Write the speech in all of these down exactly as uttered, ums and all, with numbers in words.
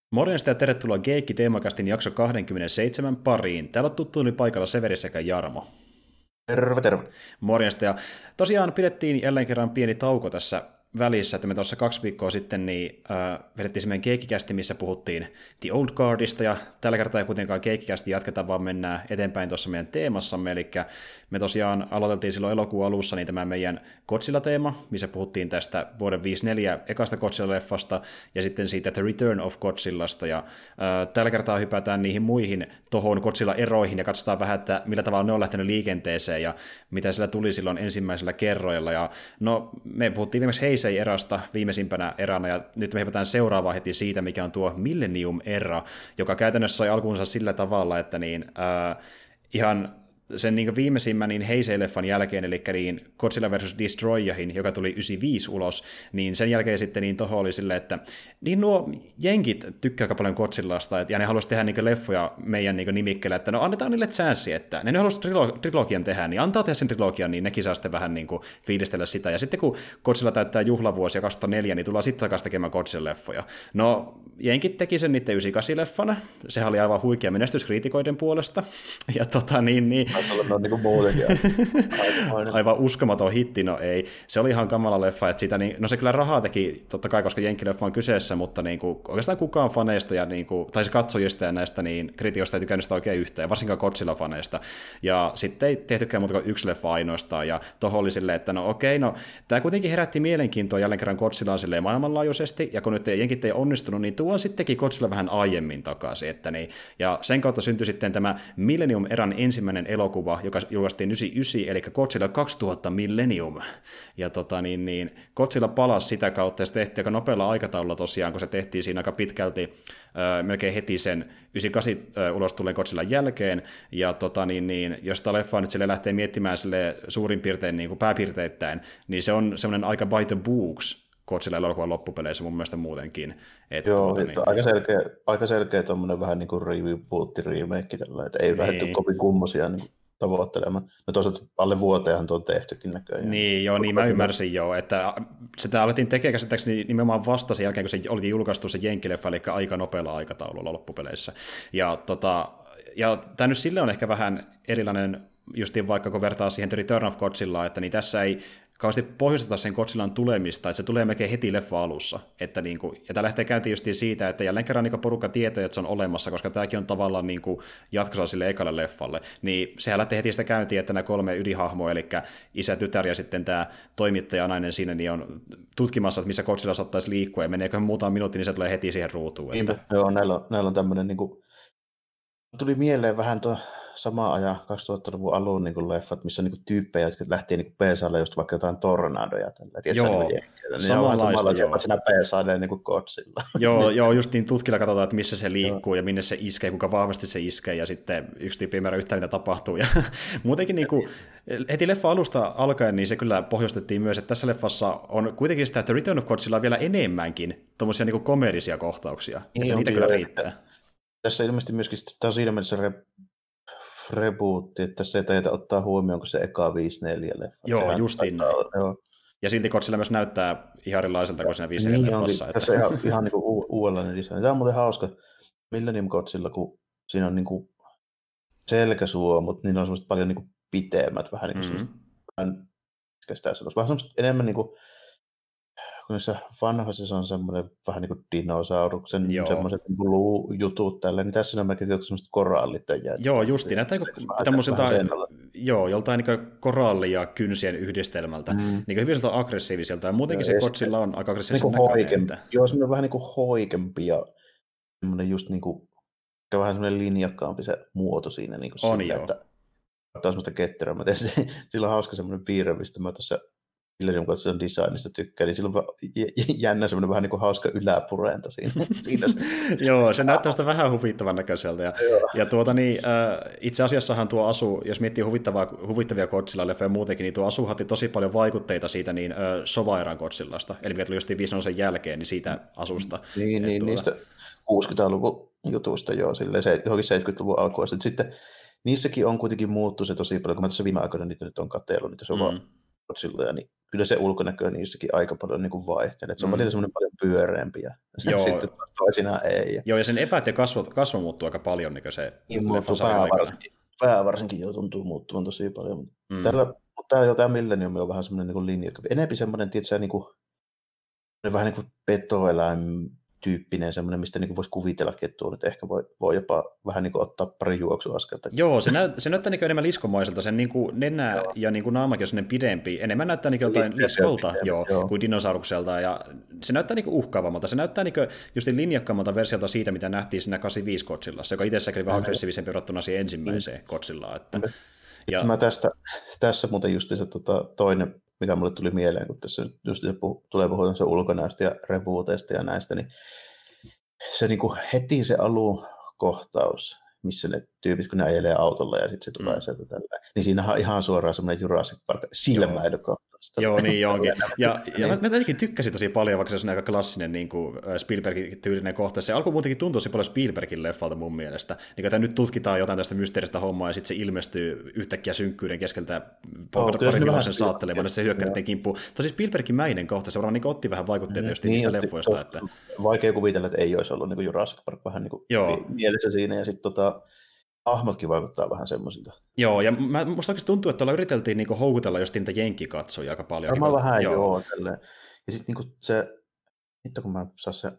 Morjesta ja tervetuloa Geekki Teemakastin jakso kaksikymmentäseitsemän pariin. Täällä on tuttuun paikalla Severi sekä Jarmo. Terve, terve. Morjesta. Ja tosiaan pidettiin jälleen kerran pieni tauko tässä välissä, että me tuossa kaksi viikkoa sitten niin, äh, vedettiin semmoinen Geekkikästi, missä puhuttiin The Old Guardista, ja tällä kertaa ei kuitenkaan Geekkikästi jatketa, vaan mennään eteenpäin tuossa meidän teemassamme, eli me tosiaan aloiteltiin silloin elokuun alussa niin tämä meidän Godzilla-teema, missä puhuttiin tästä vuoden viisikymmentäneljä ekasta Godzilla-leffasta, ja sitten siitä The Return of Godzillasta, ja äh, tällä kertaa hypätään niihin muihin tohon Godzilla-eroihin, ja katsotaan vähän, että millä tavalla ne on lähtenyt liikenteeseen, ja mitä sillä tuli silloin ensimmäisellä kerroilla, ja no, me puhuttiin viimeksi Heisei-erasta viimeisimpänä erana, ja nyt me hypätään seuraavaan heti siitä, mikä on tuo Millennium-era, joka käytännössä sai alkuunsa sillä tavalla, että niin, äh, ihan sen niin viimeisimmän niin Heisei-leffan jälkeen, eli niin Godzilla versus. Destroyahin, joka tuli yhdeksänkymmentäviisi ulos, niin sen jälkeen sitten niin toho oli silleen, että niin nuo jenkit tykkää aika paljon Godzillasta, ja ne haluaisi tehdä niin leffoja meidän niin nimikkeellä, että no annetaan niille chanssi, että ne, ne haluaisi trilo- trilogian tehdä, niin antaa tehdä sen trilogian, niin nekin saa sitten vähän niin kuin fiilistellä sitä, ja sitten kun Godzilla täyttää juhlavuosia kaksituhattaneljä, niin tullaan sitten takaisin tekemään Godzilla-leffoja. No, jenkit teki sen niiden yhdeksänkymmentäkahdeksan-leffana, sehän oli aivan huikea menestys kriitikoiden puolesta, ja tota niin, niin No, niin kuin muutenkin. Aivan uskomaton hitti, no ei. Se oli ihan kamala leffa, että sitä, niin, no se kyllä rahaa teki, totta kai, koska jenkkileffa on kyseessä, mutta niin kuin, oikeastaan kukaan faneista, ja, niin kuin, tai se katsojista ja näistä niin, kritikoista ei tykännyt sitä oikein yhteen, varsinkaan Godzilla-faneista. Ja sitten ei tehtykään muuta kuin yksi leffa ainoastaan, ja toho oli silleen, että no okei, no tämä kuitenkin herätti mielenkiintoa jälleen kerran Godzillaan silleen maailmanlaajuisesti, ja kun nyt jenkit ei onnistunut, niin tuon sittenkin Godzilla vähän aiemmin takaisin, että niin, ja sen kautta syntyi sitten tämä Millennium-eran ensimmäinen elokuva, joka julkaistiin yhdeksänkymmentäyhdeksän, eli Godzilla kaksituhatta Millennium. Ja tota, niin, niin, Godzilla palasi sitä kautta, ja se tehtiin aika nopealla aikataululla tosiaan, kun se tehtiin siinä aika pitkälti, äh, melkein heti sen yhdeksänkymmentäkahdeksan äh, ulos tulleen Godzillan jälkeen, ja tota, niin, niin, jos sitä leffaa nyt sille lähtee miettimään sille suurin piirtein niin kuin pääpiirteittäin, niin se on semmoinen aika by the books Godzilla-elokuvan loppupeleissä mun mielestä muutenkin. Et, Joo, tuota, niin, aika selkeä, aika selkeä tommonen vähän niin kuin reboot-remake tällä, että ei niin lähdetty kovin kummosia niin tavoittelemaan. No toisaalta alle vuoteenhan tuo on tehtykin näköjään. Niin, joo, niin mä ymmärsin joo, että sitä alettiin tekemään käsittääkseni nimenomaan vasta sen jälkeen, kun se oli julkaistu se jenkkileffa, eli aika nopealla aikataululla loppupeleissä. Ja, tota, ja tämä nyt sille on ehkä vähän erilainen, justiin vaikka kun vertaa siihen The Return of Godzillaa, että niin tässä ei kauheasti pohjusteta sen Godzillan tulemista, että se tulee melkein heti leffa alussa. Että niin kuin, ja tämä lähtee käyntiin justiin siitä, että jälleen kerran niin porukka tietää, että se on olemassa, koska tämäkin on tavallaan niin jatkossa sille ekalle leffalle. Niin sehän lähtee heti sitä käyntiin, että nämä kolme ydinhahmoa, eli isä, tytär ja sitten tämä toimittaja nainen siinä, niin on tutkimassa, että missä Godzilla saattaisi liikkua, ja meneeköhän muutama minuutti, niin se tulee heti siihen ruutuun. Että... Joo, näillä on, näillä on tämmöinen, niin kuin... tuli mieleen vähän tuo samaan ajan kaksituhattaluvun alun niin leffat, missä on niin tyyppejä, jotka lähtee niin peesaalle just vaikka jotain tornadoja. Tällä. Tiedätkö, joo, niin samanlaista, joo. Siinä peesailee niin kuin Godzilla. Joo, joo, just niin tutkilla katsotaan, että missä se liikkuu ja minne se iskee, kuinka vahvasti se iskee, ja sitten yksi tyyppi ymmärrä yhtään, mitä tapahtuu. Ja muutenkin niin kuin, heti leffa alusta alkaen, niin se kyllä pohjustettiin myös, että tässä leffassa on kuitenkin sitä, että Return of Godzilla vielä enemmänkin tuommoisia niin komedisia kohtauksia, niin että niitä kyllä riittää. Tässä ilmeisesti myöskin, tämä on siinä mielessä rebootti, että se ei tajata ottaa huomioon, kun se eka viisikymmentäneljä-leffa. Joo, sehän justiin näin. Joo. Ja silti Godzilla myös näyttää ihan erilaiselta kuin siinä viisikymmentäneljä-leffassa. Niin, tässä on ihan, ihan niin kuin u- uudenlainen design. Tämä on muuten hauska Millennium Godzilla, kun siinä on niin kuin selkäsuo, mutta niin on semmoiset paljon niin kuin pitemmät, vähän niin kuin mm-hmm. semmoista, vähän semmoista enemmän niin kuin, kun niissä vanhoissa se on semmoinen vähän niin kuin dinosauruksen semmoiset niin kuin luujutut tälleen, niin tässä on melkein semmoiset korallit. Joo, justiin. Näyttää tämmöiseltä, joo, joltain niin koralli- ja kynsien yhdistelmältä. Mm. Niin hyvin sieltä aggressiiviselta, ja muutenkin se Godzilla on aika aggressiivisen niin näköinen. Joo, semmoinen vähän niin kuin hoikempi ja semmoinen just niin kuin, vähän semmoinen linjakkaampi se muoto siinä. Niin kuin on sillä, joo. Että ottaa semmoista ketterää. Mä tein, sillä on hauska semmoinen piirre, mistä mä tuossa Millennium Godzillan designista tykkää, niin sillä on jännä semmoinen vähän niin kuin hauska yläpurenta siinä. siinä Joo, se näyttää sitä vähän huvittavan näköiseltä. Ja, ja tuota, niin, äh, itse asiassahan tuo asu, jos miettii huvittavia Godzilla-leffoja muutenkin, niin tuo asu hatti tosi paljon vaikutteita siitä niin, äh, Sovaeran Godzillasta, eli mikä tuli just viisi jälkeen, niin siitä asusta. Niin, niin tuota... niistä kuusikymmentäluvun jutuista joo, silleen, se, johonkin seitsemänkymmentäluvun alkuun. Sitten niissäkin on kuitenkin muuttu se tosi paljon, kun mä tässä viime aikoina niitä nyt on katsellut, niitä Sova mm. Godzilla, niin kyllä se ulkonäkö niissäkin aika paljon niin kuin vaihtelee. Se on mm. välillä semmoinen paljon pyöreämpi ja sitten toisinaan ei. Joo, ja sen epäät ja kasvo, kasvo muuttuu aika paljon niin se niin muuttuu pää varsinkin, pää varsinkin jo tuntuu muuttuvan tosi paljon. Mm. Tällä, mutta tämä, tämä Millennium on vähän semmoinen niin linja. Enempi semmoinen, tietysti, niin kuin, vähän niin kuin petoeläin tyyppinen, semmoinen, mistä niin voisi kuvitellakin, että tuo nyt ehkä voi, voi jopa vähän niin kuin ottaa pari juoksuaskelta. Joo, se, näyt, se näyttää niin enemmän liskomaiselta, sen niin kuin nenä joo. ja niin kuin naamakin on sellainen pidempi, enemmän näyttää niin jotain liskolta joo, joo. kuin dinosaurukselta, ja se näyttää niin uhkaavammalta, se näyttää niin just linjakkaammalta versiolta siitä, mitä nähtiin siinä kahdeksankymmentäviisi Godzillassa, joka itsessäkin oli vähän aggressiivisempi verrattuna siihen ensimmäiseen Godzillaan. Että, ja... Mä tästä, tässä muuten just se tota, toinen, mikä mulle tuli mieleen, kun tässä just se puh- tulee puhutaan se ulkonäöstä ja rebooteista ja näistä, niin se niin kuin heti se alukohtaus, missä ne tyypit, kun ne ajelee autolla ja sitten se tulee mm. sieltä tällä, niin siinähän on ihan suoraan semmoinen Jurassic Park silmäilykohtaus. Joo, niin onkin. Ja, ja mä, mä jotenkin tykkäsin tosi paljon, vaikka se on aika klassinen niin kuin Spielberg-tyylinen kohta. Se alkoi muutenkin tuntua tosi paljon Spielbergin leffalta mun mielestä. Niin, että nyt tutkitaan jotain tästä mysteeristä hommaa ja sitten se ilmestyy yhtäkkiä synkkyyden keskeltä oh, parin vilaisen saattelemaan, ja se hyökkää niiden kimppuun. Tosi Spielbergin-mäinen kohta, se varmaan niin otti vähän vaikutteita mm, just niin, niistä leffoista. To, että... Vaikea kuvitella, että ei olisi ollut niin kuin Jurassic Park vähän niin kuin mielessä siinä, ja sitten tota, hahmotkin vaikuttaa vähän semmoisilta. Joo, ja mä, musta oikeasti tuntuu, että tuolla yriteltiin niinku houkutella just niitä jenkkikatsoja aika paljon. Varmaan vähän joo. joo ja sitten niinku se, hitto kun mä saan se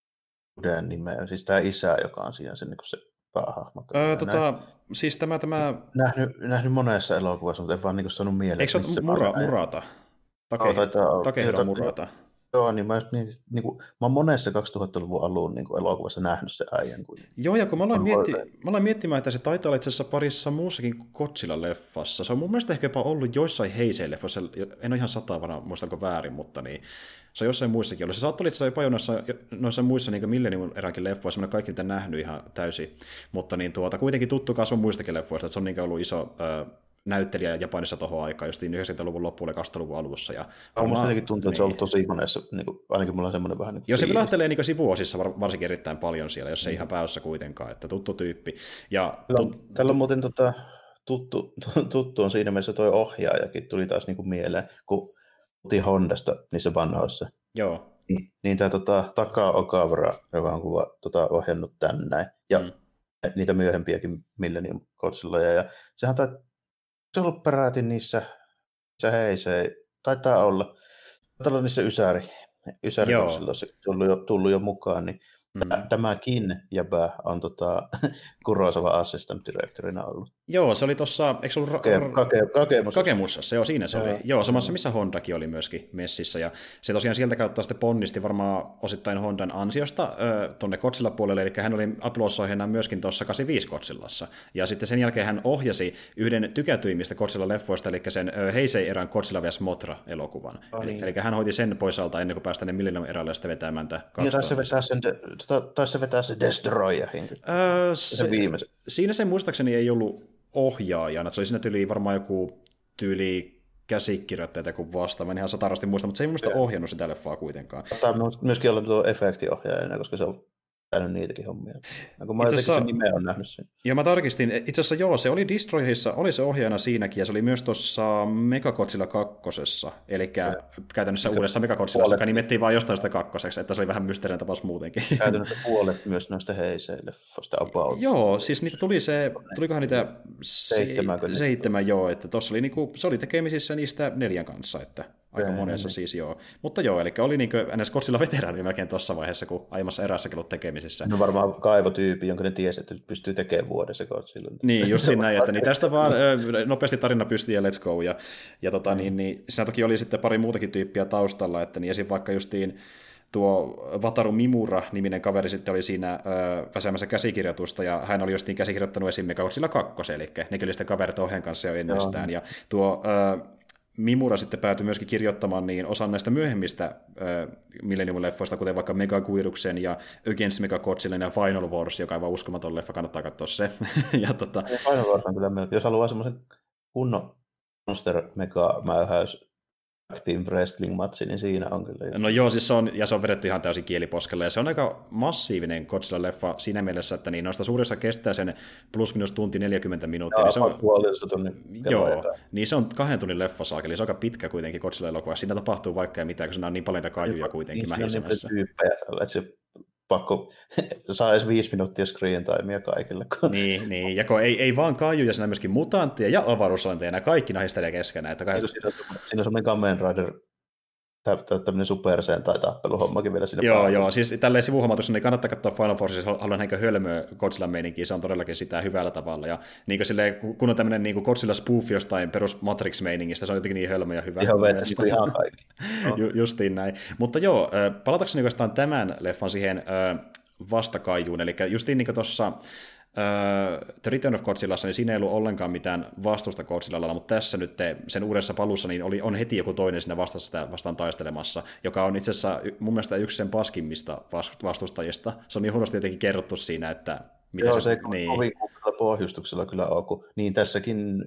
uuden nimeä, siis tämä isä, joka on siinä se, niinku se päähahmo. Öö, tota, siis tämä... tämä... Nähnyt, nähnyt monessa elokuvassa, mutta en vaan niinku saanut mieleen. Eikö se ole mura, Murata? Takehiro Take Murata. Joo, niin mä, mietin, niin kuin, mä oon monessa kaksituhattaluvun alun niin kuin elokuvassa nähnyt se äijän. Kun... Joo, ja kun mä aloin, mietti, mä aloin miettimään, että se taitaa olla itse asiassa parissa muussakin Godzilla-leffassa. Se on mun mielestä ehkä jopa ollut joissain Heisei-leffoissa, en ole ihan satavana, muistanko väärin, mutta niin, se on jossain muissakin ollut. Se saattoi olla itse asiassa jopa noissa, noissa muissa niin Millennium eräänkin leffoissa, mä en kaikki niitä nähnyt ihan täysin, mutta niin, tuota, kuitenkin tuttu kasvun muistakin leffoista, että se on niin ollut iso... Äh, näyttelijä Japanissa tohon aikaan, just yhdeksänkymmentäluvun loppuun ja kaksituhattaluvun alussa. Ja on musta jotenkin tuntuu, että se on ollut tosi monessa, niin kuin, ainakin mulla on semmoinen vähän... Niin joo, se vilahtelee niin sivuosissa varsinkin erittäin paljon siellä, jos ei mm. ihan päässä kuitenkaan, että tuttu tyyppi. Ja, tällä, on, tut, tällä on muuten tota, tuttu, tuttu on siinä mielessä toi ohjaajakin tuli taas niin kuin mieleen, kun puhuttiin Hondasta niissä vanhoissa. Joo. Niin, niin tämä tota, Taka Okawara, joka on kuva, tota, ohjannut tän näin, ja mm. niitä myöhempiäkin Millennium Godzilloja, ja sehän tai se on ollut peräti niissä, se Heisei, taitaa olla, taitaa olla niissä Ysäri, Ysäri tullut jo, tullut jo mukaan, niin mm. tämäkin jäbä on tota, Kurosawa assistant directorina ollut. Joo, se oli tuossa, eikö se ollut... Kake, kake, kakemussa. Kakemussa, joo, siinä se joo. oli. Joo, samassa missä Hondakin oli myöskin messissä, ja se tosiaan sieltä kautta sitten ponnisti varmaan osittain Hondan ansiosta äh, tuonne Godzilla-puolelle, eli hän oli apuloosohjana myöskin tuossa kahdeksankymmentäviisi Godzillassa, ja sitten sen jälkeen hän ohjasi yhden tykätyimmistä Godzilla-leffoista, eli sen äh, Heisei-erän Godzilla vs. Mothra-elokuvan. Oh, niin. eli, eli hän hoiti sen pois alta ennen kuin päästään Millennium-erälle ja sitten vetämään tämä kaksi. Ja taisi se vetää sen, taisi se vetää se Destroyerin. Öö, se, siinä se muistaakseni ei ollut ohjaajana, se oli siinä tyyli varmaan joku tyyli käsikirjoittaja tai joku vastaava, en ihan satarasti muista, mutta se ei mun mielestä ohjannut sitä leffaa kuitenkaan. Tämä myöskin olla tuo efektiohjaajana, koska se on käynyt niitäkin hommia. Ja kun mä jotenkin sen nimeä on nähnyt sen. Joo, mä tarkistin. Itse asiassa joo, se oli Destroyerissa, oli se ohjaajana siinäkin, ja se oli myös tuossa Mechagodzilla kakkosessa, eli ja. käytännössä Mikä uudessa Mechagodzillassa, joka nimettiin vaan jostain sitä kakkoseksi, että se oli vähän mysteerinen tapaus muutenkin. Käytännössä puolet myös noista Heisei-leffoista about. Joo, siis niitä tuli se, tulikohan niitä seitsemän, se, seitsemän joo, että tossa oli niinku, se oli tekemisissä niistä neljän kanssa, että aika ja, monessa niin. siis joo. Mutta joo, eli oli niin kuin ns. Godzilla-veteraani melkein tuossa vaiheessa, kun aiemmassa erässäkin ollut tekemisissä. No varmaan kaivotyyppi, jonka ne tiesi, että pystyy tekemään vuodessa Godzilla. Niin, just näin, että niin tästä vaan nopeasti tarina pystyy ja let's go. Ja, ja tota, mm. niin, niin, siinä toki oli sitten pari muutakin tyyppiä taustalla, että niin esim. Vaikka justiin tuo Wataru Mimura-niminen kaveri sitten oli siinä ö, väsäämässä käsikirjoitusta, ja hän oli justiin käsikirjoittanut esim. Godzilla kaksi, eli nekin oli sitten kaverit ohjeen kanssa jo ennestään. Joo. Ja tuo... Ö, Mimura sitten päätyi myöskin kirjoittamaan niin osan näistä myöhemmistä äh, Millennium-leffoista, kuten vaikka Megaguiruksen ja Against Mechagodzilla ja Final Wars, joka on aivan uskomaton leffa, kannattaa katsoa se. ja, tota... Final Wars on kyllä melkein, jos haluaa semmoisen kunnon Monster Mega-mäyhäys Team Wrestling-matsi, niin siinä on kyllä. No joo, siis se on, ja se on vedetty ihan täysin kieliposkelle, ja se on aika massiivinen Godzilla-leffa siinä mielessä, että niin noista suurissa kestää sen plus minus tunti neljäkymmentä minuuttia. Joo, niin se on, puolissa tunnin. Joo, niin se on kahden tunnin leffasaakeli, eli se on aika pitkä kuitenkin Godzilla-elokuva. Siinä tapahtuu vaikka ja mitään, kun siinä on niin paljon kaijuja kuitenkin mähisemässä. Niin, tyyppejä, että se pakko saa edes viisi minuuttia screen timea kaikille. Kun... Niin, niin, ja kun ei, ei vaan kaijuja, siinä myöskin mutantteja ja avaruusointeja, nämä kaikki nahistelee keskenään. Että kai... siinä, on, siinä on semmoinen Kamen Rider, tämmöinen Super tai tappeluhommakin vielä siinä Joo, päällä. joo, siis tälleen sivuhuomautuksena niin kannattaa katsoa Final Force, jos haluan näinkö hölmöä Godzilla meininkiä, se on todellakin sitä hyvällä tavalla. Ja niin kuin silleen, kun on tämmöinen niin Godzilla spoof jostain perus Matrix-meiningistä, se on jotenkin niin hölmö ja hyvä. Ihan vetästi ihan kaikki. No. Ju, justiin näin. Mutta joo, palatakseni oikeastaan tämän leffan siihen vastakaijuun, eli justiin niin kuin tuossa Uh, The Return of Godzillassa, niin siinä ei ollut ollenkaan mitään vastusta Godzillalla, mutta tässä nyt te, sen uudessa palussa niin oli, on heti joku toinen siinä vastasta, vastaan taistelemassa, joka on itse asiassa mun mielestä yksi sen paskimmista vastustajista. Se on niin huonosti jotenkin kerrottu siinä, että mitä Joo, se... se niin. kovin pohjustuksella kyllä on, kun niin tässäkin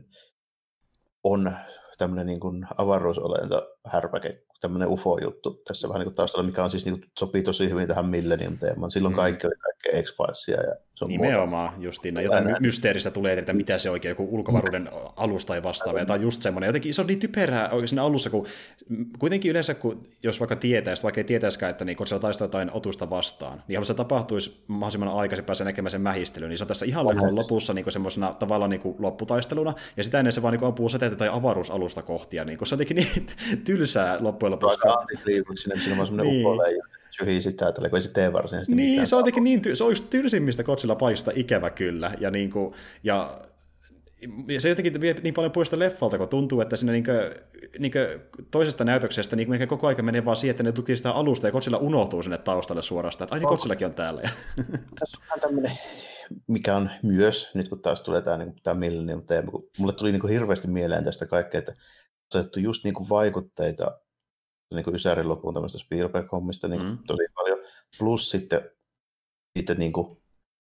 on tämmöinen niin kuin avaruusolento härpäke, tämmöinen U F O-juttu tässä vähän niin kuin taustalla, mikä on siis niin kuin, sopii tosi hyvin tähän Millennium-teemaan. Silloin mm. kaikki oli kaikkea X-Filesia ja se on nimenomaan justiin. Jotain my- mysteeristä tulee, että mitä se oikein, joku ulkovaruuden alus tai vastaava, tai just semmoinen. Jotenkin se on niin typerää siinä alussa, kun kuitenkin yleensä, kun jos vaikka tietäisi, vaikka ei tietäisikään, että niin, kun siellä taistaa jotain otusta vastaan, niin haluaisi, että tapahtuisi mahdollisimman aikaisin pääsee näkemään sen mähistelyn, niin se on tässä ihan leffan lopussa niin semmoisena tavallaan niin lopputaisteluna, ja sitä ennen se vaan niin ampuu säteitä tai avaruusalusta kohti, ja niin, se on jotenkin niin tylsää loppujen lopuksi. Aika antikliimaksinen, siinä on semmoinen niin. Ufoleija. Syhii sitä, että kun ei se tee varsinaisesti niin, mitään. Se on jotenkin niin, se on yksi tylsimmistä Godzilla paista ikävä kyllä, ja, niin kuin, ja, ja se jotenkin vie niin paljon pois leffalta, kun tuntuu, että siinä niin kuin, niin kuin toisesta näytöksestä niin koko ajan menee vaan siihen, että ne tutkii sitä alusta, ja Godzilla unohtuu sinne taustalle suorastaan, että ai niin Godzillakin on täällä. Tässä on tämmöinen, mikä on myös, nyt kun taas tulee tämä, niin tämä Millennium-teema, kun mulle tuli niin kuin hirveästi mieleen tästä kaikkea, että on otettu just niin kuin vaikutteita niin kuin Ysärin loppuun tämmöistä Spielberg-hommista niin mm. tosi paljon, plus sitten, sitten niin kuin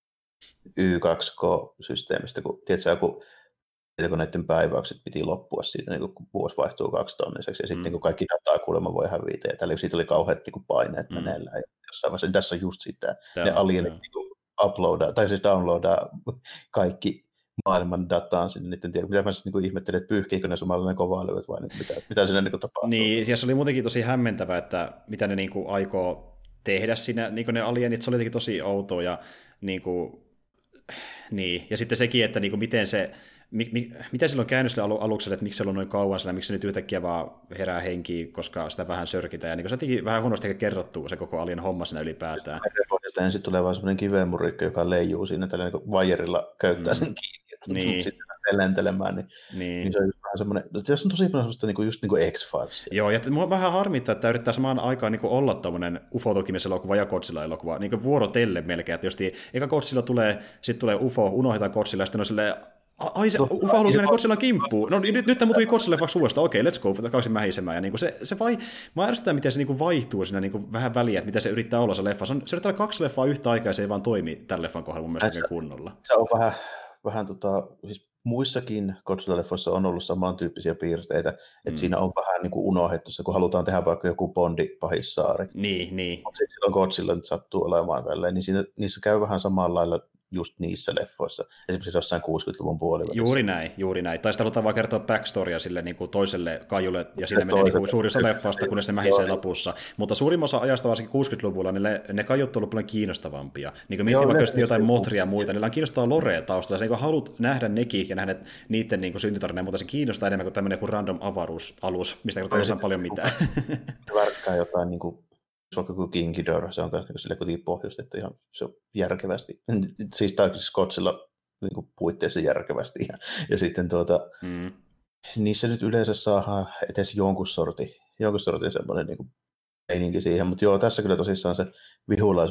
Y kaksi K-systeemistä, kun tiedätkö, joku tietokoneiden päiväykset piti loppua siinä, niin kun vuosi vaihtuu kaksitonniseksi, ja sitten mm. kun kaikki dataa kuulemma voi hävitä, ja tällä siitä oli kauheat niin paineet mm. meneillään, ja jossain vaiheessa, niin tässä on just sitä, Tämä, ne alienit niin uploadaa, tai siis downloadaa kaikki maailman dataan sinne, niiden tiedä, mitä mä sitten niin ihmettelin, että pyyhkiikö ne samalla ne kovalevyt vai mitä, mitä siinä niin tapahtuu. Niin, siellä oli muutenkin tosi hämmentävä, että mitä ne niin kuin aikoo tehdä siinä, niin kuin ne alienit, se oli jotenkin tosi outoa, ja niin kuin, niin, ja sitten sekin, että niin kuin miten se, mi, mi, mitä silloin käynyt sille alukselle, että miksi se on noin kauan sillä, miksi se nyt yhtäkkiä vaan herää henkiin, koska sitä vähän sörkitään, ja niin kuin se jotenkin vähän huonosti kerrottu se koko alien homma siinä ylipäätään. Ja ensin tulee vaan semmoinen kiveenmurikko, joka leijuu siinä tällä niin vajerilla köyttää mm. sen kiinni. Niin. Sitten lentelemään, niin, niin. niin se on just vähän semmoinen, tässä on tosi paljon semmoista niin just niin kuin X-Files. Joo, ja mua vähän harmittaa, että yrittää samaan aikaan niin olla tämmöinen U F O-tutkimuselokuva ja Godzilla-elokuva, niin vuorotelle melkein, että jos eka Godzilla tulee, sitten tulee U F O, unohdetaan Godzilla, ja sitten on silleen, ai se U F O haluaa mennä Godzillan kimppuun, no nyt, nyt tämä tuli Godzilla vaikka uudestaan, okei, okay, let's go, takaisin mähisemään, ja niin kuin se, se vai, mä ärsytän, miten se niin kuin vaihtuu siinä niin kuin vähän väliä, että mitä se yrittää olla se leffa, se, on, se yrittää olla kaksi leffaa yhtä aikaa, ja se ei vaan toimi tämän leffan kohdalla mun mielestä se, kunnolla. Se on vähän, vähän tota, siis muissakin Godzilla-leffoissa on ollut samantyyppisiä piirteitä, että mm. siinä on vähän niin kuin unohdettu se, kun halutaan tehdä vaikka joku Bondi-pahissaari. Niin, niin. Mutta sitten silloin Godzilla nyt sattuu olemaan tälleen, niin siinä, niissä käy vähän samalla lailla just niissä leffoissa, esimerkiksi jossain kuusikymmentäluvun puolella. Juuri näin, juuri näin. Tai sitä halutaan vaan kertoa backstoria sille niin kuin toiselle kaijulle, ja siinä menee niin kuin suurin osa leffasta, kunnes ne mähisee lopussa. Mutta suurin osa ajasta, varsinkin kuusikymmentäluvulla, niin ne, ne kaijut on ollut paljon kiinnostavampia. Niin kuin miettii vaikka ne, jotain Motria ja muita, niillä on kiinnostavaa lorea taustalla. Se niin haluat nähdä nekin ja nähdä niiden niin syntytarinaa, mutta se kiinnostaa enemmän kuin tämmöinen kuin random avaruusalus, mistä kertoo paljon mitään. Värkkää jotain niin kuin vaikka kuin King Ghidorah, se on myös niin sille kuitenkin pohjustettu ihan se on järkevästi. Siis tai siis Godzilla niin puitteissa järkevästi. Ja, ja sitten tuota, mm. niissä nyt yleensä saadaan edes jonkun sortin, jonkun sortin semmoinen niin meininki siihen. Mutta joo, tässä kyllä tosissaan se vihulais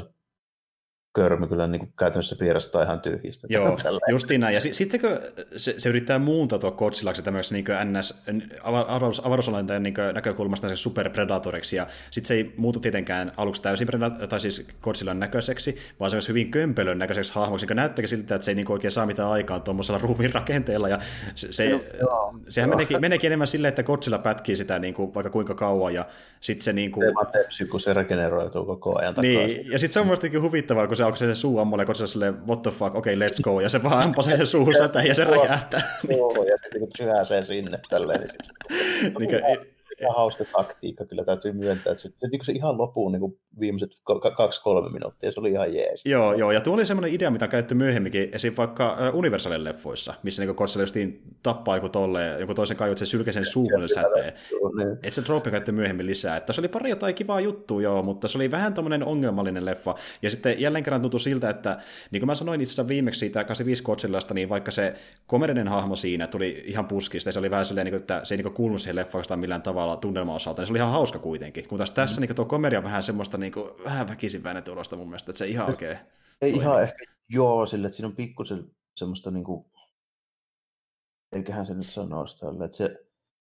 körmy kyllä niin kuin käytännössä pierastaa ihan tyhjistä. Joo, justiin näin. Ja sitten kun se, se yrittää muuntautua Godzillaksi tämmöiseksi niin N S avaruusolentajan niin näkökulmasta se superpredatoriksi, ja sitten se ei muutu tietenkään aluksi täysin predator, tai siis Godzillan näköiseksi, vaan se olisi hyvin kömpelön näköiseksi hahmoksi, joka näyttääkin siltä, että se ei niin oikein saa mitään aikaan tuommoisella ruumiin rakenteella, ja se, se, no, sehän meneekin, meneekin enemmän silleen, että Godzilla pätkii sitä niin kuin, vaikka kuinka kauan, ja sitten se niin kuin... Se vaan tepsi, kun se regeneroituu koko ajan takaa. Niin, ja sitten se on mielestäni huvittavaa, kun se onko se suu ammolle, kun se silleen, what the fuck, okei, okay, let's go, ja se vaan ampasee sen suuhun sätä, ja se räjähtää. Joo, ja sitten kun syhäsee sinne tälleen, niin sitten... niin, ihan hauska taktiikka, kyllä täytyy myöntää, että se, se, se, se ihan lopuun niin viimeiset kaksi kolme minuuttia, se oli ihan jees. Joo, joo, ja tuo oli semmoinen idea, mitä on käytetty myöhemminkin, esim. Vaikka Universalin leffoissa, missä niin Godzilla justiin tappaa joku tolleen, joku toisen kaiut, se sylkee sen suuhun säteen. Että se droppi käytetty myöhemmin lisää. Että se oli pari jotain kivaa juttua, joo, mutta se oli vähän tommoinen ongelmallinen leffa. Ja sitten jälleen kerran tuntui siltä, että niin kuin mä sanoin itse asiassa viimeksi siitä kahdeksankymmentäviisi Godzillasta, niin vaikka se komedinen hahmo siinä tuli ihan puskista, ja se oli vähän silleen, että se ei niin kuulunut siihen leffaan millään tavalla tunnelman osalta, niin se oli ihan hauska kuitenkin. Kun taas tässä mm. niin tuo komedia on vähän semmoista niin kuin, vähän väkisin väännetty mun mielestä, että se ihan oikein. Ei toimii. Ihan ehkä joo sille, että siinä on pikkusen semmoista niinku, eiköhän se nyt sanoa sitä, että se,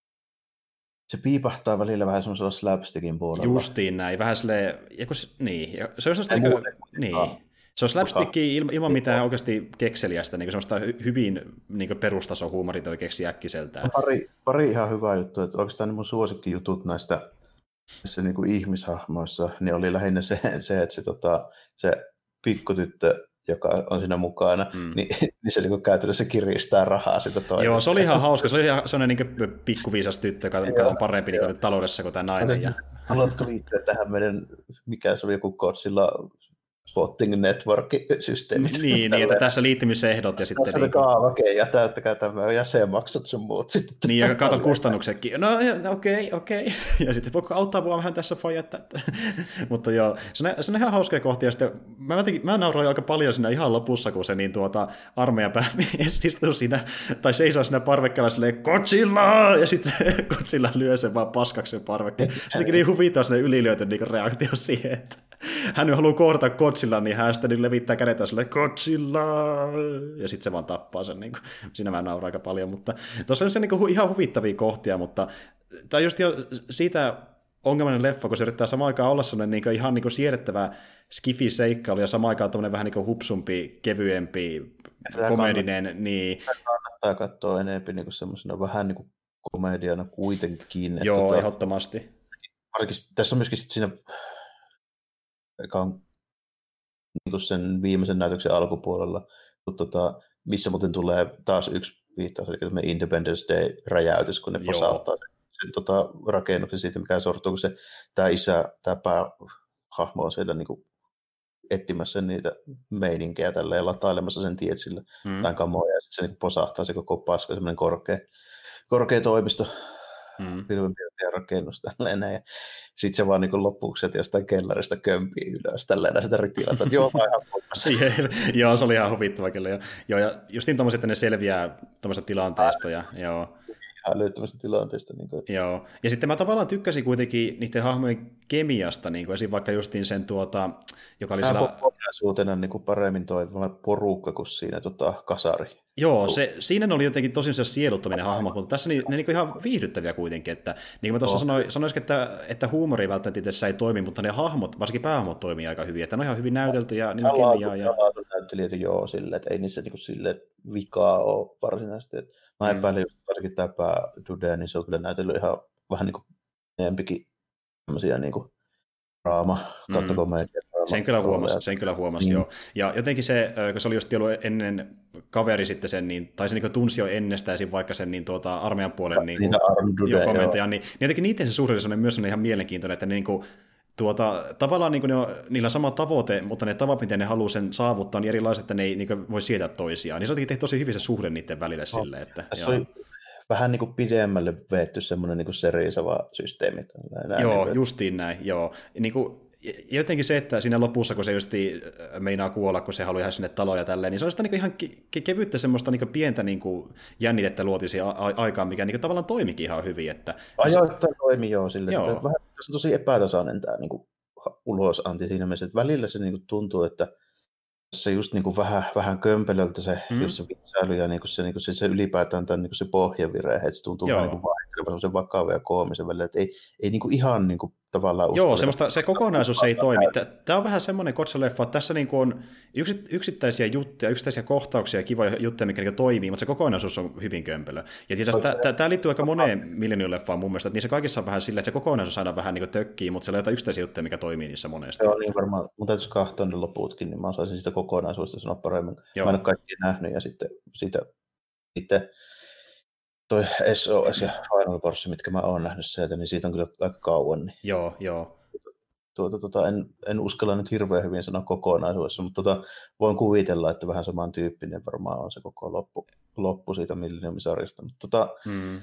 se piipahtaa välillä vähän semmoisella slapstickin puolella. Justiin näin, vähän silleen, niin, se on semmoista niinku, niin. Se on slapstickia ilman, ilman mitään oikeasti kekseliästä, niin semmoista hyvin niin perustason huumori toi keksi äkkiseltään. Pari, pari ihan hyvää juttua, että oikeastaan mun suosikkijutut näistä se, niin kuin ihmishahmoissa, niin oli lähinnä se, se että se, tota, se pikkutyttö, joka on siinä mukana, mm. niin, niin se niin käytännössä kiristää rahaa sitä toimesta. Joo, se oli ihan hauska. Se oli ihan sellainen niin pikkuviisas tyttö, joka joo, on parempi niin taloudessa kuin tämä nainen. Ja... Haluatko liittyä tähän meidän, mikä se oli joku Godzilla Spotting Network-systeemi? Niin, niin, että tässä liittymisehdot ja sitten... Tässä niin... kaavake ja täyttäkää tämä jäsenmaksut sun muut sitten. Niin, ja katsot kustannuksetkin. No okei, okay, okei. Okay. Ja sitten voiko auttaa mua vähän tässä fajetta. Mutta joo, se on, se on ihan hauska kohtia. Sitten mä, mä, mä nauroin aika paljon siinä ihan lopussa, kun se niin tuota armeijan päämies istuu siinä, tai seisoo siinä parvekkeella silleen, Godzilla! Ja sitten se Godzilla lyö sen vaan paskaksi sen parvekkeen. Sittenkin niin huvittaa sellainen ylilyöty niin reaktio siihen, että hän haluaa kohdata Godzilla, niin hän sitten levittää kädet ja silleen, Godzilla! Ja sitten se vaan tappaa sen. Niin kuin. Siinä mä nauraan aika paljon, mutta tuossa on se niin kuin, ihan huvittavia kohtia, mutta tämä on just jo siitä ongelmainen leffa, kun se yrittää samaan aikaan olla sellainen niin kuin, ihan niin kuin siedettävä skifi-seikkailu ja samaan aikaan tämmöinen vähän niin kuin hupsumpi, kevyempi, tämä komedinen. Kannattaa, niin... kannattaa katsoa enemmän niin semmoisena vähän niin kuin komediana kuitenkin. Joo, tota, ehdottomasti. Tässä on myöskin siinä joka on niin sen viimeisen näytöksen alkupuolella, mutta tota, missä muuten tulee taas yksi viittaus, eli tämä Independence Day-räjäytys, kun ne posauttaa sen, sen tota, rakennuksen siitä, mikä sortuu, kun se, tämä isä, tämä päähahmo on siellä niin kuin etsimässä niitä meininkejä tälleen ja latailemassa sen tiet sillä mm. tämän kamoja, ja sitten se niin posahtaa se koko paska, semmoinen korkea, korkea toimisto, mm. pilvenpiirtäjä rakennus tälleen, ja sitten se vaan niin lopuksi, että jostain kellarista kömpii ylös tälleen, ja sitä ritilata, että joo, mä ihan voimassa. Joo, se oli ihan huvittava kyllä, ja, joo, ja justiin tommoset, että ne selviää tommosesta tilanteesta, ja joo. Ihan löytämästä tilanteesta. Niin kuin. Joo, ja sitten mä tavallaan tykkäsin kuitenkin niiden hahmojen kemiasta, niin kuin esim. Vaikka justiin sen, tuota, joka oli Tämä siellä... kokonaisuutena niin kuin paremmin toimiva porukka kuin siinä tota, kasari. Joo, se, siinä oli jotenkin tosi se sieluttaminen hahmot, mutta tässä ne, ne niin ihan viihdyttäviä kuitenkin, että niin kuin mä tuossa oh. sanoin, sanoisin, että, että huumori välttämättä itse ei toimi, mutta ne hahmot, varsinkin päähahmot toimii aika hyvin, että ne on ihan hyvin näytelty ja niillä on kemiaa. Ja... näyttelijöitä joo silleen, että ei niissä niin kuin silleen vikaa ole varsinaisesti. Että mä epäilen mm. just varsinkin tämä päädude, niin se on kyllä näytellyt ihan vähän niin kuin enempikin tämmöisiä niin kuin draama kautta mm. komedia. Sen kyllä huomasi, sen kyllä huomasi, mm. joo. Ja jotenkin se, kun se oli just ollut ennen kaveri sitten sen, niin, tai se niin tunsi jo ennestään vaikka sen niin tuota, armeijan puolen niin, jo komentajan, niin, niin jotenkin niiden se suhde on myös ihan mielenkiintoinen, että ne niin kuin, tuota, tavallaan niin ne on, niillä on sama tavoite, mutta ne tavat, miten ne haluaa sen saavuttaa, on erilaiset, että ne ei niin voi sietää toisiaan. Niin se on tehty tosi hyvin se suhde niiden välillä no, silleen, että... Se oli vähän niin kuin pidemmälle veetty semmoinen niin serisava systeemi. Näin, joo, niin justiin näin, joo. Niin kuin, ja jotenkin se, että siinä lopussa, kun se justi meinaa kuolla, kun se haluaa ihan sinne taloon ja tälleen, niin se on sitä niin ihan ke- kevyttä semmoista niin pientä niin jännitettä luotiin siihen a- aikaan, mikä niin tavallaan toimikin ihan hyvin. Että... Ajoittain toimi joo sille, joo. Että vähän, tässä on tosi epätasainen tämä niin ulosanti siinä mielessä, että välillä se niin tuntuu, että se just niin kuin vähän, vähän kömpelöltä se, mm. just se vitsailu ja niin kuin se, niin kuin se, se ylipäätään tämän, niin kuin se pohjavire, että se tuntuu vähän niin vaihtelevan semmoisen vakava ja koomisen välillä, että ei, ei niin kuin ihan niin kuin tavallaan... Joo, semmoista, se kokonaisuus ei toimi. Tämä on vähän semmoinen Godzilla-leffa, että tässä niin kuin on yksittäisiä juttuja, yksittäisiä kohtauksia ja kivoja juttuja, mikä niin toimii, mutta se kokonaisuus on hyvin kömpelö. Ja tämä liittyy aika moneen Millennium-leffaan mun mielestä, että niissä kaikissa on vähän silleen, että se kokonaisuus aina vähän niin tökkii, mutta siellä on jotain yksittäisiä juttuja, mikä toimii niissä monesti. Joo, niin varmaan. Mun täytyisi kahtoa ne loputkin, niin mä osaisin sitä kokonaisuudesta sanoa paremmin. Joo. Mä en ole kaikkia nähnyt ja sitten siitä, sitten toi S O S ja Final Force, mitkä mä oon nähnyt sieltä, niin siitä on kyllä aika kauan. Niin Joo, joo. tuota, tuota, en, en uskalla nyt hirveän hyvin sanoa kokonaisuudessa, mutta tuota, voin kuvitella, että vähän samantyyppinen varmaan on se koko loppu, loppu siitä Millennium-sarjasta. Mutta tuota, Mm.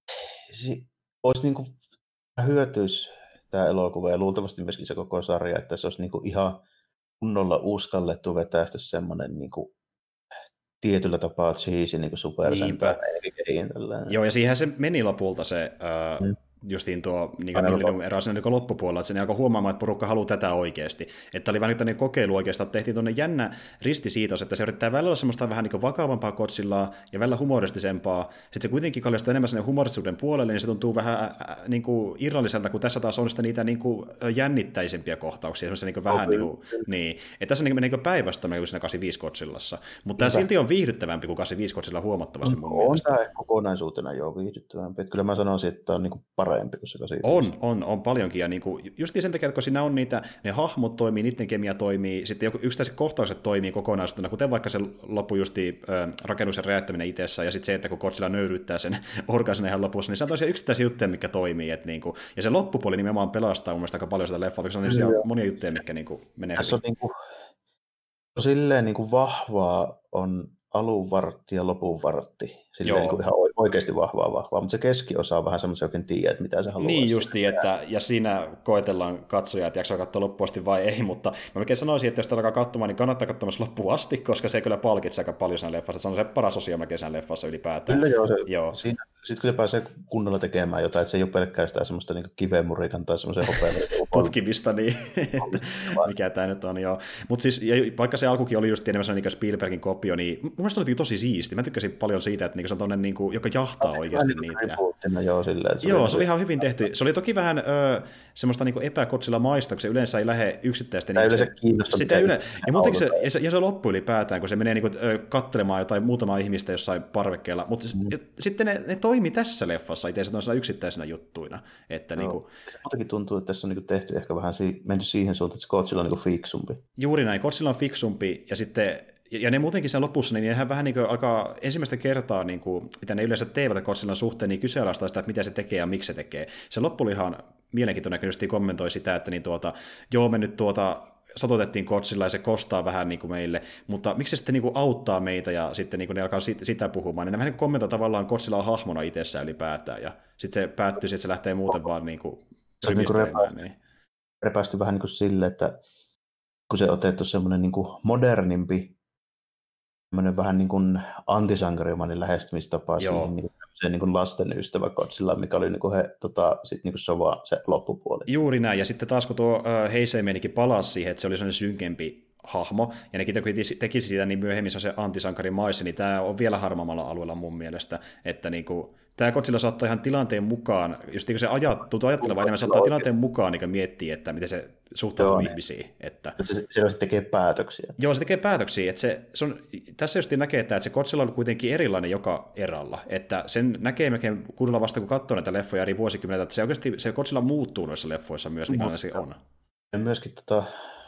si, olisi niin kuin, hyötyisi tämä elokuva ja luultavasti myöskin se koko sarja, että se olisi niin kuin ihan kunnolla uskallettu vetää sitten semmoinen niin kuin, tietyllä tapaa cheesy niin supersentai. Joo, ja siihen se meni lopulta se ää, mm. justiin tuo niin Millennium era siinä niin loppupuolella, että se alkoi huomaamaan, että porukka haluaa tätä oikeasti. Että oli vähän niin kokeilu oikeastaan, että tehtiin tuonne jännä ristisiitos, että se yrittää välillä olla semmoista vähän niin vakavampaa Godzillaa ja välillä humoristisempaa. Sitten se kuitenkin kallistuu enemmän sinne humoristisuuden puolelle, niin se tuntuu vähän äh, niin kuin irralliselta, kun tässä taas on sitä niitä niin kuin jännittäisempiä kohtauksia, semmoisia niin vähän okay. niin kuin, niin. Että tässä niin menee niin päinvastoin kuin siinä kahdeksankymmentäviisi Godzillassa. Mutta tämä silti on viihdyttävämpi kuin kahdeksankymmentäviisi Godzilla huomattavasti mun on mielestä. On tämä kokonaisuutena jo viihdyttävämpi. Että kyllä mä sanoisin, että tämä on niin kuin parempi kuin se On, on, on paljonkin, ja niinku, just sen takia, että kun siinä on niitä, ne hahmot toimii, niiden kemia toimii, sitten joku yksittäiset kohtaukset toimii kokonaisuutena, kuten vaikka se loppu justi äh, rakennuksen räjäyttäminen itsessään, ja sitten se, että kun Godzilla nöyryyttää sen orgasmin ihan lopussa, niin se on tosiaan yksittäisiä juttuja, mitkä toimii, että niinku, ja se loppupuoli nimenomaan pelastaa mun mielestä aika paljon sitä leffaa, koska se on mm, monia juttuja, mitkä niinku menee tässä hyvin. On, niinku, on silleen niinku vahvaa on alun vartti ja lopun vartti. Silleen niin kuin ihan oikeasti vahvaa vahvaa, mutta se keskiosa on vähän semmoisia, joka tiedät, että mitä se haluaa. Niin justi, että, ja siinä koetellaan katsojaa, että jaksaa katsoa loppuun asti vai ei, mutta mä melkein sanoisin, että jos alkaa katsomaan, niin kannattaa katsoa myös loppuun asti, koska se kyllä palkitsee aika paljon sen leffassa. Se on se paras osio melkein sen leffassa ylipäätään. Kyllä joo, se, joo. Siinä, sitten kun se pääsee kunnolla tekemään jotain, että se ei ole pelkkää sitä semmoista niin kivemurikan tai semmoisen hopean. Tutkimista, niin mikä tämä nyt on, joo. Mutta siis, vaikka se alkukin oli just enemmän sellainen niin Spielbergin kopio, niin mun mielestä se oli tosi siisti. Mä tykkäsin paljon siitä, että se on tuollainen, niin kuin, joka jahtaa no, oikeasti niitä. Ja... Joo, silleen, se joo, oli se oli ihan hyvin tehty. Se oli toki vähän ö, semmoista niin epäkotsilla maista, kun se yleensä ei lähde yksittäisten... Sitä yleensä kiinnostaa. Sitä yle... ja, muutenkin se, ja, se, ja se loppu ylipäätään, kun se menee niin kuin, ö, katselemaan jotain muutamaa ihmistä jossain parvekkeella. Mutta mm. sitten ne, ne toimi tässä leffassa itse asiassa yksittäisenä juttuina. Että, no, niin kuin... Se muutenkin tuntuu, että tässä on niin tehty ehkä vähän si- menty siihen suuntaan, että Godzilla on niin fiksumpi. Juuri näin, Godzilla on fiksumpi, ja sitten ja ne muutenkin sen lopussa, niin nehän vähän niin kuin alkaa ensimmäistä kertaa, niin kuin, mitä ne yleensä teevät Godzillan suhteen, niin kyseenalaistaa sitä, että mitä se tekee ja miksi se tekee. Se loppu oli ihan mielenkiintoinen, kun just kommentoi sitä, että niin tuota, joo, me nyt tuota, satutettiin Godzilla ja se kostaa vähän niin kuin meille, mutta miksi se sitten niin kuin auttaa meitä ja sitten niin kuin ne alkaa sit, sitä puhumaan, niin ne vähän niin kommentoi tavallaan Godzillaa hahmona itsessään ylipäätään ja sitten se päättyy, että se lähtee muuten vaan niin kuin se on niin kuin repäisty, niin. repäisty vähän niin kuin sille, että kun se otettu semmoinen niin kuin modernimpi vähän niin kuin antisankarimainen lähestymistapa Joo. siihen niin kuin, niin kuin lasten ystävä Godzilla, mikä oli niin kuin he, tota, sit niin kuin sova se loppupuoli. Juuri näin, ja sitten taas kun tuo uh, Heisei-menikin palasi siihen, että se oli sellainen synkempi hahmo, ja nekin tekisi sitä niin myöhemmin se antisankarimaisi, niin tämä on vielä harmaamalla alueella mun mielestä, että niin kuin, tämä Godzilla saattaa ihan tilanteen mukaan, just niin kuin se ajat, tuntuu ajattelevan enemmän, saattaa tilanteen mukaan niin miettiä, että miten se suhtautuu Joo, ihmisiin. Että... Se, se, se tekee päätöksiä. Joo, se tekee päätöksiä. Että se, se on, tässä just näkee, että se Godzilla on kuitenkin erilainen joka eralla. Että sen näkee melkein kunnolla vasta, kun katsoo näitä leffoja eri vuosikymmentä, että se oikeasti se Godzilla muuttuu noissa leffoissa myös, mikä se on. Ja myöskin tota,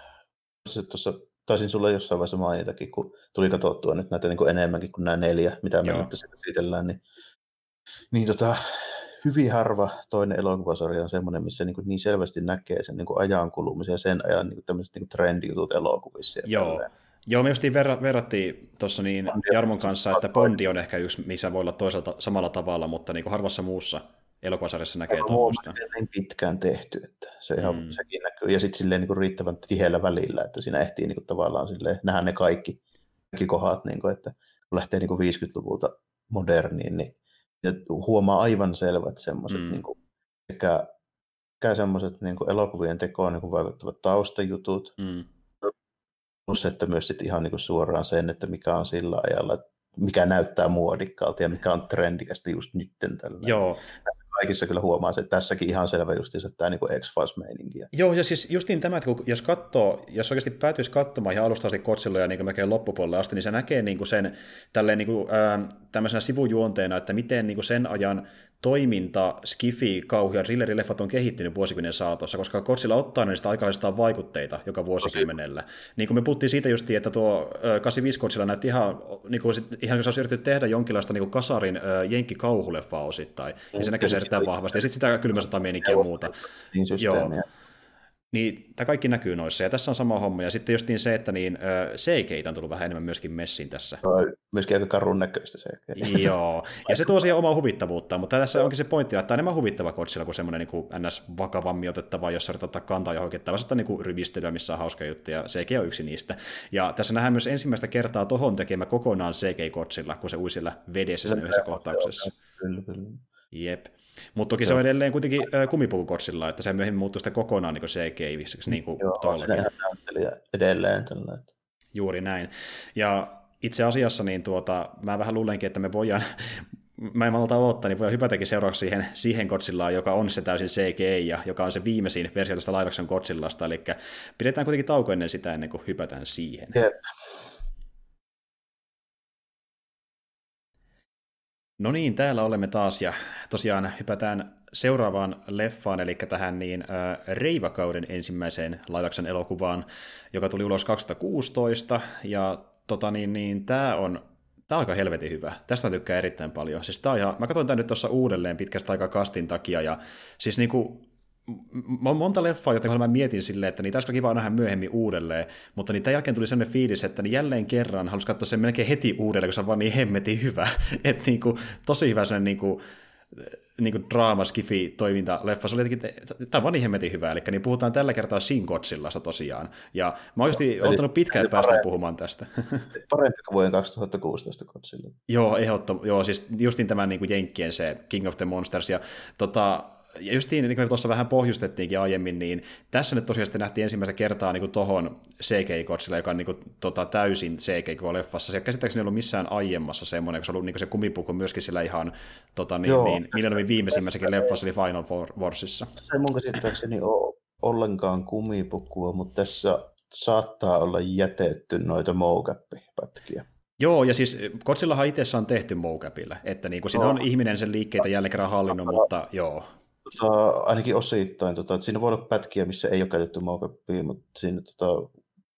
tuossa taisin sulle jossain vaiheessa mainitakin, kun tuli katsottua nyt näitä niin kuin enemmänkin kuin nämä neljä, mitä me nyt tässä käsitellään, niin, niin tota, hyvin harva toinen elokuvasarja on semmoinen, missä niin, niin selvästi näkee sen niin ajan kulumisen ja sen ajan niin tämmöiset niin trendijutut elokuvissa. Joo. Joo, me justiin verra, verrattiin tuossa niin Jarmon kanssa, että Bondi on ehkä yksi, missä voi olla toisaalta samalla tavalla, mutta niin kuin harvassa muussa elokuvasarjassa näkee tuommoista. Se on niin pitkään tehty, että se ihan, mm. sekin näkyy. Ja sitten silleen niin riittävän tiheällä välillä, että siinä ehtii niin kuin tavallaan silleen, nähdä ne kaikki, kaikki kohdat, niin kuin, että kun lähtee niin kuin viisikymmentäluvulta moderniin, niin huomaa aivan selvät semmoiset mm. niin kuin, sekä, sekä semmoiset niin kuin elokuvien tekoon niin kuin vaikuttavat taustajutut, mm. plus että myös sit ihan niin kuin suoraan sen, että mikä on sillä ajalla, mikä näyttää muodikkaalta ja mikä on trendikästä just nytten tällä. Joo. Kaikissa kyllä huomaa se, että tässäkin ihan selvä justiinsa, että tämä niin kuin X-Files-meininki. Joo, ja siis justiin tämä, että jos katsoo, jos oikeasti päätyisi katsomaan ihan alusta asti Godzilloja niin melkein loppupuolelle asti, niin se näkee niin kuin sen tälleen niin kuin, ää, tämmöisenä sivujuonteena, että miten niin kuin sen ajan toiminta, skifi, kauhu ja thrillerileffat on kehittynyt vuosikymmenen saatossa, koska Godzilla ottaa näistä aikalaisistaan vaikutteita joka vuosikymmenellä. Niin kuin me puhuttiin siitä justiin, että tuo kahdeksankymmentäviisi Godzilla näytti ihan, niin kuin, ihan kun se olisi yritetty tehdä jonkinlaista niin kuin kasarin jenkkikauhuleffaa osittain, ja se näkyy erittäin vahvasti, ja sitten sitä kylmä satamieninkiä ja muuta. Niin systeemiä. Niin, tämä kaikki näkyy noissa, ja tässä on sama homma, ja sitten justiin se, että niin, C G:itä on tullut vähän enemmän myöskin messiin tässä. No, myöskin aika karun näköistä C G. Joo, ja se tuo siihen omaa huvittavuutta, mutta tässä onkin se pointti, että tämä on enemmän huvittava Godzilla kuin semmoinen niin kuin N S-vakavammin otettava, jossa yritetään ottaa kantaa johonkin tällaista niin kuin rivistelyä, missä on hauska juttu, ja C G on yksi niistä. Ja tässä nähdään myös ensimmäistä kertaa tohon tekemä kokonaan C G-Godzilla, kun se ui siellä vedessä sen yhdessä kohtauksessa. Kyllä, kyllä. Jep. Mutta toki se on edelleen kuitenkin kumipukukotsilla, että se myöhemmin muuttuu sitä kokonaan niin C G I-viseksi. Niin kuin joo, se ihan näyttelijä edelleen tällä. Juuri näin. Ja itse asiassa niin tuota, mä vähän luulenkin, että me voidaan, mä en malta odottaa, niin voidaan hypätäkin seuraavaksi siihen, siihen Godzillaan, joka on se täysin C G I, ja joka on se viimeisin versio tästä live action Godzillasta, eli pidetään kuitenkin tauko ennen sitä, ennen kuin hypätään siihen. Jep. No niin, täällä olemme taas, ja tosiaan hypätään seuraavaan leffaan, eli tähän niin äh, Reivakauden ensimmäiseen live-action elokuvaan, joka tuli ulos kaksituhattakuusitoista, ja tota niin, niin tämä on, tää on aika helvetin hyvä. Tästä mä tykkään erittäin paljon. Siis tää on ihan, mä katsoin tämän nyt tuossa uudelleen pitkästä aikaa kastin takia, ja siis niinku, on monta leffaa, joita mä mietin silleen, että niitä olisi kiva nähdä myöhemmin uudelleen, mutta niitä jälkeen tuli sellainen fiilis, että niin jälleen kerran halusi katsoa sen melkein heti uudelleen, kun se on vaan niin hemmetin hyvä. Että niinku, tosi hyvä sellainen niinku, niinku draama, skifi, toiminta, leffa. Se oli jotenkin, tämä on vaan niin hemmetin hyvä. Eli niin puhutaan tällä kertaa Shin Godzillasta tosiaan. Ja mä oon oikeasti no, ottanut pitkään, että päästään puhumaan tästä. Parempi kuin vuoden kaksituhattakuusitoista Godzilla. Joo, ehdottomasti. Joo, siis justiin tämän niin kuin Jenkkien se King of the Monsters. Ja tota, ja justiin, niin kuin me tuossa vähän pohjustettiinkin aiemmin, niin tässä nyt tosiaan sitten nähtiin ensimmäistä kertaa niin kuin tohon C G I-Godzilla, joka on niin kuin, tota, täysin C G I-leffassa. Se käsittääkseni ei ollut missään aiemmassa semmoinen, kun se on ollut niin kuin se kumipuku myöskin sillä ihan tota, niin, niin, milloin viimeisimmässäkin leffassa, eli Final Warsissa. Se ei mun käsittääkseni ole ollenkaan kumipukua, mutta tässä saattaa olla jätetty noita mocap-pätkiä. Joo, ja siis Godzillahan itsessä on tehty mocapilla, että niin kuin siinä no. on ihminen sen liikkeitä jälleen kerran hallinnut, mutta joo. Tota, ainakin osittain. Tota, että siinä voi olla pätkiä, missä ei ole käytetty mocapia, mutta siinä tota,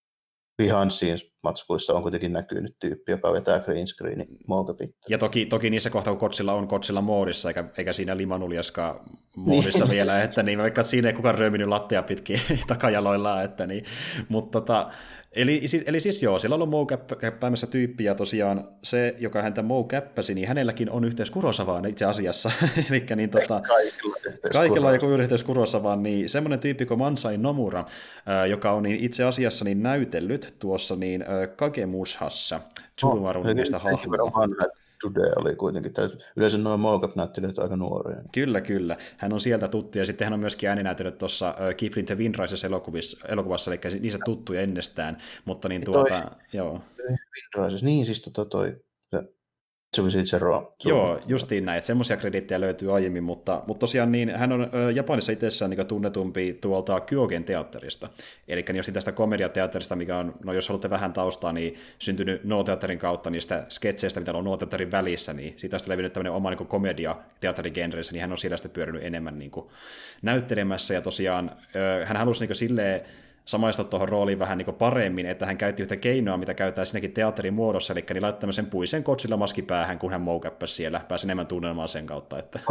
behind scenes matskuissa on kuitenkin näkynyt tyyppi, joka vetää green screenin mocapit. Ja toki, toki niissä kohtaa, kun Godzilla on Godzilla-moodissa, eikä, eikä siinä limanuljaska moodissa vielä, että niin, vaikka siinä ei kukaan rööminyt lattia pitkin takajaloillaan, että niin, mutta tota, Eli, eli siis joo, sillä on ollut mocap-käppäämässä tyyppi, ja tosiaan se, joka häntä mocappäsi, niin hänelläkin on yhteys Kurosawaan itse asiassa. Eli niin tota, kaikilla on joku yhteys Kurosawaan, niin semmoinen tyyppi kuin Mansai Nomura, joka on niin itse asiassa niin näytellyt tuossa niin Kagemushassa Tsurumarun no, nimistä hahmoa. Today oli kuitenkin. Yleensä nuo mocap-näyttelijät aika nuoria. Kyllä, kyllä. Hän on sieltä tuttu, ja sitten hän on myöskin ääninäytellyt tuossa Kiplin The Wind Rises elokuvassa, eli niissä tuttuja ennestään, mutta niin tuota, toi, joo. Wind Rises, niin siis tota toi, se Zero. Joo, justiin näin, että semmoisia krediittejä löytyy aiemmin, mutta, mutta tosiaan niin, hän on ö, Japanissa itsessään niin tunnetumpi tuolta Kyogen teatterista, eli niin tästä komediateatterista, mikä on, no jos haluatte vähän taustaa, niin syntynyt No-teatterin kautta niistä sketseistä, mitä on No-teatterin välissä, niin siitä on levinnyt tämmöinen oma niin komedia-teatterigenressä, niin hän on siellä sitten pyörinyt enemmän niin kuin näyttelemässä, ja tosiaan ö, hän halusi niin silleen samaistua tuohon rooliin vähän niin paremmin, että hän käytti yhtä keinoa, mitä käytetään siinäkin teatterin muodossa, eli niin laittoi tämmöisen puisen Godzilla maskipäähän, kun hän moukäppäsi siellä, pääsi enemmän tunnelmaan sen kautta. Että...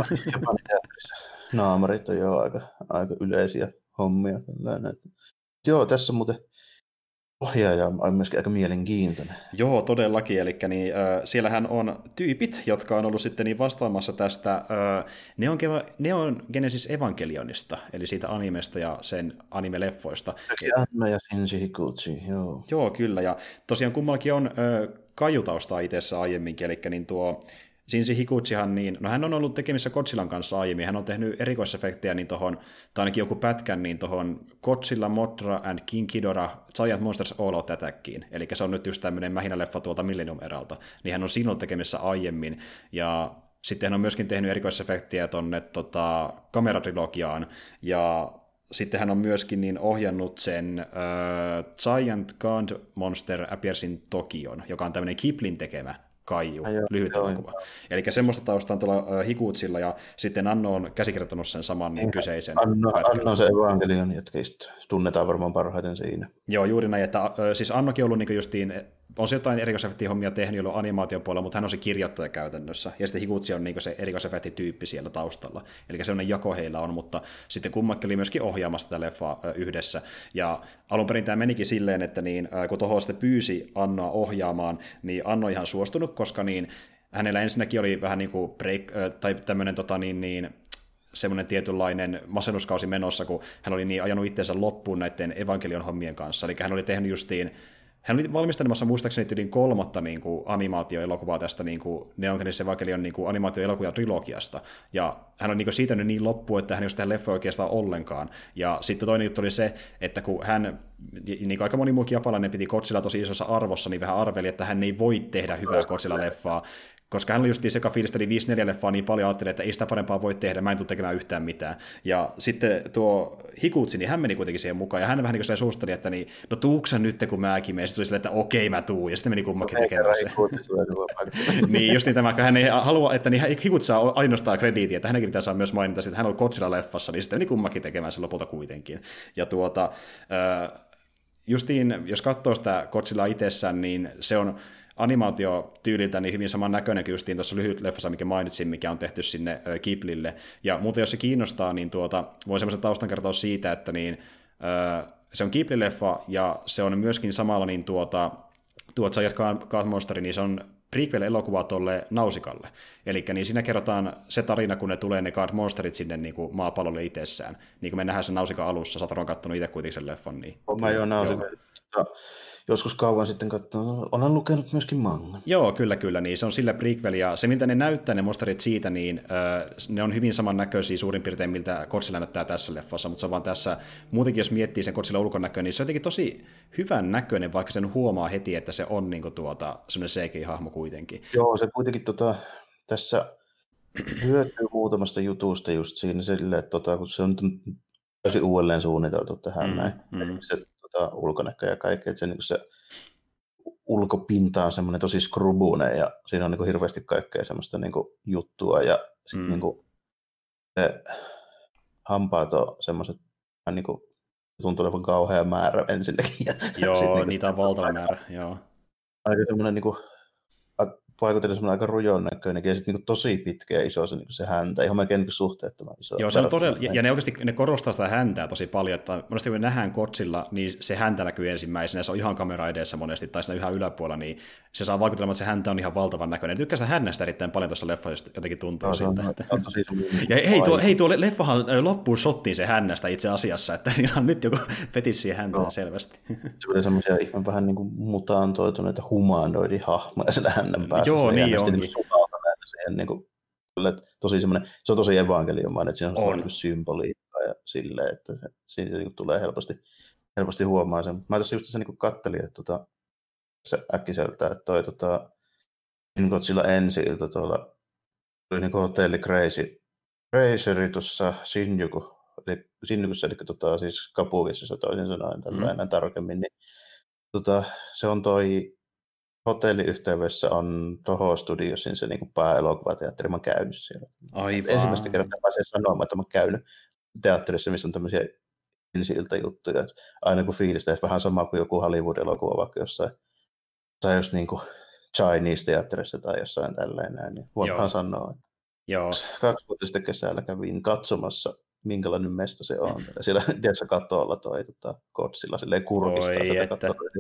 Naamarit on jo aika, aika yleisiä hommia. Tällainen. Joo, tässä muuten ohjaaja on myöskin aika mielenkiintoinen. Joo, todellakin. Eli niin, äh, siellähän on tyypit, jotka on ollut sitten niin vastaamassa tästä äh, Neon, Neon Genesis Evangelionista, eli siitä animesta ja sen anime-leffoista. Anna ja Shinji Higuchi, joo. Joo, kyllä. Ja tosiaan kummallakin on äh, kaiutaustaa itsessä aiemminkin, eli niin tuo Shinji Higuchihan, niin, no hän on ollut tekemissä Godzillan kanssa aiemmin, hän on tehnyt erikoisefektejä niin tohon, tai ainakin joku pätkän, niin tohon Godzilla, Mothra and King Ghidorah Giant Monsters All Out Attackiin, eli se on nyt just tämmöinen mähinäleffa tuolta Millennium Eralta, niin hän on siinä ollut tekemissä aiemmin, ja sitten hän on myöskin tehnyt erikoisefektiä tonne tota, kameratrilogiaan, ja sitten hän on myöskin niin ohjannut sen uh, Giant God Monster Appears in Tokion, joka on tämmöinen Kiplin tekemä Kaiju, lyhyt elokuva. Eli semmoista taustaa on tuolla Higuchilla, ja sitten Anno on käsikirjoittanut sen saman niin kyseisen Anno, Anno on se Evangelion jätkeistä. Tunnetaan varmaan parhaiten siinä. Joo, juuri näin, että siis Annokin on ollut niin justiin, on se jotain erikoisefektihommia tehnyt jolloin animaatiopuolella, mutta hän on se kirjoittaja käytännössä, ja sitten Higuchi on niin se erikoisefektityyppi siellä taustalla. Eli sellainen jako heillä on, mutta sitten kummakin oli myöskin ohjaamassa tätä leffaa yhdessä. Ja alun perin tämä menikin silleen, että niin, kun Toho sitten pyysi Annoa ohjaamaan, niin Anno ihan suostunut, koska niin, hänellä ensinnäkin oli vähän niin kuin break, tai tämmöinen tota niin, niin semmoinen tietynlainen masennuskausi menossa, kun hän oli niin ajanut itseensä loppuun näiden Evangelion hommien kanssa. Eli hän oli tehnyt justiin, hän oli valmistelemassa muistaakseni yli kolmatta niin kuin animaatioelokuvaa tästä niin kuin Neon Genesis Evangelion niin kuin animaatioelokuvan trilogiasta. Ja hän on niin kuin siitänyt niin loppuun, että hän ei ole tähän leffoja oikeastaan ollenkaan. Ja sitten toinen juttu oli se, että kun hän, niin kuin aika moni muukin japalainen piti Godzilla tosi isossa arvossa, niin vähän arveli, että hän ei voi tehdä hyvää Godzilla-leffaa. Koska hän oli justiin se, joka fiilisteli viisi neljä leffaa niin paljon, ajattelin, että ei sitä parempaa voi tehdä, mä en tule tekemään yhtään mitään. Ja sitten tuo Higuchi, niin hän meni kuitenkin siihen mukaan, ja hän vähän niin kuin suosteli, että niin, no tuuksa nyt, kun mäkin menen. Sitten tuli silleen, että okei, mä tuun, ja sitten meni kummakin tekemään se. Niin, just niin tämä, kun hän ei halua, että niin Higuchi saa ainoastaan krediitin, että hänenkin pitää saada myös mainita, että hän on Godzilla-leffassa, niin sitten meni kummakin tekemään se lopulta kuitenkin. Ja tuota, justiin, jos katsoo sitä Godzillaa itsessään, niin se on animaatiotyyliltä niin hyvin saman näköinen kuin justiin tuossa lyhyt leffassa, mikä mainitsin, mikä on tehty sinne Ghiblille. Ja muuten, jos se kiinnostaa, niin tuota, voin semmoisen taustan kertoa siitä, että niin, äh, se on Ghibli-leffa, ja se on myöskin samalla niin tuota, tuot Giant God Monster, niin se on prequel-elokuva tuolle Nausikalle. Eli niin siinä kerrotaan se tarina, kun ne tulee ne God Monsterit sinne niin kuin maapallolle itsessään. Niin kuin me nähdään sen Nausikan alussa, sä oot varmaan katsonut itse kuitenkin sen leffan. Niin, on mä jo Nausikan. Joskus kauan sitten katsoin, olen lukenut myöskin mangan. Joo, kyllä, kyllä, niin se on sillä prequel, ja se miltä ne näyttää, ne monsterit siitä, niin äh, ne on hyvin samannäköisiä suurin piirtein, miltä Godzilla näyttää tässä leffassa, mutta se on vaan tässä, muutenkin jos miettii sen Godzilla ulkonäköön, niin se on jotenkin tosi hyvän näköinen, vaikka sen huomaa heti, että se on niin kuin, tuota, semmoinen C G I-hahmo kuitenkin. Joo, se kuitenkin tota, tässä hyötyy muutamasta jutusta just siinä silleen, että tota, kun se on täysin uudelleen suunniteltu tähän mm, näin, mm. se tota, ulkonäkö ja kaikki, että se, niin se ulkopinta on semmoinen tosi skrubuinen ja siinä on niin kuin hirveästi kaikkea semmoista niin kuin juttua ja sitten mm. niin kuin se hampaat on semmoiset, niin kuin tuntuu olevan kauhea määrä ensinnäkin. Ja joo, sit, niin niitä on valtava määrä, joo. Aika semmoinen niin kuin vaikuttelee semmoinen aika rujon näköinenkin, ja sitten niin tosi pitkä ja iso se, niin se häntä, ihan melkein niin suhteettoman iso. Joo, se on todella, ja, ja ne oikeasti ne korostaa sitä häntää tosi paljon, että monesti kun nähdään Godzilla, niin se häntä näkyy ensimmäisenä, se on ihan kamera edessä monesti, tai siinä yhä yläpuolella, niin se saa vaikutella, että se häntä on ihan valtavan näköinen. Tykkää sitä hännästä erittäin paljon tuossa leffassa, jotenkin tuntuu no, siltä. On, että... on tosi ja hei, tuo, hei, tuo leffahan loppuu shottiin se hännästä itse asiassa, että niillä on nyt joku fetis siihen häntään no. selvästi. Se oli semmoisia ihan vähän niin kuin mutantoituneita humanoidihahmoja sillä hännän päässä. Joo, niin onkin. Siihen, niin kuin, tosi semmoinen, se on tosi evankeliomainen, että siinä on, on. symboliikkaa ja silleen, että se, siinä se niin tulee helposti, helposti huomaa sen. Mä tässä just se niin kattelin, että tota, se äkkiseltä, että toi tota, niin Godzilla ensi-ilta tuolla oli niin hotelli Crazy, Crazeri tuossa Shinjuku, eli Shinjukussa, eli tota, siis Kapukissa toisin sanoen tällä mm. tarkemmin, niin tota, se on toi hotelliyhteydessä on Toho Studiosin se niin pääelokuvateatteri, mä oon käynyt siellä. Aivan. Ensimmäistä kertaa pääsee sanomaan, että mä oon käynyt teatterissa, missä on tämmöisiä ensi-iltajuttuja. Aina kun fiilistä, että vähän sama kuin joku Hollywood-elokuva, vaikka jossain, tai jos niin kuin Chinese-teatterissa tai jossain tällainen, niin voidaan sanoa, että Joo. kaksi vuotta sitten kesällä kävin katsomassa, minkälainen mesta se on. Siellä, tiedätkö, katolla toi tota, Godzilla, silleen kurkistaa Oi, sitä että... katsoa.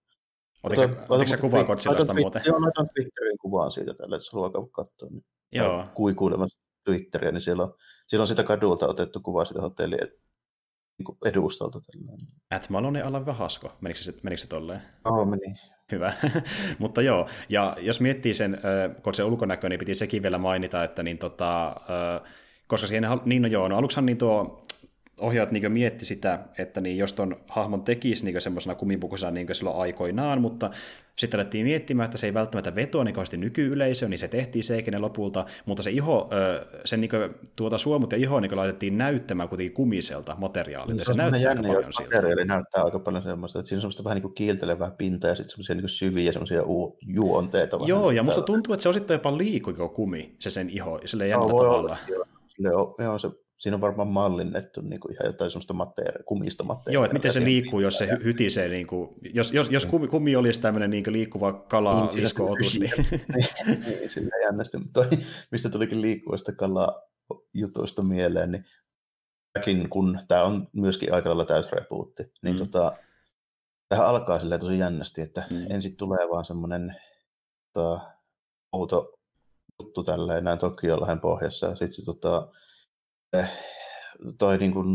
Otitko sä kuvaa Godzillasta muuten? Joo, laitan Twitteriin kuvaan siitä tällä, että jos haluaa käydä katsoa. Niin joo. Kuikuilemassa Twitteriä, niin siellä on, siellä on sitä kadulta otettu kuvaa sitä hotellin niin edustalta. At Malone Alain Hasko, menikö se, menikö se tolleen? Joo, meni. Hyvä. Mutta joo, ja jos miettii sen äh, Godzillan ulkonäköä, niin piti sekin vielä mainita, että niin tota, äh, koska siihen, niin no joo, no aluksihan niin tuo ohjaajat niin mietti sitä, että niin, jos ton hahmon tekisi niin semmoisena kumipukusena niin silloin aikoinaan, mutta sitten alettiin miettimään, että se ei välttämättä vetoa niin kauheasti nyky-yleisöön, niin se tehtiin sekin lopulta, mutta se iho, sen niin kuin, tuota suomut ja iho niin laitettiin näyttämään kuitenkin kumiselta materiaalilta, se, se näyttää aika paljon siltä. Materiaali näyttää aika paljon semmoista, että siinä on semmoista vähän niin kuin kiiltelevää pintaa ja sitten semmoisia niin syviä semmoisia u- juonteita. Joo, ja musta tuntuu, että se osittain jopa liikkuu kumi, se sen iho, silleen jännä no, tavalla. Joo, joo, se siinä on varmaan mallinnettu niin kuin ihan jotain semmoista materia- kumista materiaalia. Joo, että miten se liikkuu, jos se hy- hytisee, niin kuin, jos, jos, jos kumi, kumi olisi tämmöinen niin liikkuva kala niin, lisko-otus. Niin, niin, niin sillä jännästi, mutta toi, mistä tulikin liikkuvasta kala-jutusta mieleen, niin mäkin, kun tämä on myöskin aika lailla täysrepuutti, niin mm. tota, tähän alkaa silleen tosi jännästi, että mm. ensin tulee vaan semmoinen tota, outo juttu tälleen näin Tokiolahden pohjassa, ja sitten se tota, toi niin kuin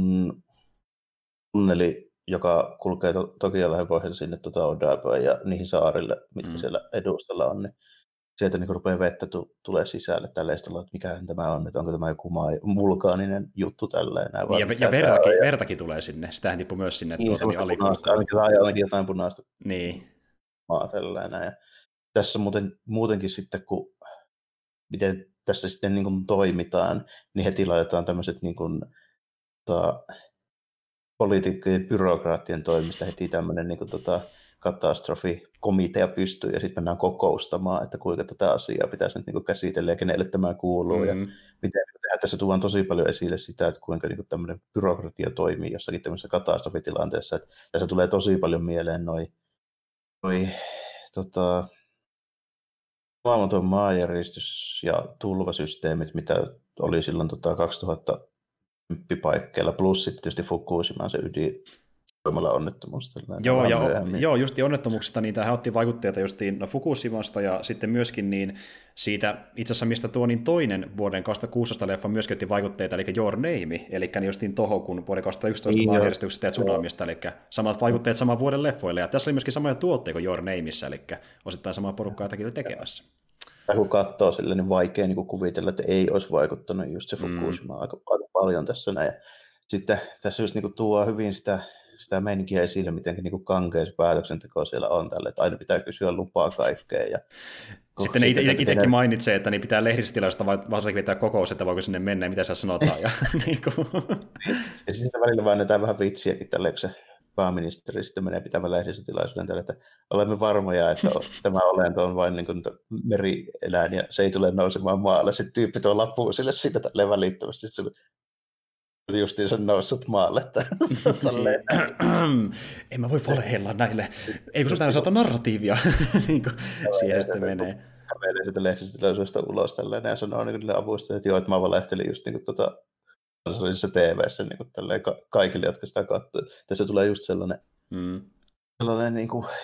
tunneli, joka kulkee to- Tokiolahden pohjassa sinne tota Odaipoon ja niihin saarille, mitkä mm. siellä edustalla on, niin sieltä niin rupeaa vettä tu- tulee sisälle tälleen, että mikähän tämä on, että onko tämä joku maa- vulkaaninen juttu tälleen. Näin, ja ja vertakin, vertakin tulee sinne, sitähän tippui myös sinne niin, tuota, niin alikuusta. Ainakin jotain punaista niin. maa tälleen. Näin. Ja tässä muuten, muutenkin sitten, kun miten tässä sitten niin kuin toimitaan, niin heti laitetaan tämmöiset niin kuin, tota, poliitikkojen ja byrokraattien toimista heti tämmöinen niin kuin, tota, katastrofikomitea pystyy ja sitten mennään kokoustamaan, että kuinka tätä asiaa pitäisi nyt niin kuin käsitellä ja kenelle tämä kuuluu. Mm-hmm. Ja miten tehdään. Tässä tuodaan tosi paljon esille sitä, että kuinka niin kuin tämmöinen byrokratia toimii jossakin tämmöisessä katastrofitilanteessa. Että tässä tulee tosi paljon mieleen noi, noi tota, maailmantuon maanjäristys ja tulvasysteemit, mitä oli silloin tota, kaksituhatta paikkeilla, plus sitten tietysti Fukushimaan se ydinvoimalla onnettomuus. Joo, ja, joo, just onnettomuuksista, niin tähän otti vaikutteita justiin no, Fukushimasta ja sitten myöskin niin siitä, itse asiassa mistä tuo niin toinen vuoden kaksituhattakuusitoista leffa myöskin otti vaikutteita, eli Your Name, eli niin justiin toho kuin vuoden kaksituhattayksitoista niin maanjäristyksestä ja tsunamista, eli samat vaikutteet saman vuoden leffoille, ja tässä oli myöskin samoja tuotteita kuin Your Nameissa, eli osittain samaa porukkaa jotakin tekemässä. Ja kun katsoo sille, niin vaikea niin kuvitella, että ei olisi vaikuttanut just se Fukushima mm. aika, aika paljon tässä näin. Ja sitten tässä just niin tuo hyvin sitä, sitä meininkiä esille, miten niin kankeus päätöksenteko siellä on tälle, että aina pitää kysyä lupaa kaikkeen. Ja sitten ne itsekin tehdä... mainitsee, että niin pitää lehdistötilaisuudesta varsinkin vetää kokous, että voiko sinne mennä ja mitä siellä sanotaan. Ja, niin kuin. Ja sitten välillä väännetään vähän vitsiäkin tälle, kun se pääministeri sitten menee pitämään lehdistötilaisuuden tälle, että olemme varmoja, että tämä olento on vain niin kuin merieläin ja se ei tule nousemaan maalle. Sitten tyyppi tuo lappu sille siinä tälleen välittömästi. Sitten justiinsa noussut maalle. En mä voi valehella näille. Ei kun sun täytyy saada narratiivia. niin kuin no, siihen sitten menee. Kävelee sitä lehdistötilaisuudesta ulos tälleen ja sanoo niin niille avustajille, että joo, että mä valehtelin just niin kuin tota kansallisessa T V:ssä niin kuin ka- kaikille, jotka sitä katsoo. Tässä tulee just sellainen, mm. sellainen niin kuin,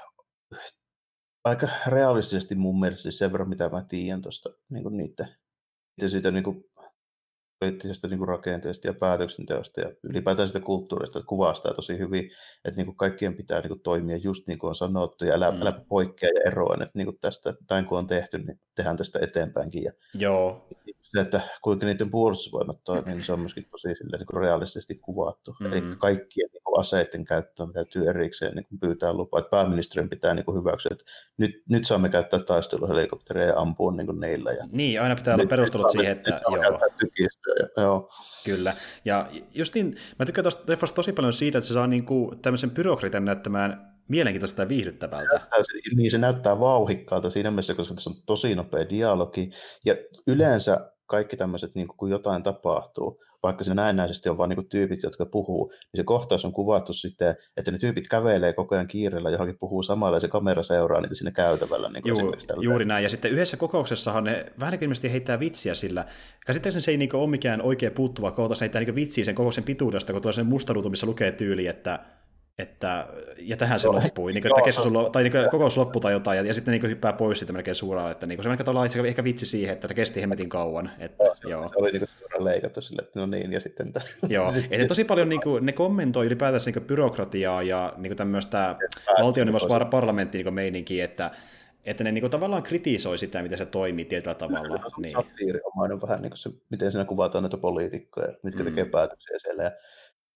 aika realistisesti mun mielestä siis sen verran, mitä mä tiedän tuosta niin kuin niiden, siitä niin kuin, poliittisesta niin kuin rakenteesta ja päätöksenteosta ja ylipäätään sitä kulttuurista, että kuvastaa tosi hyvin, että niin kuin kaikkien pitää niin kuin toimia just niin kuin on sanottu ja älä, mm. älä poikkea ja eroa, että niin kuin tästä, näin kun on tehty, niin tehdään tästä eteenpäinkin. Ja joo. Se, että kuinka niiden puolustusvoimat toimii, niin se on myöskin tosi silleen, niin kuin realistisesti kuvattu. Mm-hmm. Eli kaikkien niin kuin aseiden käyttöön täytyy erikseen niin kuin pyytää lupaa. Että pääministerin pitää niin kuin hyväksyä, että nyt, nyt saamme käyttää taisteluhelikoptereja ja ampua niin kuin niillä. Ja niin, aina pitää olla perustelut siihen, että joo. Ja, joo. Kyllä. Ja justiin, mä tykkään tuosta leffasta tosi paljon siitä, että se saa niin kuin tämmöisen byrokratian näyttämään mielenkiintoista ja viihdyttävältä. Niin, se näyttää vauhikkaalta siinä mielessä, koska tässä on tosi nopea dialogi. Ja yleensä kaikki tämmöiset, niin kun jotain tapahtuu, vaikka siinä näennäisesti on vain niin tyypit, jotka puhuu, niin se kohtaus on kuvattu sitten, että ne tyypit kävelee koko ajan kiireellä, johonkin puhuu samalla, ja se kamera seuraa niitä siinä käytävällä. Niin Juu, juuri näin. Ja sitten yhdessä kokouksessahan ne vähän ilmeisesti heittää vitsiä sillä. Käsittääkseni se ei niin ole mikään oikea puuttuva kohta, se heittää niin vitsiä sen kokouksen pituudesta, kun tulee sen musta ruutu, missä lukee tyyli, että että, ja tähän se loppui, niin kuin, että keskustelu, tai niin kuin, kokous loppui tai jotain, ja, ja sitten niin kuin, hyppää pois siitä melkein suoraan, että niin kuin, se melkein tavallaan itse ehkä vitsi siihen, että kesti hemmetin kauan. Että, joo, se, joo. se oli niin kuin suoraan leikattu sille, että no niin, ja sitten... Joo, että tosi paljon niin kuin, ne kommentoi ylipäätänsä niin kuin byrokratiaa ja niin kuin tämmöistä valtioneuvosparlamentin niin meininkiä, että että ne niin kuin, tavallaan kritisoi sitä, miten se toimii tietyllä tavalla. Se on niin. satiirinomainen vähän, niin kuin se, miten siinä kuvataan näitä poliitikkoja, mitkä mm. tekee päätöksiä siellä, ja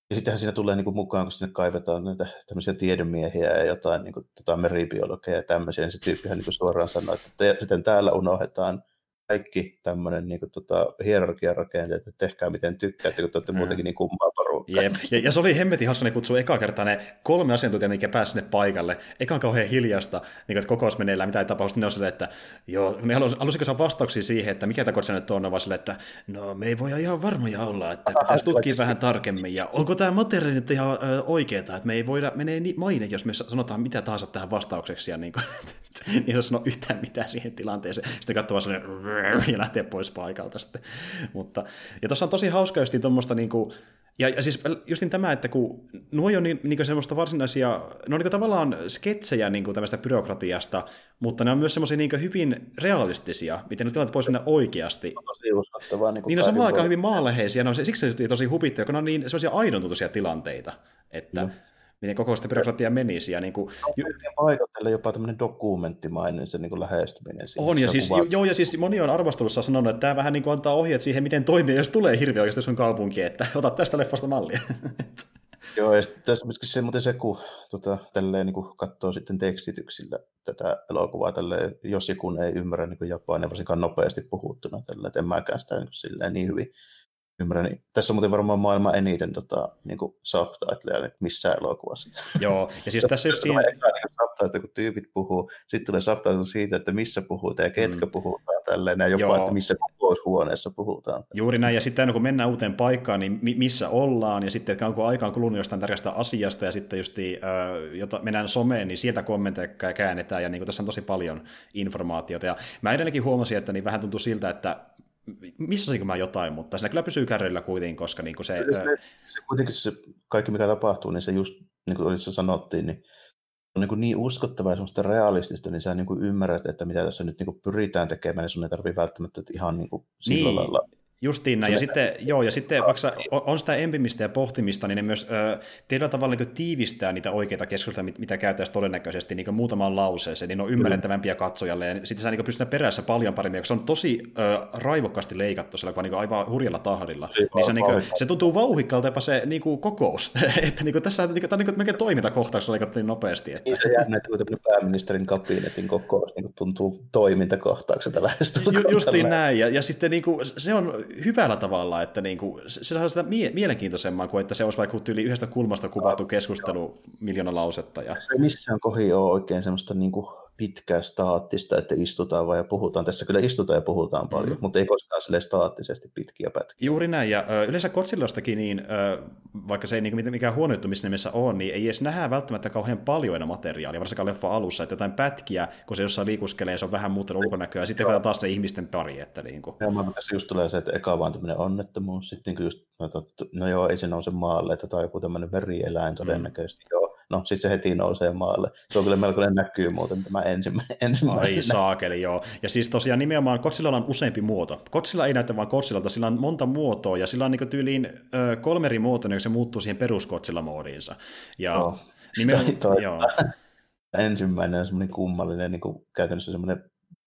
Ja sittenhän siinä tulee niin kuin mukaan, kun sinne kaivetaan näitä tämmöisiä tiedemiehiä ja jotain niin kuin, tota meribiologeja ja tämmöisiä, niin se tyyppihän niin kuin suoraan sanoo, että te, sitten täällä unohdetaan kaikki tämmöinen niin kuin, tota, hierarkian rakenteet, että tehkää miten tykkäätte, kun te olette muutenkin niin kummaa porukkaa. Jep. Ja, ja se oli hemmetin hauska, ne kutsui eka kertaa ne kolme asiantuntijaa, mikä pääsi sinne paikalle. Eka on kauhean hiljasta, niin että kokous meneillään, mitä ei tapahdu. Ne on silleen, että joo, ne halusiko saada vastauksia siihen, että mikä tämä nyt on, vaan silleen, että no me ei voi ihan varmoja olla, että pitäisi tutkia vähän tarkemmin. Ja onko tämä materiaali nyt ihan ö, oikeaa, että me ei voida, menee ni- maine, jos me sanotaan mitä tahansa tähän vastaukseksi. Ja niin kuin, niin se sano yhtään mitään siihen tilanteeseen. Sitten katsoo vaan sellainen ja lähtee pois paikalta sitten. Mutta, ja tuossa on tosi hauska justiin tuommoista niin kuin, ja, ja siis justin tämä, että kun nuo on niin, niin semmoista varsinaisia, ne on niin tavallaan sketsejä niin tämmöistä byrokratiasta, mutta ne on myös semmoisia niin hyvin realistisia, miten ne tilanteet voisi mennä oikeasti. Tosi uskottavaa. Niin, niin on samaan aikaan hyvin maanläheisiä, ne on siksi se tosi huvittavia, kun ne on niin semmoisia aidontuntuisia tilanteita, että no. miten koko sitä byrokratia menisi. Ja niin kuin, paikotelle jopa tämmöinen dokumenttimainen se niin kuin lähestyminen. Siihen, on, ja siis, joo, ja siis moni on arvostelussa sanonut, että tämä vähän niin kuin antaa ohjeet siihen, miten toimii, jos tulee hirveä oikeasti sun kaupunki, että ota tästä leffasta mallia. Joo, ja tässä myöskin se, mutta se, kun tota, tälleen, niin kuin katsoo sitten tekstityksillä tätä elokuvaa, tälleen, jos joku ei ymmärrä niin japania, varsinkaan nopeasti puhuttuna, tälleen, että en mäkään sitä niin, silleen, niin hyvin ymmärrän. Niin tässä on muuten varmaan maailman eniten tota, niin subtitleja missään elokuvassa. Joo, ja siis tässä just siinä... Subtitle, kun tyypit puhuu, sitten tulee subtitle siitä, että missä puhutaan ja ketkä mm. puhutaan, tälleen, ja jopa, Joo. että missä huoneessa puhutaan. Juuri näin, ja sitten kun mennään uuteen paikkaan, niin missä ollaan, ja sitten että onko aikaan kulunut jostain tärkeästä asiasta, ja sitten just äh, jota mennään someen, niin sieltä kommentteja käännetään, ja niin kuin tässä on tosi paljon informaatiota. Ja mä edelleenkin huomasin, että niin vähän tuntuu siltä, että missä olisinko mä jotain, mutta siinä kyllä pysyy kärryillä kuitenkin, koska niin kuin se, se, se... se... Kuitenkin se kaikki, mikä tapahtuu, niin se just, niin kuin olissa sanottiin, niin on niin, niin uskottavaa ja semmoista realistista, niin sä niin kuin ymmärrät, että mitä tässä nyt niin kuin pyritään tekemään, niin sun ei tarvitse välttämättä ihan niin kuin sillä niin. lailla. Justiin näin, ja sitten, joo, ja sitten vaikka on sitä empimistä ja pohtimista, niin ne myös ö, tietyllä tavalla niin tiivistää niitä oikeita keskusteluja, mitä käytäisiin todennäköisesti niin muutamaan lauseeseen, niin ne on ymmärrettävämpiä katsojalle, ja sitten sä niin pystyt perässä paljon paremmin, koska se on tosi ö, raivokkaasti leikattu siellä, niin aivan hurjalla tahdilla, niin se, niin kuin, se tuntuu vauhikkalta jopa se niin kuin kokous, että niin kuin tässä niin kuin, tämä on niin melkein toimintakohtaus, leikattu niin nopeasti. Että... Niin se jännä, että kun pääministerin kabinetin kokous niin tuntuu toimintakohtaukselta lähestulkoon. Ju, justiin näin, ja, ja sitten niin kuin, se on hyvällä tavalla, että niinku, se saa sitä mie- mielenkiintoisemman kuin, että se olisi vaikka yli yhdestä kulmasta kuvattu keskustelu miljoona lausetta. Ja... Se ei missään kohi ole oikein semmoista niinku pitkää staattista, että istutaan vaan ja puhutaan. Tässä kyllä istutaan ja puhutaan paljon, mm-hmm. mutta ei koskaan silleen staattisesti pitkiä pätkiä. Juuri näin, ja ö, yleensä Godzillastakin, niin, ö, vaikka se ei niin, mikään huonoittumisnimessä ole, niin ei edes nähdä välttämättä kauhean paljon enää materiaalia, varsinkaan leffa alussa, että jotain pätkiä, kun se jossain liikuskelee, se on vähän muuten ulkonäköä, ja sitten taas ne ihmisten pari. Että niin kuin... Ja mä tässä just tulee se, että eka vaan tämmöinen onnettomuus, sitten just, no joo, ei se nouse maalle, että tämä on joku tämmöinen merieläin todennäköisesti, mm. joo. No, siis se heti nousee maalle. Se on kyllä melkoinen näkyy muuten tämä ensimmäinen. ensimmäinen. Ai saakeli, joo. Ja siis tosiaan nimenomaan Godzillalla on useampi muoto. Godzilla ei näytä vaan Godzillalta, sillä on monta muotoa, ja sillä on niin tyyliin ö, kolme eri muotoa, niin se muuttuu siihen perus Godzilla-moodiinsa. Ja no, nimenomaan, toi, joo. Ensimmäinen on semmoinen kummallinen, niin kuin käytännössä semmoinen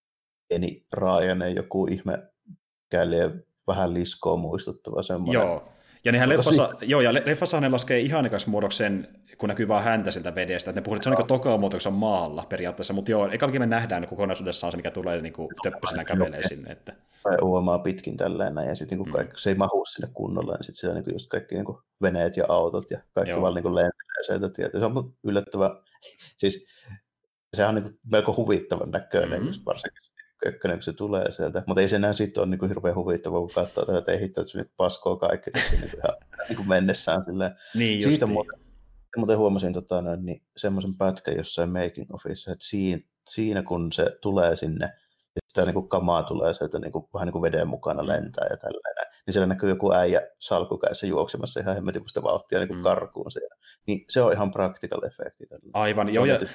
pieni raajainen, joku ihme käliä, vähän liskoa muistuttava semmoinen. Joo. Ja nehän leffassa, joo, ja leffassa ne laskee ihanikas muodoksen, kun näkyy vaan häntä sieltä vedestä. Että ne puhuvat, että se on niin toka muoto, kun se on maalla periaatteessa. Mutta joo, ekallakin me nähdään niin kokonaisuudessaan se, mikä tulee niin töppöisenä kävelee sinne. Että... Tai uomaa pitkin tälleen näin, ja sitten niin kaikki, mm. se ei mahu sinne kunnolla, niin sitten siellä niin just kaikki niin veneet ja autot ja kaikki joo. vaan niin lentelee sieltä tietä. Se on yllättävän, siis sehän on niin melko huvittavan näköinen, mm-hmm. just varsinkin kökkönen, kun se tulee sieltä. Mutta ei se enää sitten ole niin hirveän huvittavaa, kun katsoo tätä tehittää, että se nyt paskoo kaikki niin ihan niin mennessään. Niin siitä muuten, muuten huomasin tota, noin, niin semmoisen pätkän jossain making office, että siinä, siinä kun se tulee sinne, ja sitä niin kuin kamaa tulee sieltä niin kuin, vähän niin kuin veden mukana lentää ja tällainen, niin siellä näkyy joku äijä salkukäessä juoksemassa ihan hemmetipusta vauhtia niin kuin mm. karkuun siellä. Niin se on ihan practical effekti. Aivan, joo. Ja...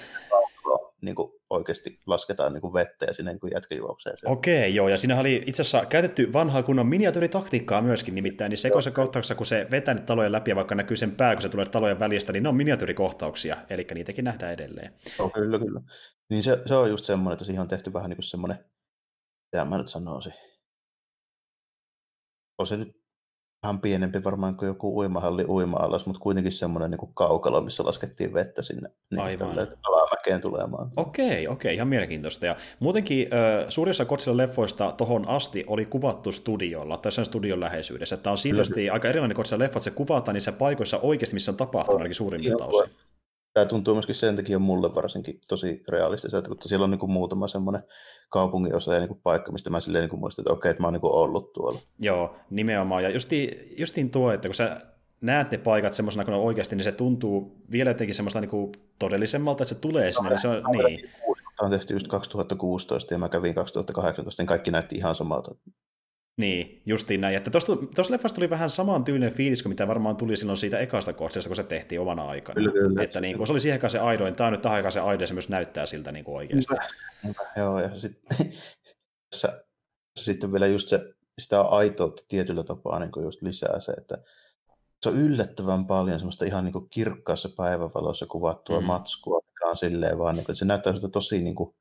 niin kuin oikeasti lasketaan niin kuin vettä ja sinne niin kuin jätkä juoksee. Okei, joo, ja siinä oli itse asiassa käytetty vanhaa kunnon miniatyyritaktiikkaa myöskin nimittäin, niin sekoissa kohtauksessa, kun se vetää niitä talojen läpi ja vaikka näkyy sen pää, kun se tulee talojen välistä, niin ne on miniatyyrikohtauksia, eli niitäkin nähdään edelleen. Oh, kyllä, kyllä. Niin se, se on just semmoinen, että siihen on tehty vähän niin kuin semmoinen, mitä mä nyt sanoisin, on se nyt vähän pienempi varmaan kuin joku uimahalli uima-alas, mutta kuitenkin semmoinen niin kuin kaukalo, missä laskettiin vettä sinne niin tälleen, alamäkeen tulemaan. Okei, okei, ihan mielenkiintoista. Ja muutenkin äh, suurissa Godzilla-leffoista tohon asti oli kuvattu studiolla, tai sen studion läheisyydessä. Tämä on silti aika erilainen Godzilla-leffa, että se kuvataan niissä paikoissa oikeasti, missä on tapahtunut ainakin suurimmilta osin. Tämä tuntuu myöskin sen takia mulle varsinkin tosi realistiselta, kun siellä on niin kuin muutama semmoinen kaupungin osa ja niin kuin paikka, mistä mä silleen niin kuin muistan, että okei, että mä oon niin kuin ollut tuolla. Joo, nimenomaan. Ja justiin, justiin tuo, että kun sä näet ne paikat semmoisena kuin ne oikeasti, niin se tuntuu vielä jotenkin semmoista niin kuin todellisemmalta, että se tulee sinne. No, niin se on, niin. Tämä on tehty just kaksituhattakuusitoista ja mä kävin kaksituhattakahdeksantoista, niin kaikki näytti ihan samalta. Niin, justiin näin. Että tuossa leffasta tuli vähän saman tyylinen fiilis kuin mitä varmaan tuli silloin siitä ekasta kohdasta, kun se tehtiin omana aikana. Kyllä, kyllä. Että niin kuin, se oli siihen aikaan se aidoin, tämä on nyt tähän aikaan se aidoin, se myös näyttää siltä niin kuin oikeasti. Hyvä. Joo, ja sitten tässä, sitten vielä just se, sitä aitoutta tietyllä tapaa niin kuin just lisää se, että se on yllättävän paljon semmoista ihan niin kuin kirkkaassa päivävalossa kuvattua mm. matskua, mikä on silleen vaan, niin kuin, että se näyttää sitä tosi niin kuin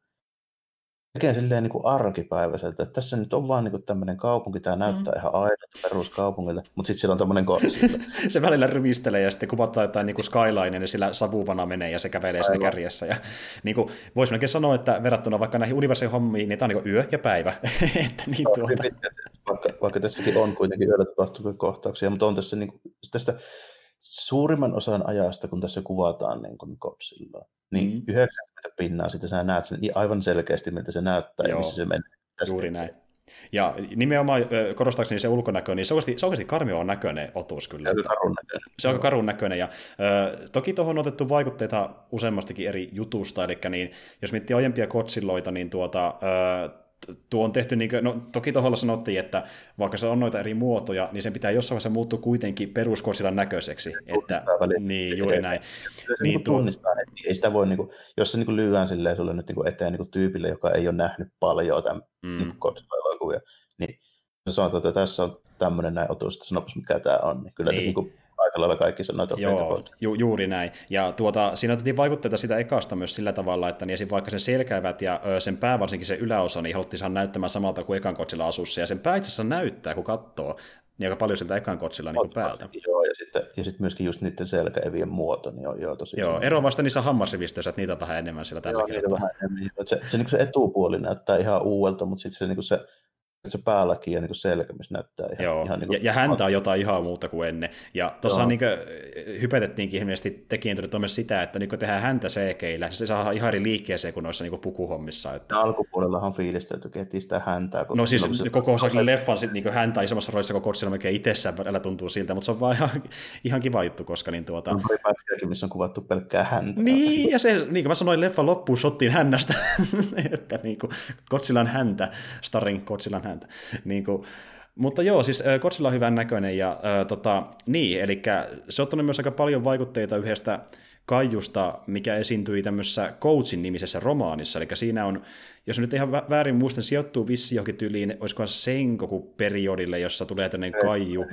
tekee silleen niin kuin arkipäiväiseltä, että tässä nyt on vaan niin kuin tämmöinen kaupunki, tämä näyttää mm. ihan aidolta peruskaupungilta, mutta sitten siellä on tämmöinen Godzilla. Se välillä rymistelee ja sitten kuvataan jotain niin kuin Skyline, ja sillä savuvana menee ja se kävelee siinä kärjessä. Ja, niin kuin, voisi melkein sanoa, että verrattuna vaikka näihin Universal-hommiin, niin tämä on niin kuin yö ja päivä. että niin no, tuota. vaikka, vaikka tässäkin on kuitenkin yöllä tapahtuvia kohtauksia, mutta on tässä niin kuin, tästä suurimman osan ajasta, kun tässä kuvataan niin kuin Godzillaa, niin mm. yhdeksänkymmentä pinnaa sitten sä näet sen aivan selkeästi, miltä se näyttää Joo, ja missä se menee. Juuri näin. Ja nimenomaan korostaakseni se ulkonäkö, niin se on oikeasti, se on oikeasti karmion näköinen otus kyllä. Se on karun näköinen. Se on karun näköinen. Ja, ö, toki tuohon on otettu vaikutteita useammastikin eri jutusta, eli niin, jos miettii aiempia Godzilloita, niin tuota... Ö, tuo on tehty, niin kuin, no toki tuolla sanottiin, että vaikka se on noita eri muotoja, niin sen pitää jossain vaiheessa muuttua kuitenkin peruskotsilan näköiseksi. Että, niin, juuri näin. Se niin, tuo... tunnistaa, että ei sitä voi, niin kuin, jos se niin kuin lyödään silleen sulle nyt niin kuin eteen niin kuin tyypille, joka ei ole nähnyt paljon tämän mm. niin Godzilla-elokuvia, niin se sanotaan, että tässä on tämmöinen näin otus, että sanopas mikä tämä on, niin kyllä niin. Niin kuin, aika lailla kaikki sanoo, että Joo, ju- juuri näin. Ja tuota, siinä otettiin vaikutteita sitä ekasta myös sillä tavalla, että niin vaikka sen selkäivät ja ö, sen pää, varsinkin se yläosa, niin haluttiin saada näyttämään samalta kuin ekan Godzilla asussa. Ja sen pää itse asiassa näyttää, kun katsoo, niin aika paljon siltä ekan Godzilla niin päältä. Joo, ja sitten, ja sitten myöskin just niiden selkäivien muoto, niin on joo tosi... Joo, ero vasta niissä hammasrivistöissä, että niitä on vähän enemmän siellä tällä joo, kertaa. Vähän enemmän. Se, se, niin se etupuoli näyttää ihan uudelta, mutta sitten se, niin se se päälläkin ja niin selkä, missä näyttää ihan... Joo, ihan niin kuin... ja, ja häntä on jotain ihan muuta kuin ennen. Ja tuossa niin hypetettiinkin ilmeisesti tekijäntynyt myös sitä, että nyt kun tehdään häntä C G:llä, se saa ihan eri liikkeeseen kuin noissa niin pukuhommissa. Että... Alkupuolellahan on fiilistelty, heti sitä häntää. No siis no, se... koko osa se... leffan niin häntä isommassa roolissa kuin Godzilla melkein itsessään välillä tuntuu siltä, mutta se on vaan ihan, ihan kiva juttu, koska... Niin tuota... On pari pätkääkin, missä on kuvattu pelkkää häntää. Niin, ja se, niin kuin mä sanoin, leffan loppuun shottiin hännästä, että niin kuin Godzillan häntä, starring Godzillan häntä. Niin kuin, mutta joo, siis Godzilla on hyvän näköinen ja äh, tota, niin, eli se on ottanut myös aika paljon vaikutteita yhdestä kaijusta, mikä esiintyi tämmöisessä Coachin nimisessä romaanissa, eli siinä on, jos nyt ihan väärin muistan, sijoittuu vissi johonkin tyyliin, olisikohan Sengoku-periodille, jossa tulee tämmöinen kaiju.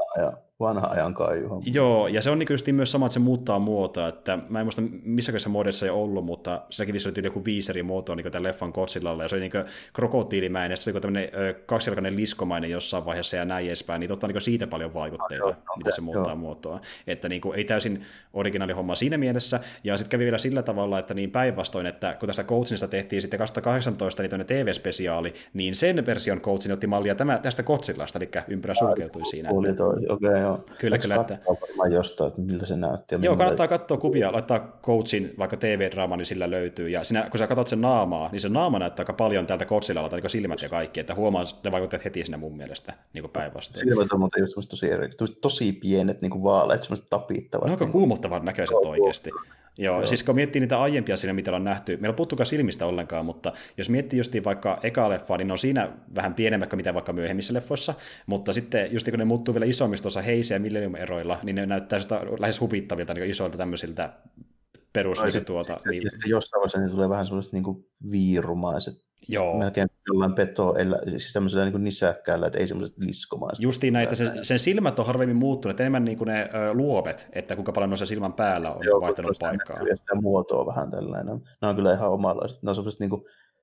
Vanha ajan kaiju. Joo, ja se on niin myös sama, että se muuttaa muotoa, että mä en muista missäkössä muodossa ei ollut, mutta silläkin vissi oli joku viisi eri muotoa niin tämän leffan Godzillalla, ja se oli niin krokotiilimäinen, ja se oli tämmöinen kaksijalkainen liskomainen jossain vaiheessa ja näin edespäin, niin ottaa niin siitä paljon vaikutteita, no, joo, mitä se muuttaa joo. muotoa. Että niin kuin, ei täysin originaali homma siinä mielessä, ja sitten kävi vielä sillä tavalla, että niin päinvastoin, että kun tästä Coachinista tehtiin sitten kaksituhattakahdeksantoista niin T V-spesiaali, niin sen version Coachin otti mallia tämä, tästä Godzillasta, eli ympyrä sulkeutui siinä. Oli toi, okei, okay, joo. Kyllä, kyllä. Että... varmaan jostain, että miltä se näytti. Joo, kannattaa ei... katsoa kuvia, laittaa Coachin vaikka T V-draama, niin sillä löytyy. Ja sinä, kun sä katsot sen naamaa, niin se naama näyttää aika paljon täältä Godzillalta, niin silmät ja kaikki, että huomaa ne vaikutteet heti sinne mun mielestä niin päinvastoin. Silmät on muuten just tosi, eri, tosi pienet, niin kuin vaaleet, semmoiset tapittavat. Ne on aika niin kuumottavan näköiset oh, oikeasti. Joo, Joo, siis kun miettii niitä aiempia siinä, mitä on nähty, meillä on puhuttukaan silmistä ollenkaan, mutta jos miettii justiin vaikka eka leffaa, niin ne on siinä vähän pienemmät kuin mitä vaikka myöhemmissä leffoissa, mutta sitten just kun ne muuttuu vielä isommista tuossa Heise- ja Millennium-eroilla, niin ne näyttää sitä lähes huvittavilta niin isoilta tämmöisiltä perus... No, sit, tuota, niin... ja sitten jossain vaiheessa niin tulee vähän sellaiset niin kuin viirumaiset. Joo. Melkein jollain petoa, siis tämmöisellä niin kuin nisäkkäällä, että ei semmoiset liskomaiset. Justiin näin, että sen, sen silmät on harvemmin muuttunut, enemmän niin kuin ne ö, luopet, että kuinka paljon noissa silmän päällä on Joo, vaihtanut paikkaa. Ja sitä muotoa vähän tällainen. Ne on kyllä ihan omalaiset. Ne on semmoiset niin kuin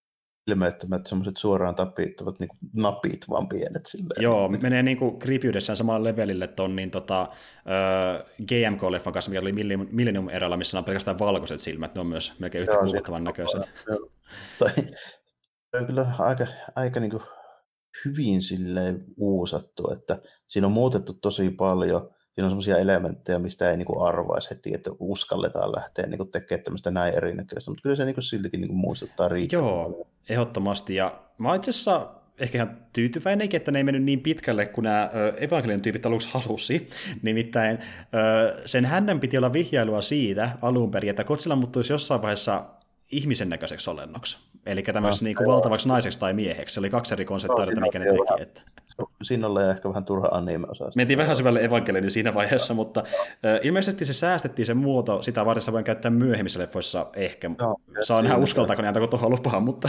ilmeettömät semmoiset suoraan tapittavat niin napit, vaan pienet silleen. Joo, menee niin kuin creepyydessään samalle levelille ton niin tota, uh, G M K-leffan kanssa, mikä oli Millennium Eralla, missä on pelkästään valkoiset silmät, ne on myös melkein yhtä kuumottavan näköiset. Toi on kyllä aika, aika niin kuin hyvin silleen uusattu, että siinä on muutettu tosi paljon. Siinä on semmoisia elementtejä, mistä ei niinku arvaisi heti, että uskalletaan lähteä niinku tekemään tämmöistä näin erinäköistä, mutta kyllä se niinku siltikin niinku muistuttaa riittävän Joo, paljon. ehdottomasti. Ja mä oon itse asiassa ehkä ihan tyytyväinenkin, että ne ei mennyt niin pitkälle kuin nämä Evangelion tyypit aluksi halusi. Nimittäin sen hännän piti olla vihjailua siitä alun perin, että Godzilla muuttuisi jossain vaiheessa ihmisen näköiseksi olennoksi. Eli tämmöiseksi no, niin kuin valtavaksi naiseksi tai mieheksi. Se oli kaksi eri konseptia, no, mikä ne teki. Vähän, että... Siinä oli ehkä vähän turha anime-osa. Mentiin vähän syvälle Evangelionin siinä vaiheessa, mutta äh, ilmeisesti se säästettiin se muoto, sitä varten voin käyttää myöhemmissä leffoissa ehkä. No, saa nähdä uskaltaako ne antako tuohon lupaan, mutta...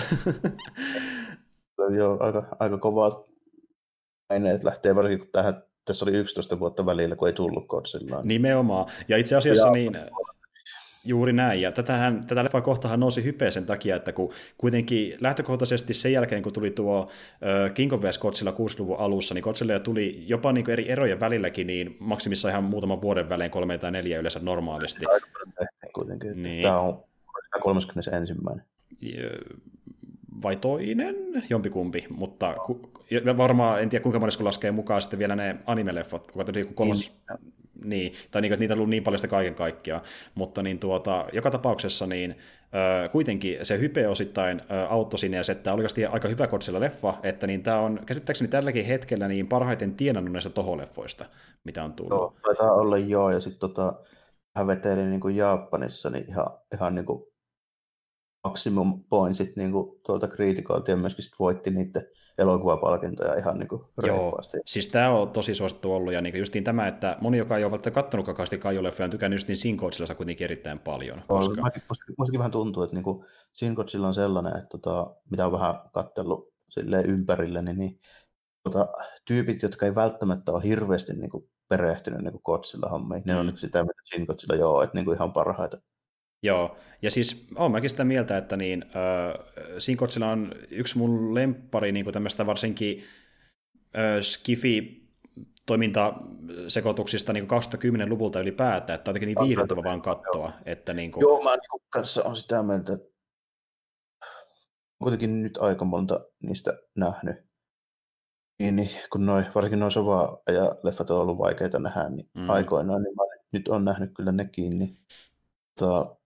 Joo, aika, aika kovat aineet lähtee, varsinkin kun tähän, tässä oli yksitoista vuotta välillä, kun ei tullut Godzilla. Nimenomaan. Ja itse asiassa ja... niin... Juuri näin, ja tätähän, tätä leffaa kohtahan nousi hypeä sen takia, että kun kuitenkin lähtökohtaisesti sen jälkeen, kun tuli tuo uh, King of vs. Godzilla kuusikymmentäluvun alussa, niin Godzilla tuli jopa niin kuin eri erojen välilläkin, niin maksimissa ihan muutaman vuoden välein kolme tai neljä yleensä normaalisti. Kuitenkin, niin. Tämä on kolmaskymmenesensimmäinen. Vai toinen? Jompikumpi, mutta ku, varmaan en tiedä kuinka monessa kun laskee mukaan sitten vielä ne anime-leffot, joka tuli kolmas... Niin. Niin, tai niin, että niitä on ollut niin paljon sitä kaiken kaikkiaan, mutta niin tuota, joka tapauksessa niin, äh, kuitenkin se hype osittain äh, auttoi sinne, ja se, että oli aika hyvä Godzilla-leffa, että niin tämä on käsittääkseni tälläkin hetkellä niin parhaiten tienannut näistä toho-leffoista, mitä on tullut. Joo, taitaa olla joo, ja sitten tota, hän veteli niin kuin Japanissa niin ihan, ihan niin kuin maximum pointsit niin kuin tuolta kriitikolta, ja myöskin sit voitti niiden elokuvapalkintoja ihan niin kuin reippaasti. Joo, siis tämä on tosi suosittu ollut, ja niin justiin tämä, että moni, joka ei ole välttämättä kattonut kauheasti Kaiju-leffojaan, tykännyt just niin Shin Godzillasta kuitenkin erittäin paljon. Koska... Mustakin vähän tuntuu, että niin Shin Godzilla on sellainen, että tota, mitä on vähän katsellut silleen ympärille, niin, niin tota, tyypit, jotka ei välttämättä ole hirveästi niin kuin perehtynyt niin Godzilla-hommiin, mm. ne on sitä, mitä Shin Godzilla joo, että niin kuin ihan parhaita. Joo, ja siis olen mäkin sitä mieltä, että niin, äh, Shin Godzilla on yksi mun lemppari niin kuin tämmöistä varsinkin äh, skifi toimintasekoituksista niin kaksituhattakymmenluvulta ylipäätään, että on jotenkin niin viihdyttävä vaan katsoa. Että niin kuin... Joo, mä niin kanssa on sitä mieltä, että kuitenkin nyt aika monta niistä nähnyt. Niin, niin kun noi, varsinkin nuo sova- ja leffat on ollut vaikeita nähdä, niin mm. aikoinaan, niin mä nyt on nähnyt kyllä nekin, niin tota,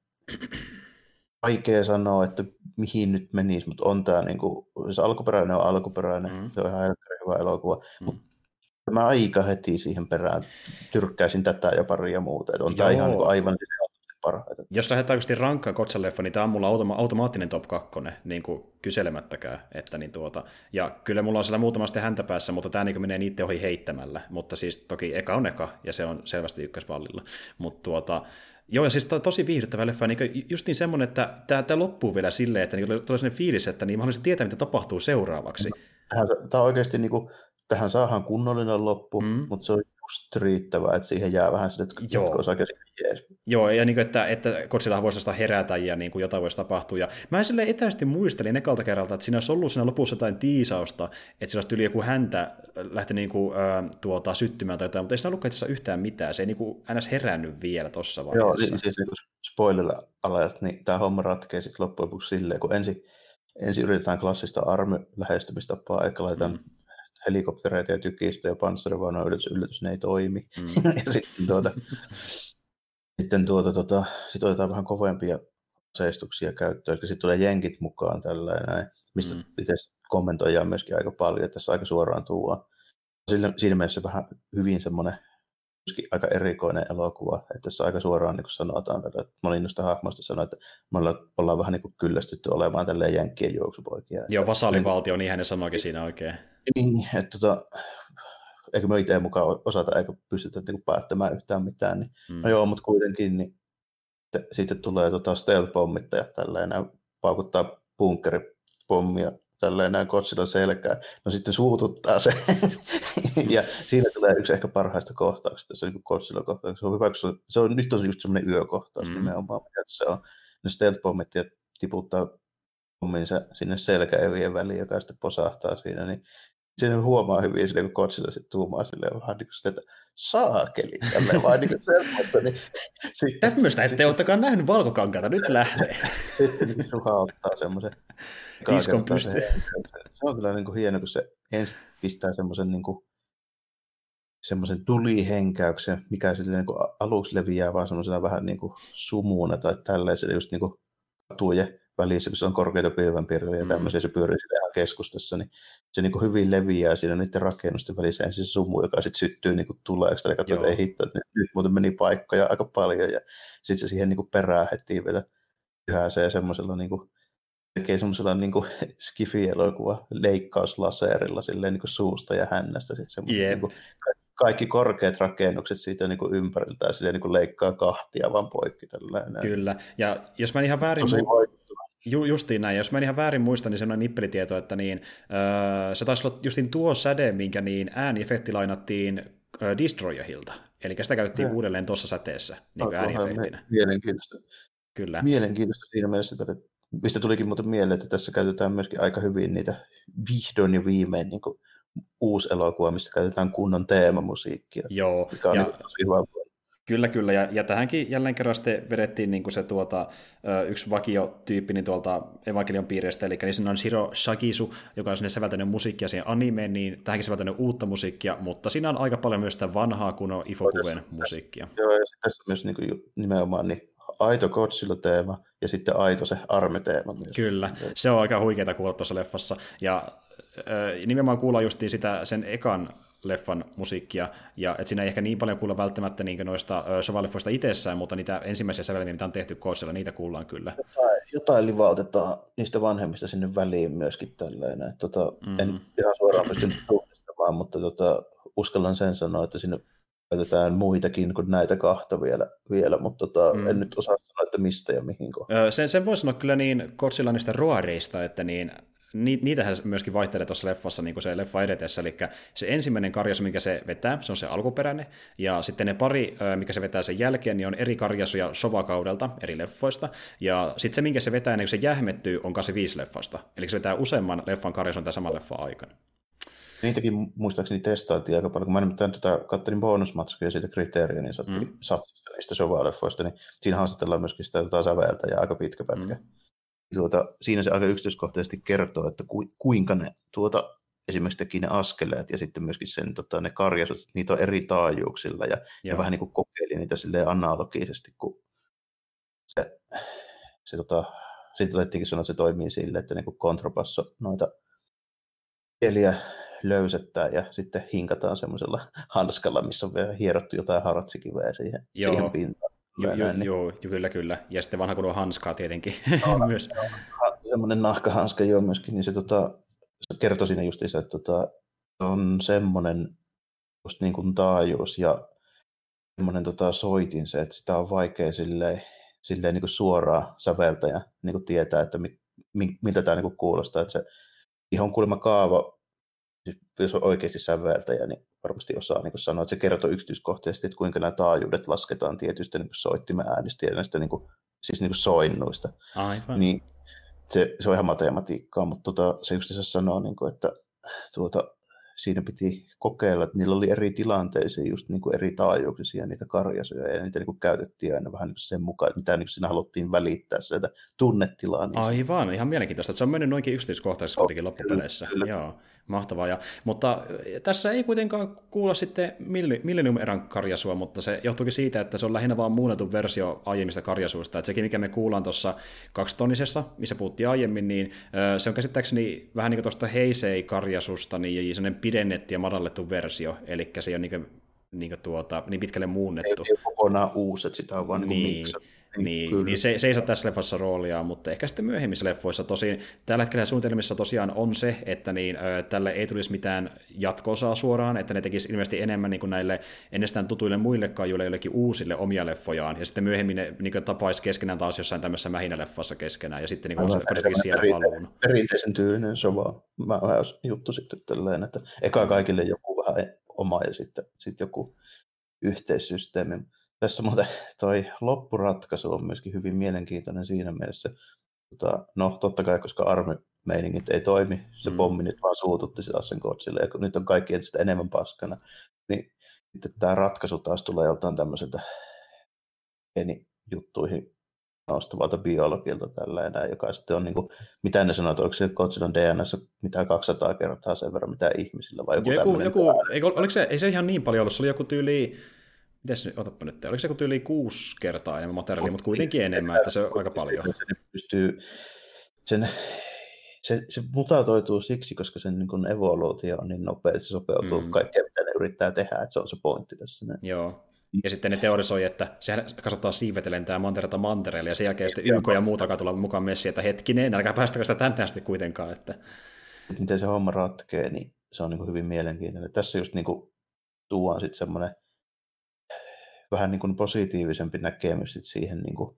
vaikea sanoa, että mihin nyt menisi, mutta on tämä, niin kuin, siis alkuperäinen on alkuperäinen, mm. se on ihan hyvä elokuva, mm. mutta mä aika heti siihen perään tyrkkäisin tätä ja paria muuta, että on tämä ihan niin aivan parhaita. Jos lähdetään oikeasti rankkaan Godzilla-leffa, niin tämä on mulla automa- automaattinen top kakkonen, niin kuin kyselemättäkään. Että niin tuota, ja kyllä mulla on siellä muutamasti häntä päässä, mutta tämä niin menee niiden ohi heittämällä. Mutta siis toki eka on eka, ja se on selvästi ykköspallilla. Mutta tuota, joo, ja siis to, tosi viihdyttävä leffa, niin just niin semmoinen, että tämä, tämä loppuu vielä silleen, että niin tulee sellainen fiilis, että niin mä haluaisin tietää, mitä tapahtuu seuraavaksi. Tämä on oikeasti, niin kuin, tähän saadaan kunnollinen loppu, mm. mutta se on just riittävää, että siihen jää vähän sitä, että jatko-osa jees. Joo, ja niin kuin, että, että Godzilla voisi sitä herätä ja niin kuin jotain voisi tapahtua. Ja mä silleen etäisesti muistelin ekalta kerralta, että siinä olisi ollut siinä lopussa jotain tiisausta, että siinä olisi yli joku häntä lähti niin kuin, äh, tuota, syttymään tai jotain, mutta ei siinä ollutkaan itse asiassa yhtään mitään. Se ei niin kuin ns. Herännyt vielä tuossa vaiheessa. Joo, siis niin kuin spoilerilla alert, niin tämä homma ratkee sitten loppujen lopuksi silleen, kun ensin, ensin yritetään klassista army-lähestymistapaa, eikä laitetaan mm. helikoptereita ja tykistä ja panssarivaunuja, yllätys, yllätys, ne ei toimi. Mm. ja sitten tuota, sitten tuota, tuota, sit otetaan vähän kovempia aseistuksia käyttöön, eli sitten tulee jenkit mukaan tällainen, mistä mm. itse kommentoidaan myöskin aika paljon, että tässä aika suoraan tuodaan. Siinä, siinä mielessä vähän hyvin semmoinen aika erikoinen elokuva, että tässä aika suoraan niin kuin sanotaan, että moni noista hahmoista sanoo, että me ollaan vähän niin kuin kyllästytty olemaan tälleen jenkkien juoksupoikia. Joo, vasaalivaltio, niin hän sanoikin siinä oikein. Niin, että tota, eikö me itse mukaan osata eikä pystytä niin kuin päättämään yhtään mitään. Niin, mm. No joo, mutta kuitenkin niin, te, sitten tulee tota stealth-pommittajat tälleen, paukuttaa bunkkeripommia tälleen näin Godzillan selkään. No sitten suututtaa se. ja siinä tulee yksi ehkä parhaista kohtauksista, se on niin Godzillan kohtaus. Se on hyvä, kun se on, se on, nyt on just semmoinen yökohtaus mm. nimenomaan, että se on. Ne stealth-pommit ja tiputtaa pomminsa sinne selkäevien väliin, joka sitten posahtaa siinä, niin sen huomaa hyvin silleen, kun Godzilla sitten tuumaa silleen vähän niin kuin silleen, että saakeli, tälleen vaan niin kuin semmoista, niin sitten... Tämmöistä ette ottakaan nähnyt valkokankaata, nyt lähtee. Sitten niin suhauttaa semmoisen... Diskon pystyy. Se on kyllä niin kuin hieno, kun se ensin pistää semmoisen niin kuin semmoisen tulihenkäyksen, mikä sitten niin kuin aluksi leviää vaan semmoisena vähän niin kuin sumuuna tai tällaisena just niin kuin katujen välissä, kun se on korkeita pilvenpiirrejä ja tämmöisiä, se pyörii siellä ihan keskustassa, niin se niin kuin hyvin leviää siinä niiden rakennusten välissä ensin se sumu, joka sitten syttyy niin kuin tuleeksi, eli katsoo, että ei hitto, että nyt muuten meni paikkoja aika paljon, ja sitten se siihen niin kuin perään heti vielä yhäisee semmoisella niin kuin tekee semmoisella niin kuin skifi-elokuva leikkauslaseerilla silleen niin kuin suusta ja hännästä sitten yep. niin kuin kaikki korkeat rakennukset siitä niin kuin ympäriltään silleen niin kuin leikkaa kahtia vaan poikki tällainen. Kyllä, ja jos mä en ihan väärin... Mu- Ju, justiin näin, jos mä en ihan väärin muista, niin se on nippelitieto, että niin, öö, se taisi olla justiin tuo säde, minkä niin ääniefekti lainattiin öö, Destroyerhilta, eli sitä käytettiin ja. uudelleen tuossa säteessä niin ääniefektinä. Mielenkiintoista. Kyllä. Mielenkiintoista siinä mielessä, että mistä tulikin muuten mieleen, että tässä käytetään myöskin aika hyvin niitä vihdoin ja viimein niin kuin uusi elokuva, missä käytetään kunnon teemamusiikkia. Joo. Mikä on ja... tosi hyvä. Kyllä, kyllä, ja, ja tähänkin jälleen kerran sitten vedettiin niin kuin se tuota, yksi vakiotyyppi niin tuolta Evangelion piiristä, eli niin siinä on Shiro Shakisu, joka on sinne säveltänyt musiikkia siihen animeen, niin tähänkin säveltänyt uutta musiikkia, mutta siinä on aika paljon myös sitä vanhaa kunnon Ifokuven musiikkia. Joo, ja tässä on myös niin kuin nimenomaan niin aito Godzilla-teema, ja sitten aito se Arme-teema myös. Kyllä, se on aika huikeaa kuulla tuossa leffassa, ja äh, nimenomaan kuulla justiin sitä sen ekan leffan musiikkia, ja että siinä ei ehkä niin paljon kuulla välttämättä niin noista Showa-leffoista itsessään, mutta niitä ensimmäisiä sävelmiä, mitä on tehty Godzilla, niitä kuullaan kyllä. Jotain, jotain livautetaan niistä vanhemmista sinne väliin myöskin tälleen. Tota, mm-hmm. En ihan suoraan pystynyt tunnistamaan, mutta tota, uskallan sen sanoa, että sinne käytetään muitakin kuin näitä kahta vielä, vielä mutta tota, mm. en nyt osaa sanoa, että mistä ja mihin kohdaan. Sen, sen voi sanoa kyllä niin Godzilla niistä roareista, että niin niitähän myöskin vaihtelee tuossa leffassa niin kuin se leffa edetessä, eli se ensimmäinen karjasu, minkä se vetää, se on se alkuperäinen, ja sitten ne pari, mikä se vetää sen jälkeen, niin on eri karjasuja Showa-kaudelta, eri leffoista, ja sitten se, minkä se vetää ennen kuin se jähmettyy, on kahdeksankymmentäviisi-leffasta, eli se vetää useamman leffan karjasun tämän saman leffan aikana. Niitäkin muistaakseni testailtiin aika paljon, kun mä nimittäin tota, katselin bonusmatskuja siitä Criterionin mm. satsista niistä Showa-leffoista, niin siinä haastatellaan myöskin sitä tota, säveltä ja aika pitkä pätkä. Mm. Tuota, siinä se aika yksityiskohtaisesti kertoo, että ku, kuinka ne tuota, esimerkiksi teki ne askeleet ja sitten myöskin sen, tota, ne karjasut, että niitä on eri taajuuksilla ja, ja vähän niin kuin kokeili niitä silleen analogisesti, kun se, se tota, sitten otettiinkin sanoa, että se toimii silleen, että niin kuin kontrabasso noita kieliä löysettää ja sitten hinkataan semmoisella hanskalla, missä on vielä hierottu jotain haratsikiveä siihen, siihen pintaan. Joo, jo, jo, jo, kyllä, kyllä. Ja sitten vanha kunnon hanskaa tietenkin no, myös. Semmoinen nahkahanska joo myöskin, niin se, tota, se kertoi siinä justiinsa, että tota, on semmoinen just niin kuin taajuus ja semmoinen tota, soitin se, että sitä on vaikea silleen, silleen niin kuin suoraan säveltäjä niin kuin tietää, että mi, mi, miltä tämä niin kuin kuulostaa. Että se ihan kuulemma kaava, jos on oikeasti säveltäjä, niin varmasti osaa niin kuin sanoa, että se kertoo yksityiskohtaisesti, että kuinka nämä taajuudet lasketaan tietysti niin soittimen äänistä ja näistä niin kuin, siis niin kuin soinnuista. Aivan. Niin se, se on ihan matematiikkaa, mutta tota, se just sanoo, niin kuin, että tuota, siinä piti kokeilla, että niillä oli eri tilanteisiin just niin kuin eri taajuuksisia niitä karjasuja ja niitä niin kuin käytettiin aina vähän niin kuin sen mukaan, että mitä niin kuin siinä haluttiin välittää sieltä tunnetilaa. Niin aivan, ihan mielenkiintoista, että se on mennyt noinkin yksityiskohtaisesti oh, kuitenkin loppupeleissä. Kyllä, kyllä. Joo. Mahtavaa. Ja, mutta tässä ei kuitenkaan kuulla sitten Millennium-eran karjasua, mutta se johtuukin siitä, että se on lähinnä vaan muunnettu versio aiemmista karjasuista. Että sekin, mikä me kuullaan tuossa kaksitonnisessa, missä puhuttiin aiemmin, niin se on käsittääkseni vähän niin kuin tuosta Heisei-karjasusta, niin sellainen pidennetty ja madallettu versio, eli se ei ole niin, kuin, niin, kuin tuota, niin pitkälle muunnettu. Ei ole kokonaan uusi, että sitä on vaan niin, niin miksattu. Niin, niin se, se ei saa tässä leffassa roolia, mutta ehkä sitten myöhemmissä leffoissa tosin. Tällä hetkellä suunnitelmissa tosiaan on se, että niin, ö, tälle ei tulisi mitään jatko-osaa suoraan, että ne tekisi ilmeisesti enemmän niin kuin näille ennestään tutuille muille kaijuille joillekin uusille omia leffojaan, ja sitten myöhemmin ne niin tapaisi keskenään taas jossain tämmöisessä mähinäleffassa keskenään, ja sitten niin olisikin siellä paluun. Perinteisen tyylinen Showa juttu sitten tälleen, että eka kaikille joku vähän oma ja sitten, sitten joku yhteissysteemi. Tässä muuten toi loppuratkaisu on myöskin hyvin mielenkiintoinen siinä mielessä. Tota, no totta kai, koska army-meiningit ei toimi, se mm. pommi nyt vaan suututti sitä sen Godzille, ja nyt on kaikki entistä enemmän paskana, niin sitten tämä ratkaisu taas tulee joltain tämmöiseltä pieni juttuihin noustavalta biologilta tällainen, joka sitten on, niin kuin, mitä ne sanoo, onko se Godzillan D N A:ssa mitä kaksisataa kertaa sen verran, mitä ihmisillä, vai joku, joku, joku eikö, oliko se, ei se ihan niin paljon ollut, se oli joku tyyli, mites, otapa nyt, oliko se joku tyyli kuusi kertaa enemmän materiaalia, mutta kuitenkin enemmän, että se on aika paljon. Se pystyy, sen, se, se mutatoituu siksi, koska sen niin evoluutio on niin nopea, että se sopeutuu mm. kaikkeen, mitä ne yrittää tehdä, että se on se pointti tässä. Ne. Joo. Ja sitten ne teorisoi, että sehän kasvattaa siivet ja lentää mantereelta mantereelle, ja sen jälkeen sitten Y K ja muuta alkaa tulla mukaan messiin, että hetkinen, älkää päästäkö sitä tänne asti kuitenkaan. Että... Miten se homma ratkee, niin se on niin kuin hyvin mielenkiintoinen. Tässä just niin kuin tuodaan sitten semmoinen vähän niin kuin positiivisempi näkemys sit siihen niin kuin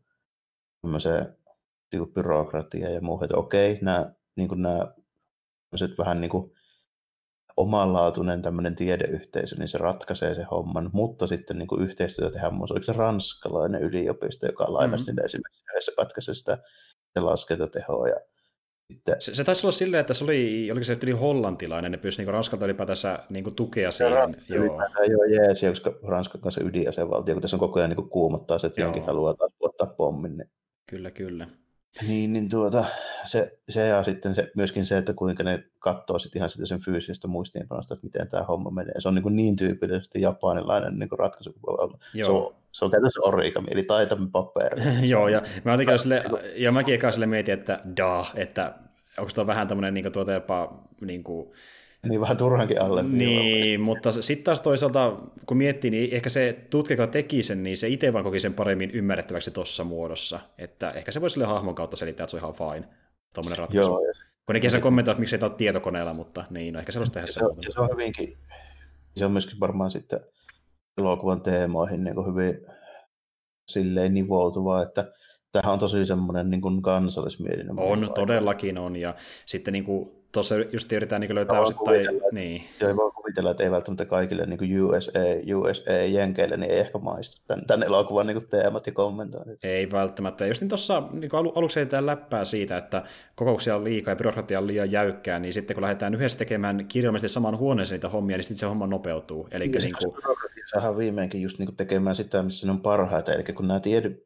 niin kuin byrokratiaan ja muuhun, että okei, nämä, niin kuin nämä vähän niin kuin omanlaatuinen tämmöinen tiedeyhteisö, niin se ratkaisee sen homman, mutta sitten niin kuin yhteistyötä tehdään muun, oliko se ranskalainen yliopisto, joka lainasi mm-hmm. esimerkiksi yhdessä pätkässä sitä laskentatehoa. Ja sitten... se, se taisi olla silleen, että se oli, oliko se yli hollantilainen, ne pyysi niin Ranskalta ylipäätänsä niin tukea siihen. Ranskalta ylipäätään joo jees, koska Ranskan kanssa ydinasevaltio, kun tässä on koko ajan niin kuumottaa se, että jenkit haluaa taas ottaa pommin. Niin... Kyllä, kyllä. Niin, niin tuota, se, se ja sitten se, myöskin se, että kuinka ne katsoo sit ihan sitä sen fyysisestä muistiinpanosta, että miten tämä homma menee. Se on niin, niin tyypillisesti japanilainen niin ratkaisu kuin voi olla. Se on, se on käytännössä origami, eli taitamme paperi. Joo, ja, mä sille, sille, ja mäkin eka sille mietin, että da, että onko tuo vähän tämmöinen niin tuota jopa... Niin kuin, niin vähän turhankin alle. Niin, mutta sitten taas toisaalta, kun miettii, niin ehkä se tutkija, joka teki sen, niin se itse vaan koki sen paremmin ymmärrettäväksi tuossa muodossa. Että ehkä se voisi sille hahmon kautta selittää, että se on ihan fine, tuommoinen ratkaisu. Joo, kun nekin sen kommentoivat, että miksei tämä ole tietokoneella, mutta niin, no ehkä se voisi tehdä se. Se on, se on hyvinkin, se on myöskin varmaan sitten elokuvan teemoihin niin kuin hyvin silleen nivoutuvaa, että tämähän on tosi semmoinen niin kuin kansallismielinen. On, todellakin on, ja sitten niin kuin tuossa just yritetään niin löytää osittain... Niin. Joo, voi kuvitella, että ei välttämättä kaikille niin kuin U S A, U S A-jenkeille, niin ei ehkä maistu tämän, tämän elokuvan niin kuin teemat ja kommentoinnit. Ei välttämättä. Just niin tuossa niin alu, aluksi heitetään läppää siitä, että kokouksia on liikaa ja byrokratia on liian jäykkää, niin sitten kun lähdetään yhdessä tekemään kirjallisesti samaan huoneeseen niitä hommia, niin sitten se homma nopeutuu. Eli ja niin kuin... byrokratia saadaan viimeinkin just niin kuin tekemään sitä, missä ne on parhaita. Eli kun nämä tiedyt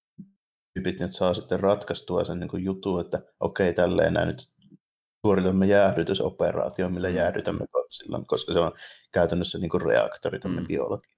tyypit nyt saa sitten ratkaistua sen niin kuin jutun, että okei, tälleen näin nyt suoritamme jäähdytysoperaatio, millä mm. jäähdytämme silloin, koska se on käytännössä niin kuin reaktori tuonne mm. biologiaan.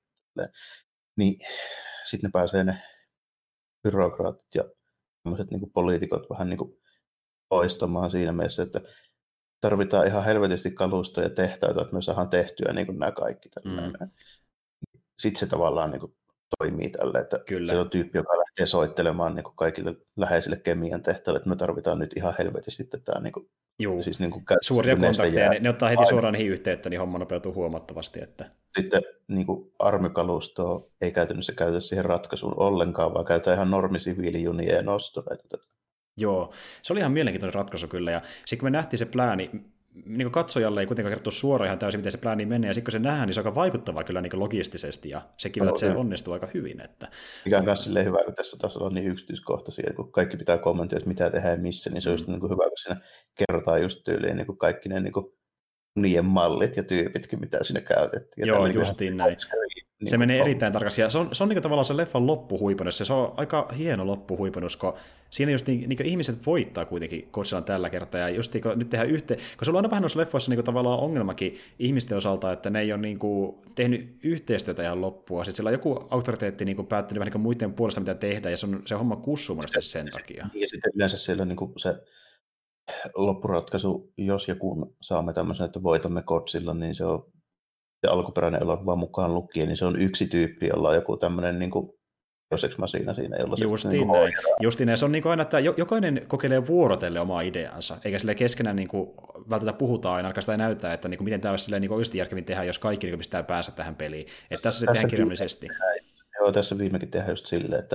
Niin sitten ne pääsee ne byrokraatit ja tämmöiset niin kuin poliitikot vähän niin kuin poistamaan siinä mielessä, että tarvitaan ihan helvetisti kalustoja ja tehtäitä, että me saadaan tehtyä niin kuin nämä kaikki. Mm. Sitten se tavallaan niin kuin toimii tälle, että Kyllä. se on tyyppi, joka lähtee soittelemaan niin kuin kaikille läheisille kemian tehtäville, että me tarvitaan nyt ihan helvetisti tätä niin kuin, siis niin kuin suuria kontakteja, ne, ne ottaa heti suoraan niihin yhteyttä, niin homma nopeutuu huomattavasti. Että... Sitten niin kuin armikalustoa ei käytännössä käytetä siihen ratkaisuun ollenkaan, vaan käytetään ihan normisiviilijunia ja nostureita. Joo, se oli ihan mielenkiintoinen ratkaisu kyllä, ja sitten kun me nähtiin se plääni, niin katsojalle ei kuitenkaan kertoa suoraan ihan täysin, miten se plääni menee, ja sitten kun se nähdään, niin se on aika vaikuttavaa kyllä niin logistisesti, ja sekin, no, että se onnistuu aika hyvin. Että... Mikä on myös silleen hyvä, kun tässä taas on niin yksityiskohtaisia, kun kaikki pitää kommentoida, että mitä tehdään ja missä, niin se on just niin kuin hyvä, kun siinä kerrotaan just tyyliin niin kuin kaikki ne niin kuin niiden mallit ja tyypitkin, mitä siinä käytettiin. Joo, justiin näin. Niin se menee on. Erittäin tarkasti, ja se on, se on niin tavallaan se leffan loppuhuipennus, ja se on aika hieno loppuhuipennus, kun siinä just niin, niin ihmiset voittaa kuitenkin Godzillan tällä kertaa, ja just niin, kun nyt tehdään yhteen, kun sulla on aina vähän noissa leffoissa niin tavallaan ongelmakin ihmisten osalta, että ne ei ole niin kuin, tehnyt yhteistyötä ihan loppua, sitten siellä on joku auktoriteetti niin kuin, päättänyt vähän niin kuin muiden puolesta, mitä tehdään, ja se on se homma kussuu monesti sen takia. Ja sitten yleensä siellä niin kuin se loppuratkaisu, jos ja kun saamme tämmöisen, että voitamme Godzillan, niin se on se alkuperäinen elokuva mukaan lukien, niin se on yksi tyyppi, jolla on joku tämmöinen niin kuin Joseks-masiina siinä, jolla se Justiin niin näin. Justiin näin. Se on niin kuin aina, että jokainen kokeilee vuorotelle omaa ideansa, eikä sille keskenään niin kuin välttämättä puhutaan aina, alkaa sitä näyttää, että niin kuin miten tämä olisi niin oikeasti järkevin tehdä, jos kaikki niin kuin pistää päässä tähän peliin. Että tässä se tehdään kirjallisesti. Joo, tässä viimekin tehdään just silleen, että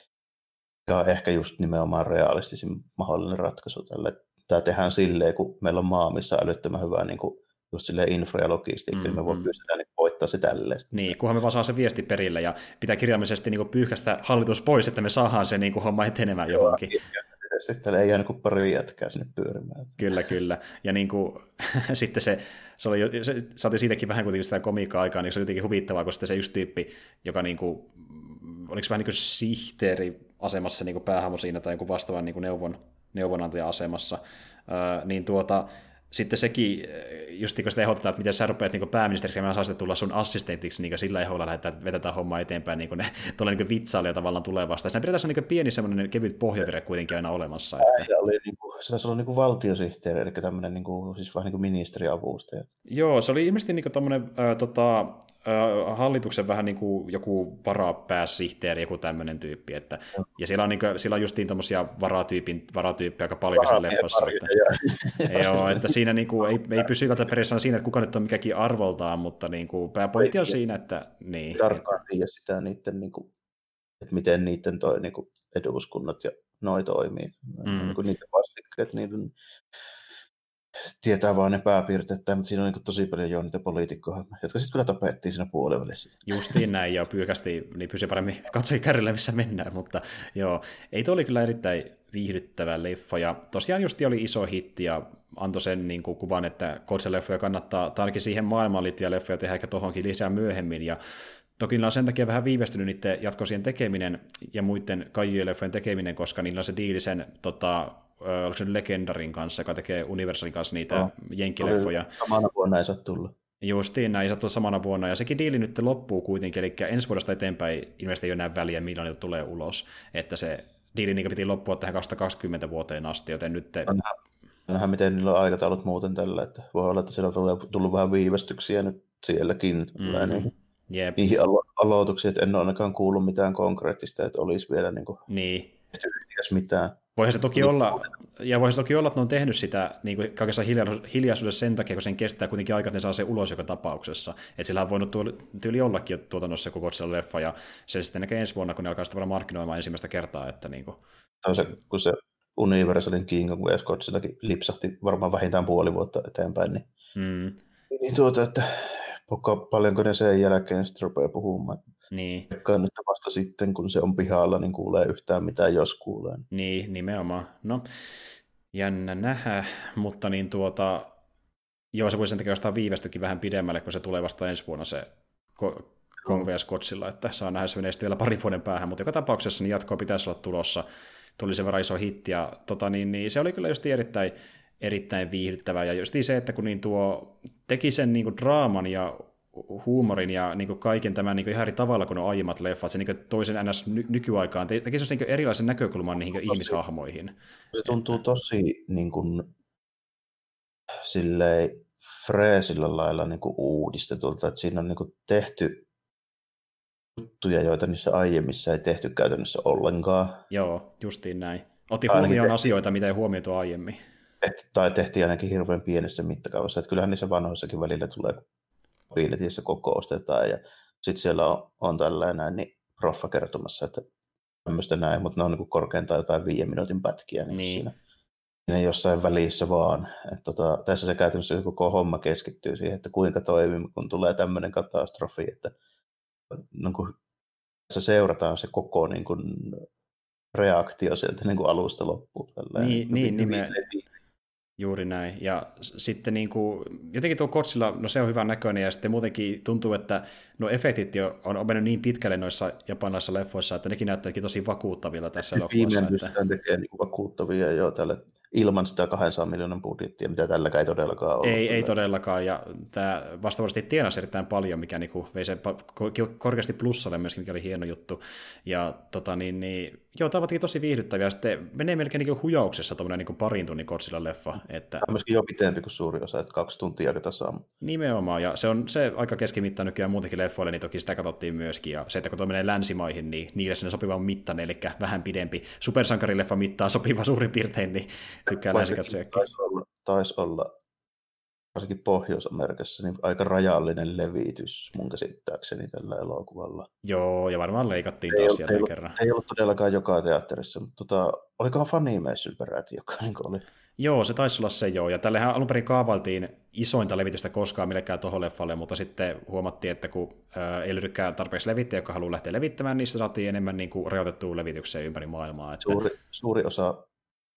tämä on ehkä just nimenomaan realistisin mahdollinen ratkaisu tälle. Tämä tehdään silleen, kun meillä on maa, missä on älyttömän hyvää niin kuin just silleen infra ja logistiikka, mm-hmm. niin me voi pystytään niin voittaa se tälleen. Niin, kunhan me vaan saa se viesti perille ja pitää kirjaimellisesti niin pyyhkästä hallitus pois, että me saadaan se niin kuin homma etenemään johonkin. Sitten ei jäänyt kuin pari jätkää sinne pyörimään. Kyllä, kyllä. Ja niin kuin, sitten se, se oli, se, saatiin siitäkin vähän kuitenkin sitä komiikkaa aikaa, niin se oli jotenkin huvittavaa, kun sitten se yksi tyyppi, joka niin kuin, oliko vähän niin kuin sihteeri asemassa niin kuin päähahmo siinä tai joku vastaavan niin kuin neuvon, neuvonantaja-asemassa, öö, niin tuota, sitten sekin, just kun sitä ehdotetaan, että miten sä rupeat niin pääministeriksi, ja mä saan sitten tulla sun assistentiksi, niin sillä ehdolla lähdetään vetetään hommaa eteenpäin, niin ne tulee niin vitsailija tavallaan tulee vastaan. Siinä periaatteessa on niin pieni semmoinen kevyt pohjavire kuitenkin aina olemassa. Että... Se, oli, niin kuin, se taisi olla niin kuin valtiosihteeri, eli tämmöinen niin kuin, siis vähän niin kuin ministeriavustaja. Joo, se oli ilmeisesti niin tommoinen äh, tota, äh, hallituksen vähän niin kuin joku varapääsihteeri, joku tämmöinen tyyppi. Että, ja siellä on, niin kuin, siellä on justiin tommosia varatyypin, varatyyppiä aika paljon siellä leffassa. Että, joo, että siinä niin kuin, ei, ei pysy periaatteessa siinä, että kuka nyt on mikäkin arvoltaan, mutta niin kuin, pääpointti on siinä, että... Niin, tarkkaan tiedä sitä niiden, niin kuin, että miten niiden toi, niin kuin, eduskunnat ja noi toimii. Mm. Niin kuin niiden vastikkeet, niiden tietää vaan ne pääpiirteet, mutta siinä on niin kuin, tosi paljon jo niitä poliitikkoja, jotka sitten kyllä tapettiin siinä puolivälissä. Justiin näin, ja pyykästi niin pysyy paremmin katsoi kärryllä, missä mennään, mutta joo, ei toi oli kyllä erittäin viihdyttävä leffa, ja tosiaan justi oli iso hitti, ja antoi sen niin kuin, kuvan, että Godzilla-leffoja kannattaa, tai ainakin siihen maailmaan liittyviä leffoja tehdä ehkä tohonkin lisää myöhemmin, ja toki niillä on sen takia vähän viivästynyt niiden jatkosien tekeminen ja muiden Kaiju-leffojen tekeminen, koska niillä on se diili sen tota, onko se Legendarin kanssa, joka tekee Universalin kanssa niitä no, jenkkileffoja. Samana vuonna ei saa tulla. Justiin näin, ei saa tulla samana vuonna, ja sekin diili nyt loppuu kuitenkin, eli ensi vuodesta eteenpäin ilmeisesti ei ole enää väliä, milloin niitä tulee ulos, että se diili niin piti loppua tähän kaksituhattakaksikymmentä vuoteen asti, joten nyt... Te... Nähdään, miten niillä on aikataulut muuten tällä, että voi olla, että siellä on tullut vähän viivästyksiä nyt sielläkin, mm-hmm. niihin, Jep. niihin alo- aloituksiin, että en ole ainakaan kuullut mitään konkreettista, että olisi vielä niin kuin niin. mitään. Voihan se toki olla, ja voihan se toki olla, että ne on tehnyt sitä niin kuin kaikessa hiljaisuudessa sen takia, kun sen kestää kuitenkin aika, että ne saa se ulos joka tapauksessa. Että sillä on voinut tyyli ollakin jo tuotannossa koko Godzilla-leffa, ja se sitten näkee ensi vuonna, kun ne alkaa sitä markkinoimaan ensimmäistä kertaa. Että niin kuin... se, kun se Universalin King of Godzillakin lipsahti varmaan vähintään puoli vuotta eteenpäin, niin, mm. niin tuota, että paljonko ne sen jälkeen sitten rupeaa puhumaan. Niin. Kannattaa vasta sitten, kun se on pihalla, niin kuulee yhtään mitään, jos kuulee. Niin, nimenomaan. No, jännä nähdä, mutta niin tuota, joo, se voi sen takia jostain viivästykin vähän pidemmälle, kun se tulee vasta ensi vuonna se Kong versus. Godzilla, että saa nähdä se menee sitten vielä parin vuoden päähän, mutta joka tapauksessa niin jatkoa pitäisi olla tulossa. Tuli sen verran iso hitti, ja tota, niin, niin, se oli kyllä just erittäin, erittäin viihdyttävä, ja just se, että kun niin tuo teki sen niin kuin draaman ja huumorin ja niin kuin kaiken tämän niin kuin ihan eri tavalla kuin ne aiemmat leffat, se niin kuin toisen ns. Ny- nykyaikaan te- teki se niin erilaisen näkökulman niihin tosi, ihmishahmoihin. Se tuntuu tosi niin kuin, silleen freesillä lailla niin kuin uudistetulta, että siinä on niin kuin tehty juttuja, joita niissä aiemmissa ei tehty käytännössä ollenkaan. Joo, justiin näin. Otti huomioon te- asioita, mitä ei huomioitu aiemmin. Et, tai tehtiin ainakin hirveän pienessä mittakaavassa, että kyllähän niissä vanhoissakin välillä tulee piiletissä kokoustetaan, ja sitten siellä on, on tällainen niin proffa kertomassa, että tämmöistä näin, mutta ne on niin korkeintaan jotain viiden minuutin pätkiä niin niin. Siinä, siinä jossain välissä vaan. Et tota, tässä se käytännössä koko homma keskittyy siihen, että kuinka toimii, kun tulee tämmöinen katastrofi, että niin kuin, tässä seurataan se koko niin kuin, reaktio sieltä niin kuin alusta loppuun. Niin, niin, niin juuri näin. Ja sitten niin kuin, jotenkin tuo Godzilla, no se on hyvän näköinen, ja sitten muutenkin tuntuu, että no efektit jo on mennyt niin pitkälle noissa japanilaisissa leffoissa, että nekin näyttääkin tosi vakuuttavilla tässä elokuvassa. Viimein pystytään että... tekemään niin vakuuttavia jo tälle ilman sitä kahdensadan miljoonan budjettia, mitä tälläkään ei todellakaan ole. Ei, ei todellakaan, ja tämä vastaavasti tienasi erittäin paljon, mikä niinku vei sen korkeasti plussalle myöskin, mikä oli hieno juttu. Ja tota niin, niin joo, tämä on tosi viihdyttäviä, sitten menee melkein niin hujauksessa tuommoinen niin parin tunnin Godzilla-leffa. Että... Tämä on myöskin jo pitempi kuin suuri osa, että kaksi tuntia aika tasaa. Nimenomaan, ja se on se aika keskimittainen nykyään muutenkin leffoille, niin toki sitä katsottiin myöskin, ja se, että kun tuo menee länsimaihin, niin niille sinne sopiva mittainen, eli vähän pidempi supersankarileffa mittaa sopiva suurin piirtein, niin tykkää länsikatsojakin. Taisi olla, taisi olla varsinkin Pohjois-Amerikassa niin aika rajallinen levitys mun käsittääkseni tällä elokuvalla. Joo, ja varmaan leikattiin taas jälleen ei kerran. Ei ollut todellakaan joka teatterissa, mutta tota, olikohan Funimation peräti, joka niin oli? Joo, se taisi olla se joo, ja tällähän alun perin kaavailtiin isointa levitystä koskaan millekään tohon leffalle, mutta sitten huomattiin, että kun ää, ei löydykään tarpeeksi levittäjä, joka haluaa lähteä levittämään, niin sitä saatiin enemmän niin kuin rajoitettua levitykseen ympäri maailmaa. Että... Suuri, suuri osa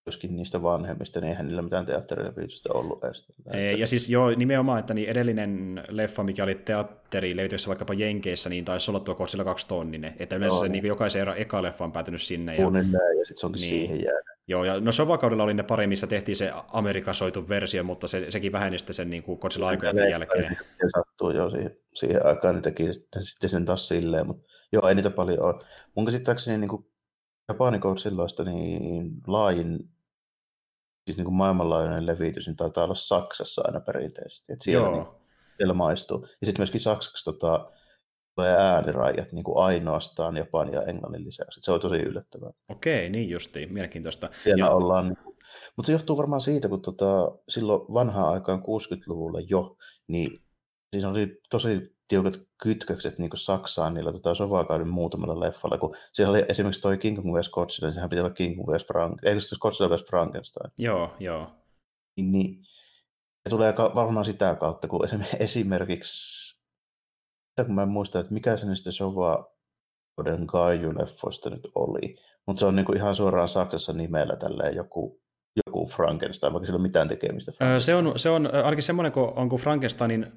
joskin niistä vanhemmista, niin eihän niillä mitään teatterilevitystä ollut edes. Ei, ja siis joo, nimenomaan, että niin edellinen leffa, mikä oli teatterilevityssä vaikkapa Jenkeissä, niin taisi olla tuo Godzilla kaksi tonninen, että yleensä no, se niin. Niin jokaisen eka leffa on päätynyt sinne. Ja, Suunnilleen, ja sitten se onkin niin. siihen jäänyt. Joo, ja no Sova-kaudella oli ne pari, missä tehtiin se amerikasoitu versio, mutta se, sekin väheni sitten sen niin kuin Godzilla aikojen jälkeen. Se sattuu jo siihen, siihen aikaan, niin teki sitten, sitten sen taas silleen, mutta joo, ei niitä paljon ole. Mun käsittääkseni niin kuin Japanin Godzilloista niin laajin, siis niin kuin maailmanlaajuinen levitys, niin taitaa olla Saksassa aina perinteisesti, että siellä, niin, siellä maistuu. Ja sitten myöskin saksaksi tota, tulee äänirajat niin kuin ainoastaan Japanin ja Englannin lisäksi. Se on tosi yllättävää. Okei, niin justiin, mielenkiintoista. Siellä ja... ollaan, mutta se johtuu varmaan siitä, kun tota, silloin vanhaan aikaan kuusikymmentäluvulla jo, niin siinä oli tosi tiukat kytkökset niin kuin Saksaan niillä tota, Sova-kauden muutamalla leffalla, kun siellä oli esimerkiksi toi King Kong versus. Godzilla, niin sehän piti olla King Kong versus. Frankenstein, eikö se Godzilla versus. Frankenstein? Joo, joo. Niin, niin se tulee varmaan sitä kautta, kun esimerkiksi kun mä en muista, että mikä se niistä Sova-kauden Kaiju-leffoista nyt oli, mutta se on niin kuin ihan suoraan Saksassa nimellä tälleen joku, joku Frankenstein, vaikka sillä ei ole mitään tekemistä. Öö, se, on, se on ainakin semmoinen, kun on kuin Frankensteinin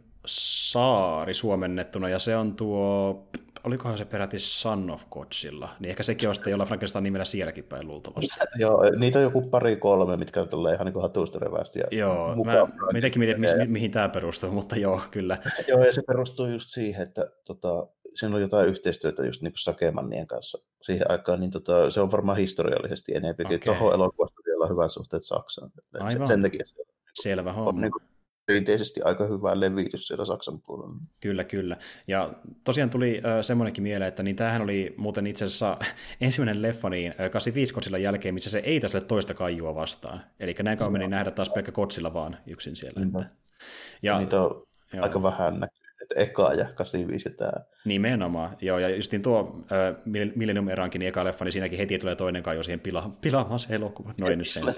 saari suomennettuna, ja se on tuo, olikohan se peräti Son of Godzilla, niin ehkä sekin on sitten jollain Frankenstein nimellä sielläkin päin luultavasti. Joo, niitä on joku pari kolme, mitkä tulee ihan niin kuin hatusta revästi. Joo, mä mitenkin mietin, mi- mi- mihin tämä perustuu, mutta joo, kyllä. Joo, ja se perustuu just siihen, että tota, siinä on jotain yhteistyötä just niin kuin Sakemannien kanssa siihen aikaan, niin tota, se on varmaan historiallisesti enemmänkin. Okay. Tuohon elokuvasta vielä on hyvät suhteet Saksaan. Aivan. Sen takia se Selvä homma. On niin kuin perinteisesti aika hyvä levitys siellä Saksan puolella. Kyllä, kyllä. Ja tosiaan tuli äh, semmoinenkin mieleen, että niin tämähän oli muuten itse asiassa ensimmäinen leffa niin äh, kahdeksankymmentäviisi Godzillan jälkeen, missä se ei tässä toista kaijua vastaan. Eli näin kauan meni nähdä taas pelkkä Godzilla vaan yksin siellä. Mm. Että. Ja, niitä on joo. aika vähän näkyy. Eka ja kahdeksankymmentäviisi ja tämä. Nimenomaan, joo, ja justiin tuo äh, Millennium Erankin eka leffa, niin siinäkin heti tulee toinen kaiju siihen pila- pilaamaan se elokuva. No ei nyt sen.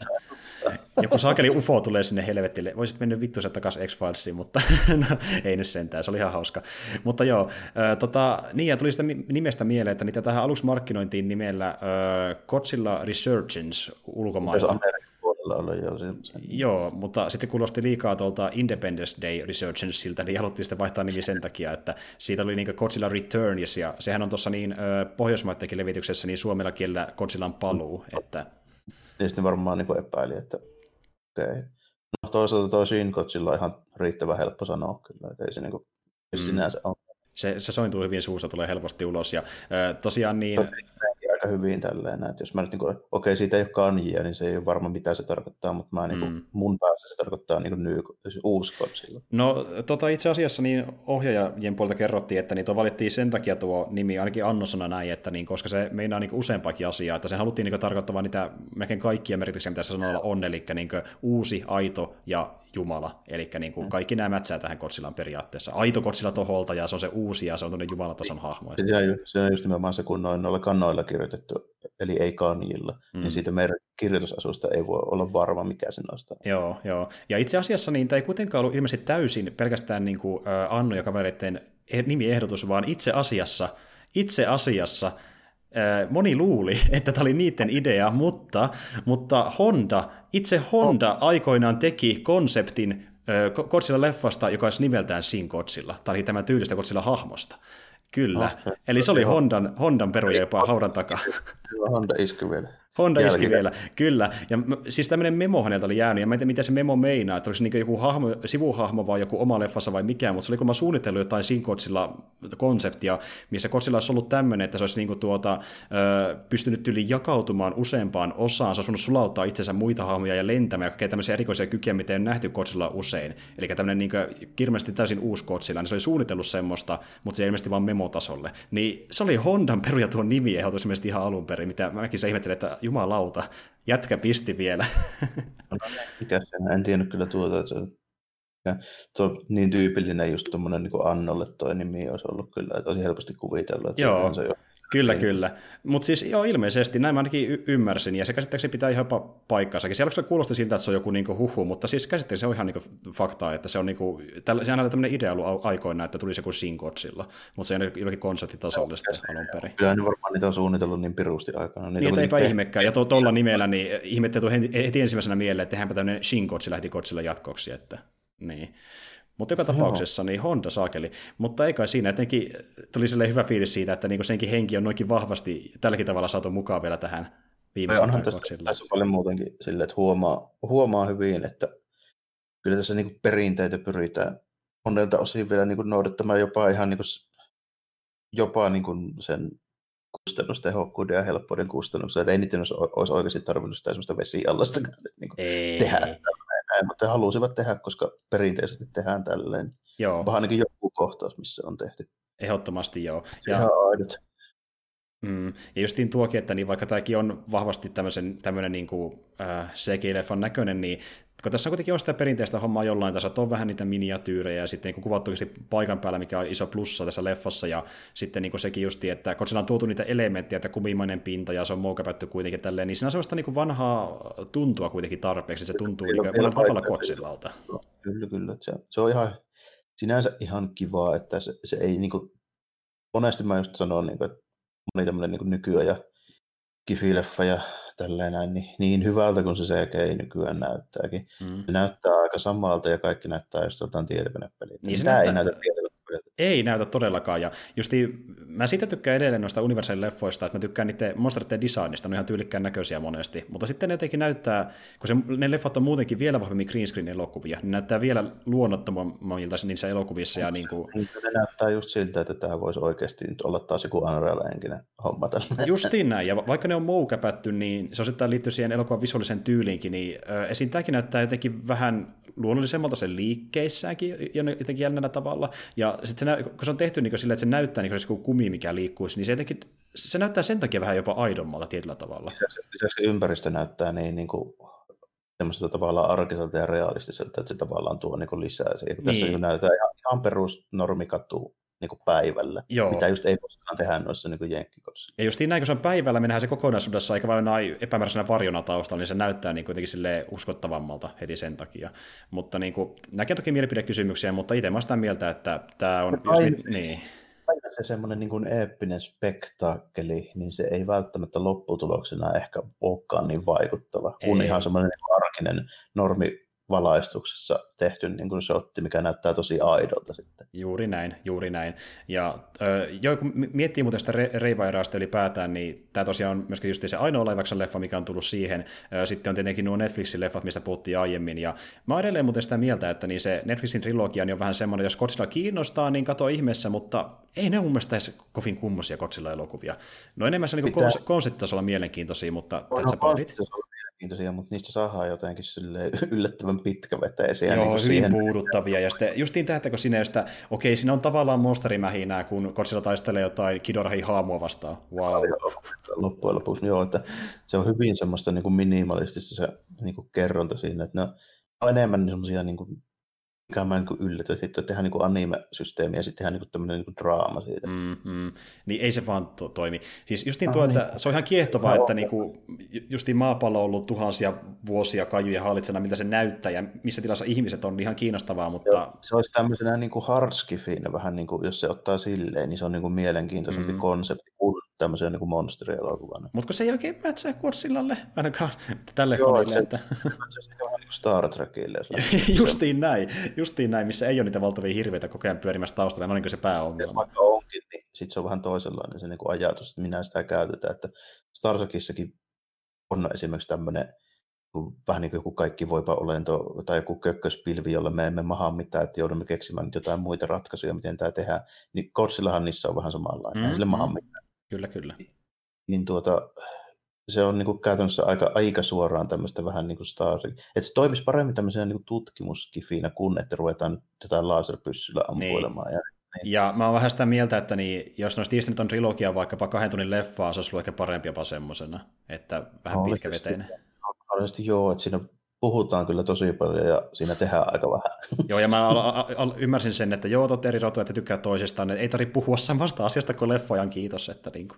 Joku saakeli U F O tulee sinne helvettille. Voisit mennä vittu sen takaisin X-Filesiin, mutta no, ei nyt sentään, se oli ihan hauska. Mutta joo, äh, tota, niin ja tuli sitä nimestä mieleen, että niitä tähän aluksi markkinointiin nimellä äh, Godzilla Resurgence ulkomailla. Olla, joo, se, se. Joo, mutta sitten se kuulosti liikaa tuolta Independence Day Resurgenceilta, niin haluttiin sitten vaihtaa nimi sen takia, että siitä oli niin Godzilla Returns, ja sehän on tuossa niin Pohjoismaittenkin levityksessä niin suomella kielellä Godzillan paluu. Että... Ja sitten varmaan niin epäili, että okei. Okay. No toisaalta toi Shin Godzilla on ihan riittävän helppo sanoa kyllä, että ei se niin kuin, mm. sinänsä ole. Se, se sointuu hyvin suusta, tulee helposti ulos, ja äh, tosiaan niin... aika hyvin tälleen, että jos mä nyt niin kuin, okei, okay, siitä ei ole kanjia, niin se ei ole varma mitä se tarkoittaa, mutta mä, niin kuin, mm. mun päässä se tarkoittaa niin kuin new, uusi Godzilla. No tota, itse asiassa niin ohjaajien puolta kerrottiin, että niin tuo valittiin sen takia tuo nimi, ainakin annosana näin, että niin, koska se meinaa niin useampaakin asiaa, että se haluttiin niin tarkoittamaan niitä melkein kaikkia merkityksiä, mitä se sanoilla on, eli niin uusi, aito ja Jumala, eli niin kuin kaikki nämä mätsää tähän Godzillaan periaatteessa. Aito Godzilla toholta, ja se on se uusi, ja se on tuonne Jumalatason hahmo. Se on, se on just nimenomaan se, kun noin noilla kannoilla kirjoitettu, eli ei kanjilla, mm. niin siitä meidän kirjoitusasusta ei voi olla varma, mikä se nostaa. Joo, joo. Ja itse asiassa niin tämä ei kuitenkaan ollut ilmeisesti täysin pelkästään niin kuin, äh, Anno ja kavereiden nimiehdotus, vaan itse asiassa, itse asiassa moni luuli, että tämä oli niiden idea, mutta, mutta Honda, itse Honda aikoinaan teki konseptin Godzilla-leffasta, joka olisi nimeltään Shin Godzilla. Tämä oli tämän tyylistä Godzilla-hahmosta. Kyllä. Oh, eli se oli Hondan, Hondan peruja jopa haudan takaa. Honda iski vielä. Honda iski vielä, kyllä. Ja siis tämmöinen memo häneltä oli jäänyt, ja mä en tiedä, mitä se memo meinaa, että olisi niin joku hahmo, sivuhahmo vai joku oma leffassa vai mikään, mutta se oli kun mä suunnitellut jotain Shin Godzilla-konseptia, missä Godzilla olisi ollut tämmöinen, että se olisi niin kuin tuota, pystynyt yli jakautumaan useampaan osaan, se olisi voinut sulauttaa itsensä muita hahmoja ja lentämään, ja kaikkea tämmöisiä erikoisia kykyjä, mitä ei ole nähty Godzilla usein. Eli tämmöinen niin kirmeästi täysin uusi Godzilla, niin se oli suunnitellut semmoista, mutta se ilmeisesti vaan memotasolle. Niin se oli Hondan peruja tuon nimiehdotus ilmeisesti ihan alun perin, mitä mäkin se ihmettelin, että jumalauta, jätkä pisti vielä. Mikä se, en tiennyt kyllä tuota, että se on ja tuo niin tyypillinen just tuommoinen niin Annolle toi nimi olisi ollut kyllä, että olisi helposti kuvitellut, että joo. se on Kyllä, kyllä. Mutta siis joo, ilmeisesti, näin mä ainakin y- ymmärsin, ja se käsittääkseni pitää ihan jopa paikkaansakin. Siellä se kuulosti siltä, että se on joku niinku huhu, mutta siis käsittääkseni se on ihan niinku faktaa, että se on niinku, tällä, sehän oli tämmöinen idea ollut aikoina, että tulisi joku Shin Godzilla, mutta se on jollakin konseptitasolla sitten alun perin. Kyllä ne varmaan niitä on suunnitellut niin pirusti aikana. Niitä niin, eipä te- ihmekään, ja tuolla to, nimellä niin ihmettä heti ensimmäisenä mieleen, että tehdäänpä tämmöinen Shin Godzilla heti Godzilla jatkoksi, että niin. Mutta joka tapauksessa niin Honda saakeli. Mutta ei kai siinä, etenkin tuli silleen hyvä fiilis siitä, että niinku senkin henki on noinkin vahvasti tälläkin tavalla saatu mukaan vielä tähän viimeiseen Godzillaan. Tässä on paljon muutenkin silleen, että huomaa, huomaa hyvin, että kyllä tässä niinku perinteitä pyritään monelta osin vielä niinku noudattamaan jopa ihan niinku, jopa niinku sen kustannustehokkuuden ja helppouden kustannuksia. Että ei niitä olisi oikeasti tarvinnut sitä sellaista vesiallastakaan niinku tehdä. Näin, mutta he halusivat tehdä, koska perinteisesti tehdään tälleen. Joo. Vähän ainakin joku kohtaus, missä on tehty. Ehdottomasti joo. Ja, ihan aidot. Mm, ja justiin tuokin, että niin vaikka tämäkin on vahvasti tämmöinen niin kuin, äh, C G I-leffan näköinen, niin kun tässä on kuitenkin on sitä perinteistä hommaa jollain tasolla, on vähän niitä miniatyyrejä ja sitten niin kuvattu paikan päällä, mikä on iso plussa tässä leffassa, ja sitten niin sekin justiin, että kun siellä on tuotu niitä elementtejä, että kumimainen pinta ja se on moukapätty kuitenkin tälleen, niin siinä on sellaista niin vanhaa tuntua kuitenkin tarpeeksi, se tuntuu niin monella tavalla Godzillalta. Kyllä, kyllä. Se, se on ihan sinänsä ihan kivaa, että se, se ei niin kuin, monesti mä just sanon, niin kuin, että moni tämmöinen niin nykyajan kifileffa ja tälleen näin, niin, niin hyvältä kuin se C G I nykyään näyttääkin. Mm. Se näyttää aika samalta ja kaikki näyttää just jotain tietokonepeliä. Niin Tämä näyttää, ei näytä tietokonepeliä. Ei näytä todellakaan. Ja justiin, mä siitä tykkään edelleen noista Universal-leffoista, että mä tykkään niiden monsterien designista, ne on ihan tyylikkään näköisiä monesti. Mutta sitten ne jotenkin näyttää, kun se, ne leffat on muutenkin vielä vahvemmin green screen elokuvia, niin näyttää vielä luonnottomammilta niissä elokuvissa. Ja niin kuin... Ne näyttää just siltä, että tämä voisi oikeasti nyt olla taas joku Unreal-henkinen homma tällainen. Justiin näin, ja vaikka ne on moukäpätty, niin se osittain liittyy siihen elokuvan visuaalisen tyyliinkin, niin esiin tämäkin näyttää jotenkin vähän luonnollisemmalta sen liikkeissäänkin jotenkin jännällä tavalla. Ja sitten se, kun se on tehty niin sillä, että se näyttää niin kuin kumi, mikä liikkuisi, niin se, jotenkin, se näyttää sen takia vähän jopa aidommalta tietyllä tavalla. Lisäksi, lisäksi ympäristö näyttää niin, niin kuin semmoiselta tavallaan arkiselta ja realistiselta, että se tavallaan tuo niin kuin lisää siihen. Niin. Tässä niin näytetään ihan, ihan perus normikatu niin kuin päivällä, Joo. mitä just ei koskaan tehdä noissa niin jenkkikossa. Ja justiin näin, kun se on päivällä, me nähdään se kokonaisuudessa aika vain epämääräisenä varjona taustalla, niin se näyttää niin kuitenkin uskottavammalta heti sen takia. Mutta niin kuin, näkee toki mielipidekysymyksiä, mutta itse mä sitä mieltä, että tämä on... Aina, just, niin. aina se semmoinen niin kuin eeppinen spektaakkeli, niin se ei välttämättä lopputuloksena ehkä olekaan niin vaikuttava, kun ei. Ihan semmoinen arkinen normi valaistuksessa tehty niin kuin shotti, mikä näyttää tosi aidolta sitten. Juuri näin, juuri näin. Ja äh, jo, kun miettii muuten sitä Re- Reiva-erästä ylipäätään, niin tämä tosiaan on myöskin just se ainoa live-action leffa, mikä on tullut siihen. Äh, sitten on tietenkin nuo Netflixin leffat, mistä puhuttiin aiemmin. Ja mä oon edelleen muuten sitä mieltä, että niin se Netflixin trilogia on vähän semmoinen, jos Godzilla kiinnostaa, niin kato ihmeessä, mutta ei ne mun mielestä edes kovin kummosia Godzilla-elokuvia. No enemmän se on niin kons- konseptitasolla mielenkiintoisia, mutta that's about it. Mutta niistä saadaan jotenkin yllättävän pitkäveteisiä. Joo, niin hyvin siihen puuduttavia. Ja sitten justiin tämä, että kun siinä, sitä, okei, siinä on tavallaan monsterimähinää, kun Godzilla taistelee jotain Ghidorah haamua vastaan. Wow. Loppujen lopuksi, joo, että se on hyvin semmoista niin kuin minimalistista se niin kuin kerronta siinä, että ne on enemmän semmoisia niin kuin mikä mä niin yllätyin, että tehdään niin anime-systeemi ja sitten tehdään niin tämmöinen niin draama siitä. Mm-hmm. Niin ei se vaan to- toimi. Siis justiin ah, tuo, että niin. Se on ihan kiehtovaa, no, että niin kuin, justiin maapallo on ollut tuhansia vuosia kajuja hallitsena, miltä se näyttää ja missä tilassa ihmiset on, niin ihan kiinnostavaa, mutta... Joo, se olisi tämmöisenä niin kuin hardskifinä vähän, niin kuin, jos se ottaa silleen, niin se on niin kuin mielenkiintoisempi mm-hmm. konsepti kuin tämmöisenä niin kuin monsterielokuvana. Mutta se ei oikein mätsää Godzillalle, ainakaan tälle fanille. Että... Se on niin kuin Star Trekille. Justiin näin, justiin näin, missä ei ole niitä valtavia hirveitä koko ajan pyörimässä taustalla, no niin kuin se pääongelma. Vaikka onkin, niin sitten se on vähän toisenlainen se niin kuin ajatus, että minä sitä käytetään, että Star Trekissakin on esimerkiksi tämmöinen vähän niin kuin joku kaikki voipa olento tai joku kökköspilvi, jolla me emme maha mitään, että joudumme keksimään jotain muita ratkaisuja, miten tämä tehdään, niin Godzillahan niissä on vähän samanlainen, mm-hmm. ei sille maha mitään. Kyllä, kyllä. Niin tuota, se on niin kuin käytännössä aika, aika suoraan tämmöistä vähän niin kuin Star Trek. Että se toimisi paremmin tämmöisenä niin kuin tutkimuskifinä, kun että ruvetaan jotain laserpyssyllä ampuilemaan. Niin. Ja, niin. ja mä oon vähän sitä mieltä, että niin, jos noista Eastern on trilogia vaikkapa kahden tunnin leffaa, se olisi ollut ehkä parempi jopa semmosena, että vähän no, pitkäveteinen. Haluaisesti joo, että siinä puhutaan kyllä tosi paljon ja siinä tehdään aika vähän. Joo, ja mä al- al- al- ymmärsin sen, että joo, te eri rotuja, että tykkää toisestaan, ei tarvitse puhua samasta asiasta kuin leffojan, kiitos, että niin kuin.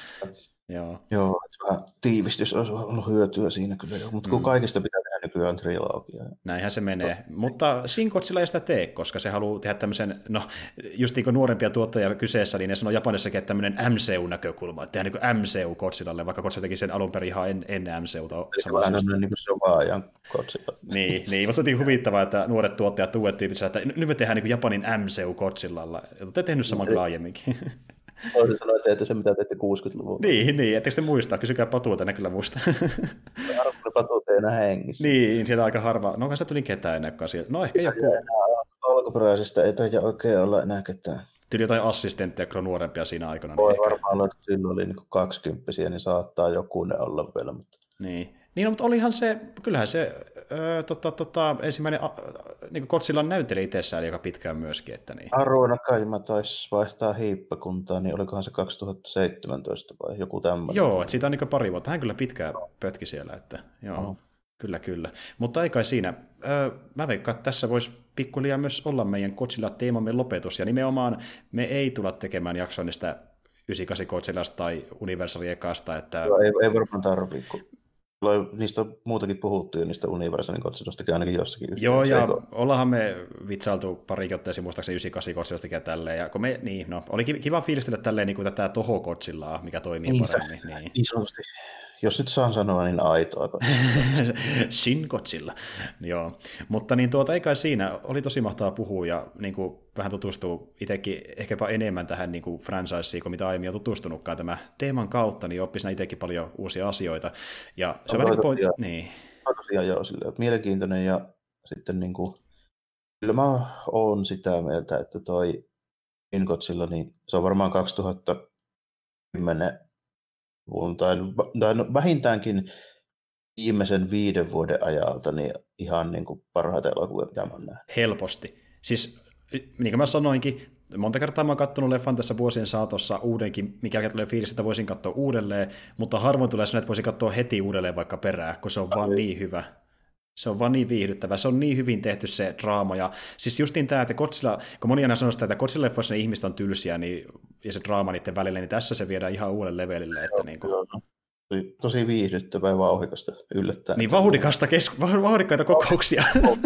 Joo. Joo, että vähän tiivistys olisi ollut hyötyä siinä kyllä, mutta kun mm. kaikista pitää tehdä nykyään trilogia. Näinhän se menee, no. Mutta Shin Godzilla ei sitä tee, koska se haluaa tehdä tämmöisen, no just niin kuin nuorempia tuottajia kyseessä, niin ne sanoo Japanissakin, että tämmöinen M C U-näkökulma, että tehdään niin kuin M C U Godzillalle, vaikka Godzilla teki sen alun perin ihan en, ennen M C Uta. Eli vähän niin kuin se on vaajan Godzilla. Niin, niin, mutta se on huvittavaa, että nuoret tuottajat, uudet tyypit, että nyt me tehdään niin kuin Japanin M C U Godzillalla, ja olette tehnyt saman kuin aiemminkin. Toisin sanoen, että teette se, mitä teitte kuusikymmentäluvulla. Niin, niin, etteikö te muistaa? Kysykää Patulta, ne kyllä muistaa. Harvoin Patut ei enää hengissä. Niin, siellä aika harva. No onko se tuli ketään enää kanssa? No ehkä joku. Alkuperäisistä ei taida oikein olla enää ketään. Tuli jotain assistentteja, kun on nuorempia siinä aikana. Voi niin varmaan olla, että silloin oli niin kaksikymppisiä, niin saattaa joku ne olla vielä. Mutta... Niin. Niin, no, mutta olihan se, kyllähän se öö, tota, tota, ensimmäinen äh, niin Godzillan näytteli itsessään aika pitkään myöskin. Että niin. Haruo Nakajima taisi vaihtaa hiippakuntaa, niin olikohan se kaksituhattaseitsemäntoista vai joku tämmöinen? Joo, että siitä on niin pari vuotta. Hän kyllä pitkään pötki siellä. Että, joo, oh. Kyllä, kyllä. Mutta ei kai siinä. Öö, mä veikkaan, että tässä voisi pikkuhiljaa myös olla meidän Godzilla-teemamme lopetus. Ja nimenomaan me ei tulla tekemään jaksoa niistä yhdeksänkymmentäkahdeksan Godzillasta tai Universal ekasta. Että... Joo, ei, ei varmaan tarvitse, kun niistä on muutakin puhuttu jo, niistä Universalin Godzillastakin ainakin jossakin. Joo, ja Eiko... ollaanhan me vitsailtu parikin otteeseen muistaakseni yhdeksänkymmentäkahdeksan Godzillastakin ja tälleen. Ja kun me, niin, no, oli kiva fiilistellä tälleen niin kuin tätä Toho Godzillaa, mikä toimii niin, paremmin. Niin. Niin sanotusti. Jos nyt saan sanoa, niin aitoa. Shin Godzilla. Joo. Mutta niin tuota, ei kai siinä. Oli tosi mahtavaa puhua ja niin kuin, vähän tutustua itsekin ehkäpä enemmän tähän niin kuin franchiseen, kuin mitä aiemmin on tutustunutkaan tämän teeman kautta, niin oppisi itsekin paljon uusia asioita. Ja se on, on vähän niin kuin... Niin. Tosiaan joo, silleen, mielenkiintoinen ja sitten niin kuin, kyllä mä oon sitä mieltä, että toi Shin Godzilla, niin se on varmaan kaksituhattakymmenen tai, tai no, vähintäänkin viimeisen viiden vuoden ajalta niin ihan niin kuin parhaita elokuvia, mitä mä oon nähnyt. Helposti. Siis niin kuin mä sanoinkin, monta kertaa mä oon katsonut leffan tässä vuosien saatossa uudenkin, mikä tulee fiilis, että voisin katsoa uudelleen, mutta harvoin tulee sellainen, että voisin katsoa heti uudelleen vaikka perään, kun se on vaan niin hyvä. Se on vaan niin viihdyttävä, se on niin hyvin tehty se draama, ja siis justiin tämä, että Godzilla, kun moni aina sanoo sitä, että Godzilla-leffoissa ne ihmiset on tylsiä, niin, ja se draama niiden välillä, niin tässä se viedään ihan uudelle levelille. Että niin kuin... Tosi, tosi viihdyttävää ja vauhdikasta yllättäen. Niin vauhdikasta, kesk... vauhdikkaita kokouksia.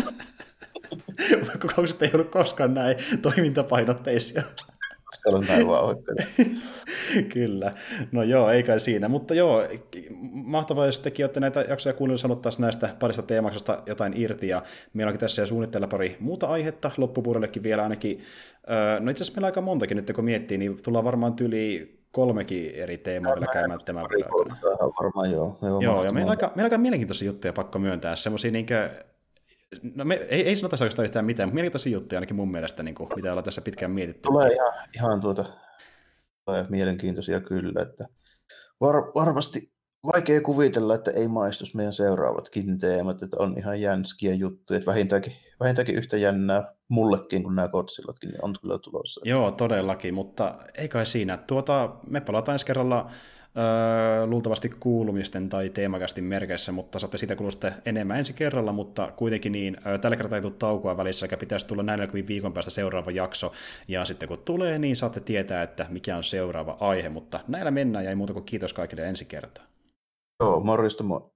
Kokoukset ei ollut koskaan näin toimintapainotteisia. On näin vauhdikkaita. Kyllä. No joo, ei kai siinä. Mutta joo, mahtavaa, jos tekin olette näitä jaksoja kuunnellut, sanottaisiin näistä parista teemaksesta jotain irti. Ja meillä onkin tässä suunnitteilla pari muuta aihetta loppupuolellekin vielä ainakin. No itse asiassa meillä aika montakin nyt, kun miettii, niin tullaan varmaan tyli kolmekin eri teemaa vielä käymään tämän vuoden aikana. Varmaan joo. Joo, joo ja meillä on aika, meillä aika mielenkiintoisia juttuja pakko myöntää. Semmoisia niinkö... No me, ei, ei sanota oikeastaan yhtään mitään, mutta mielenkiintoisia juttuja ainakin mun mielestä, niin kuin, mitä ollaan tässä pitkään mietitty. Tulee ihan, ihan tuota, tulee mielenkiintoisia kyllä, että var, varmasti vaikea kuvitella, että ei maistus meidän seuraavatkin teemat, että on ihan jänskiä juttuja, että vähintäänkin, vähintäänkin yhtä jännää mullekin kuin nämä Godzillatkin, niin on kyllä tulossa. Joo, todellakin, mutta ei kai siinä. Tuota, me palataan ensi kerralla Öö, luultavasti kuulumisten tai teemakästin merkeissä, mutta saatte siitä kuulla sitten enemmän ensi kerralla, mutta kuitenkin niin, öö, tällä kertaa ei tule taukoa välissä, eikä pitäisi tulla neljänkymmenen viikon päästä seuraava jakso, ja sitten kun tulee, niin saatte tietää, että mikä on seuraava aihe, mutta näillä mennään, ja ei muuta kuin kiitos kaikille ensi kertaa. Joo, morjesta moi.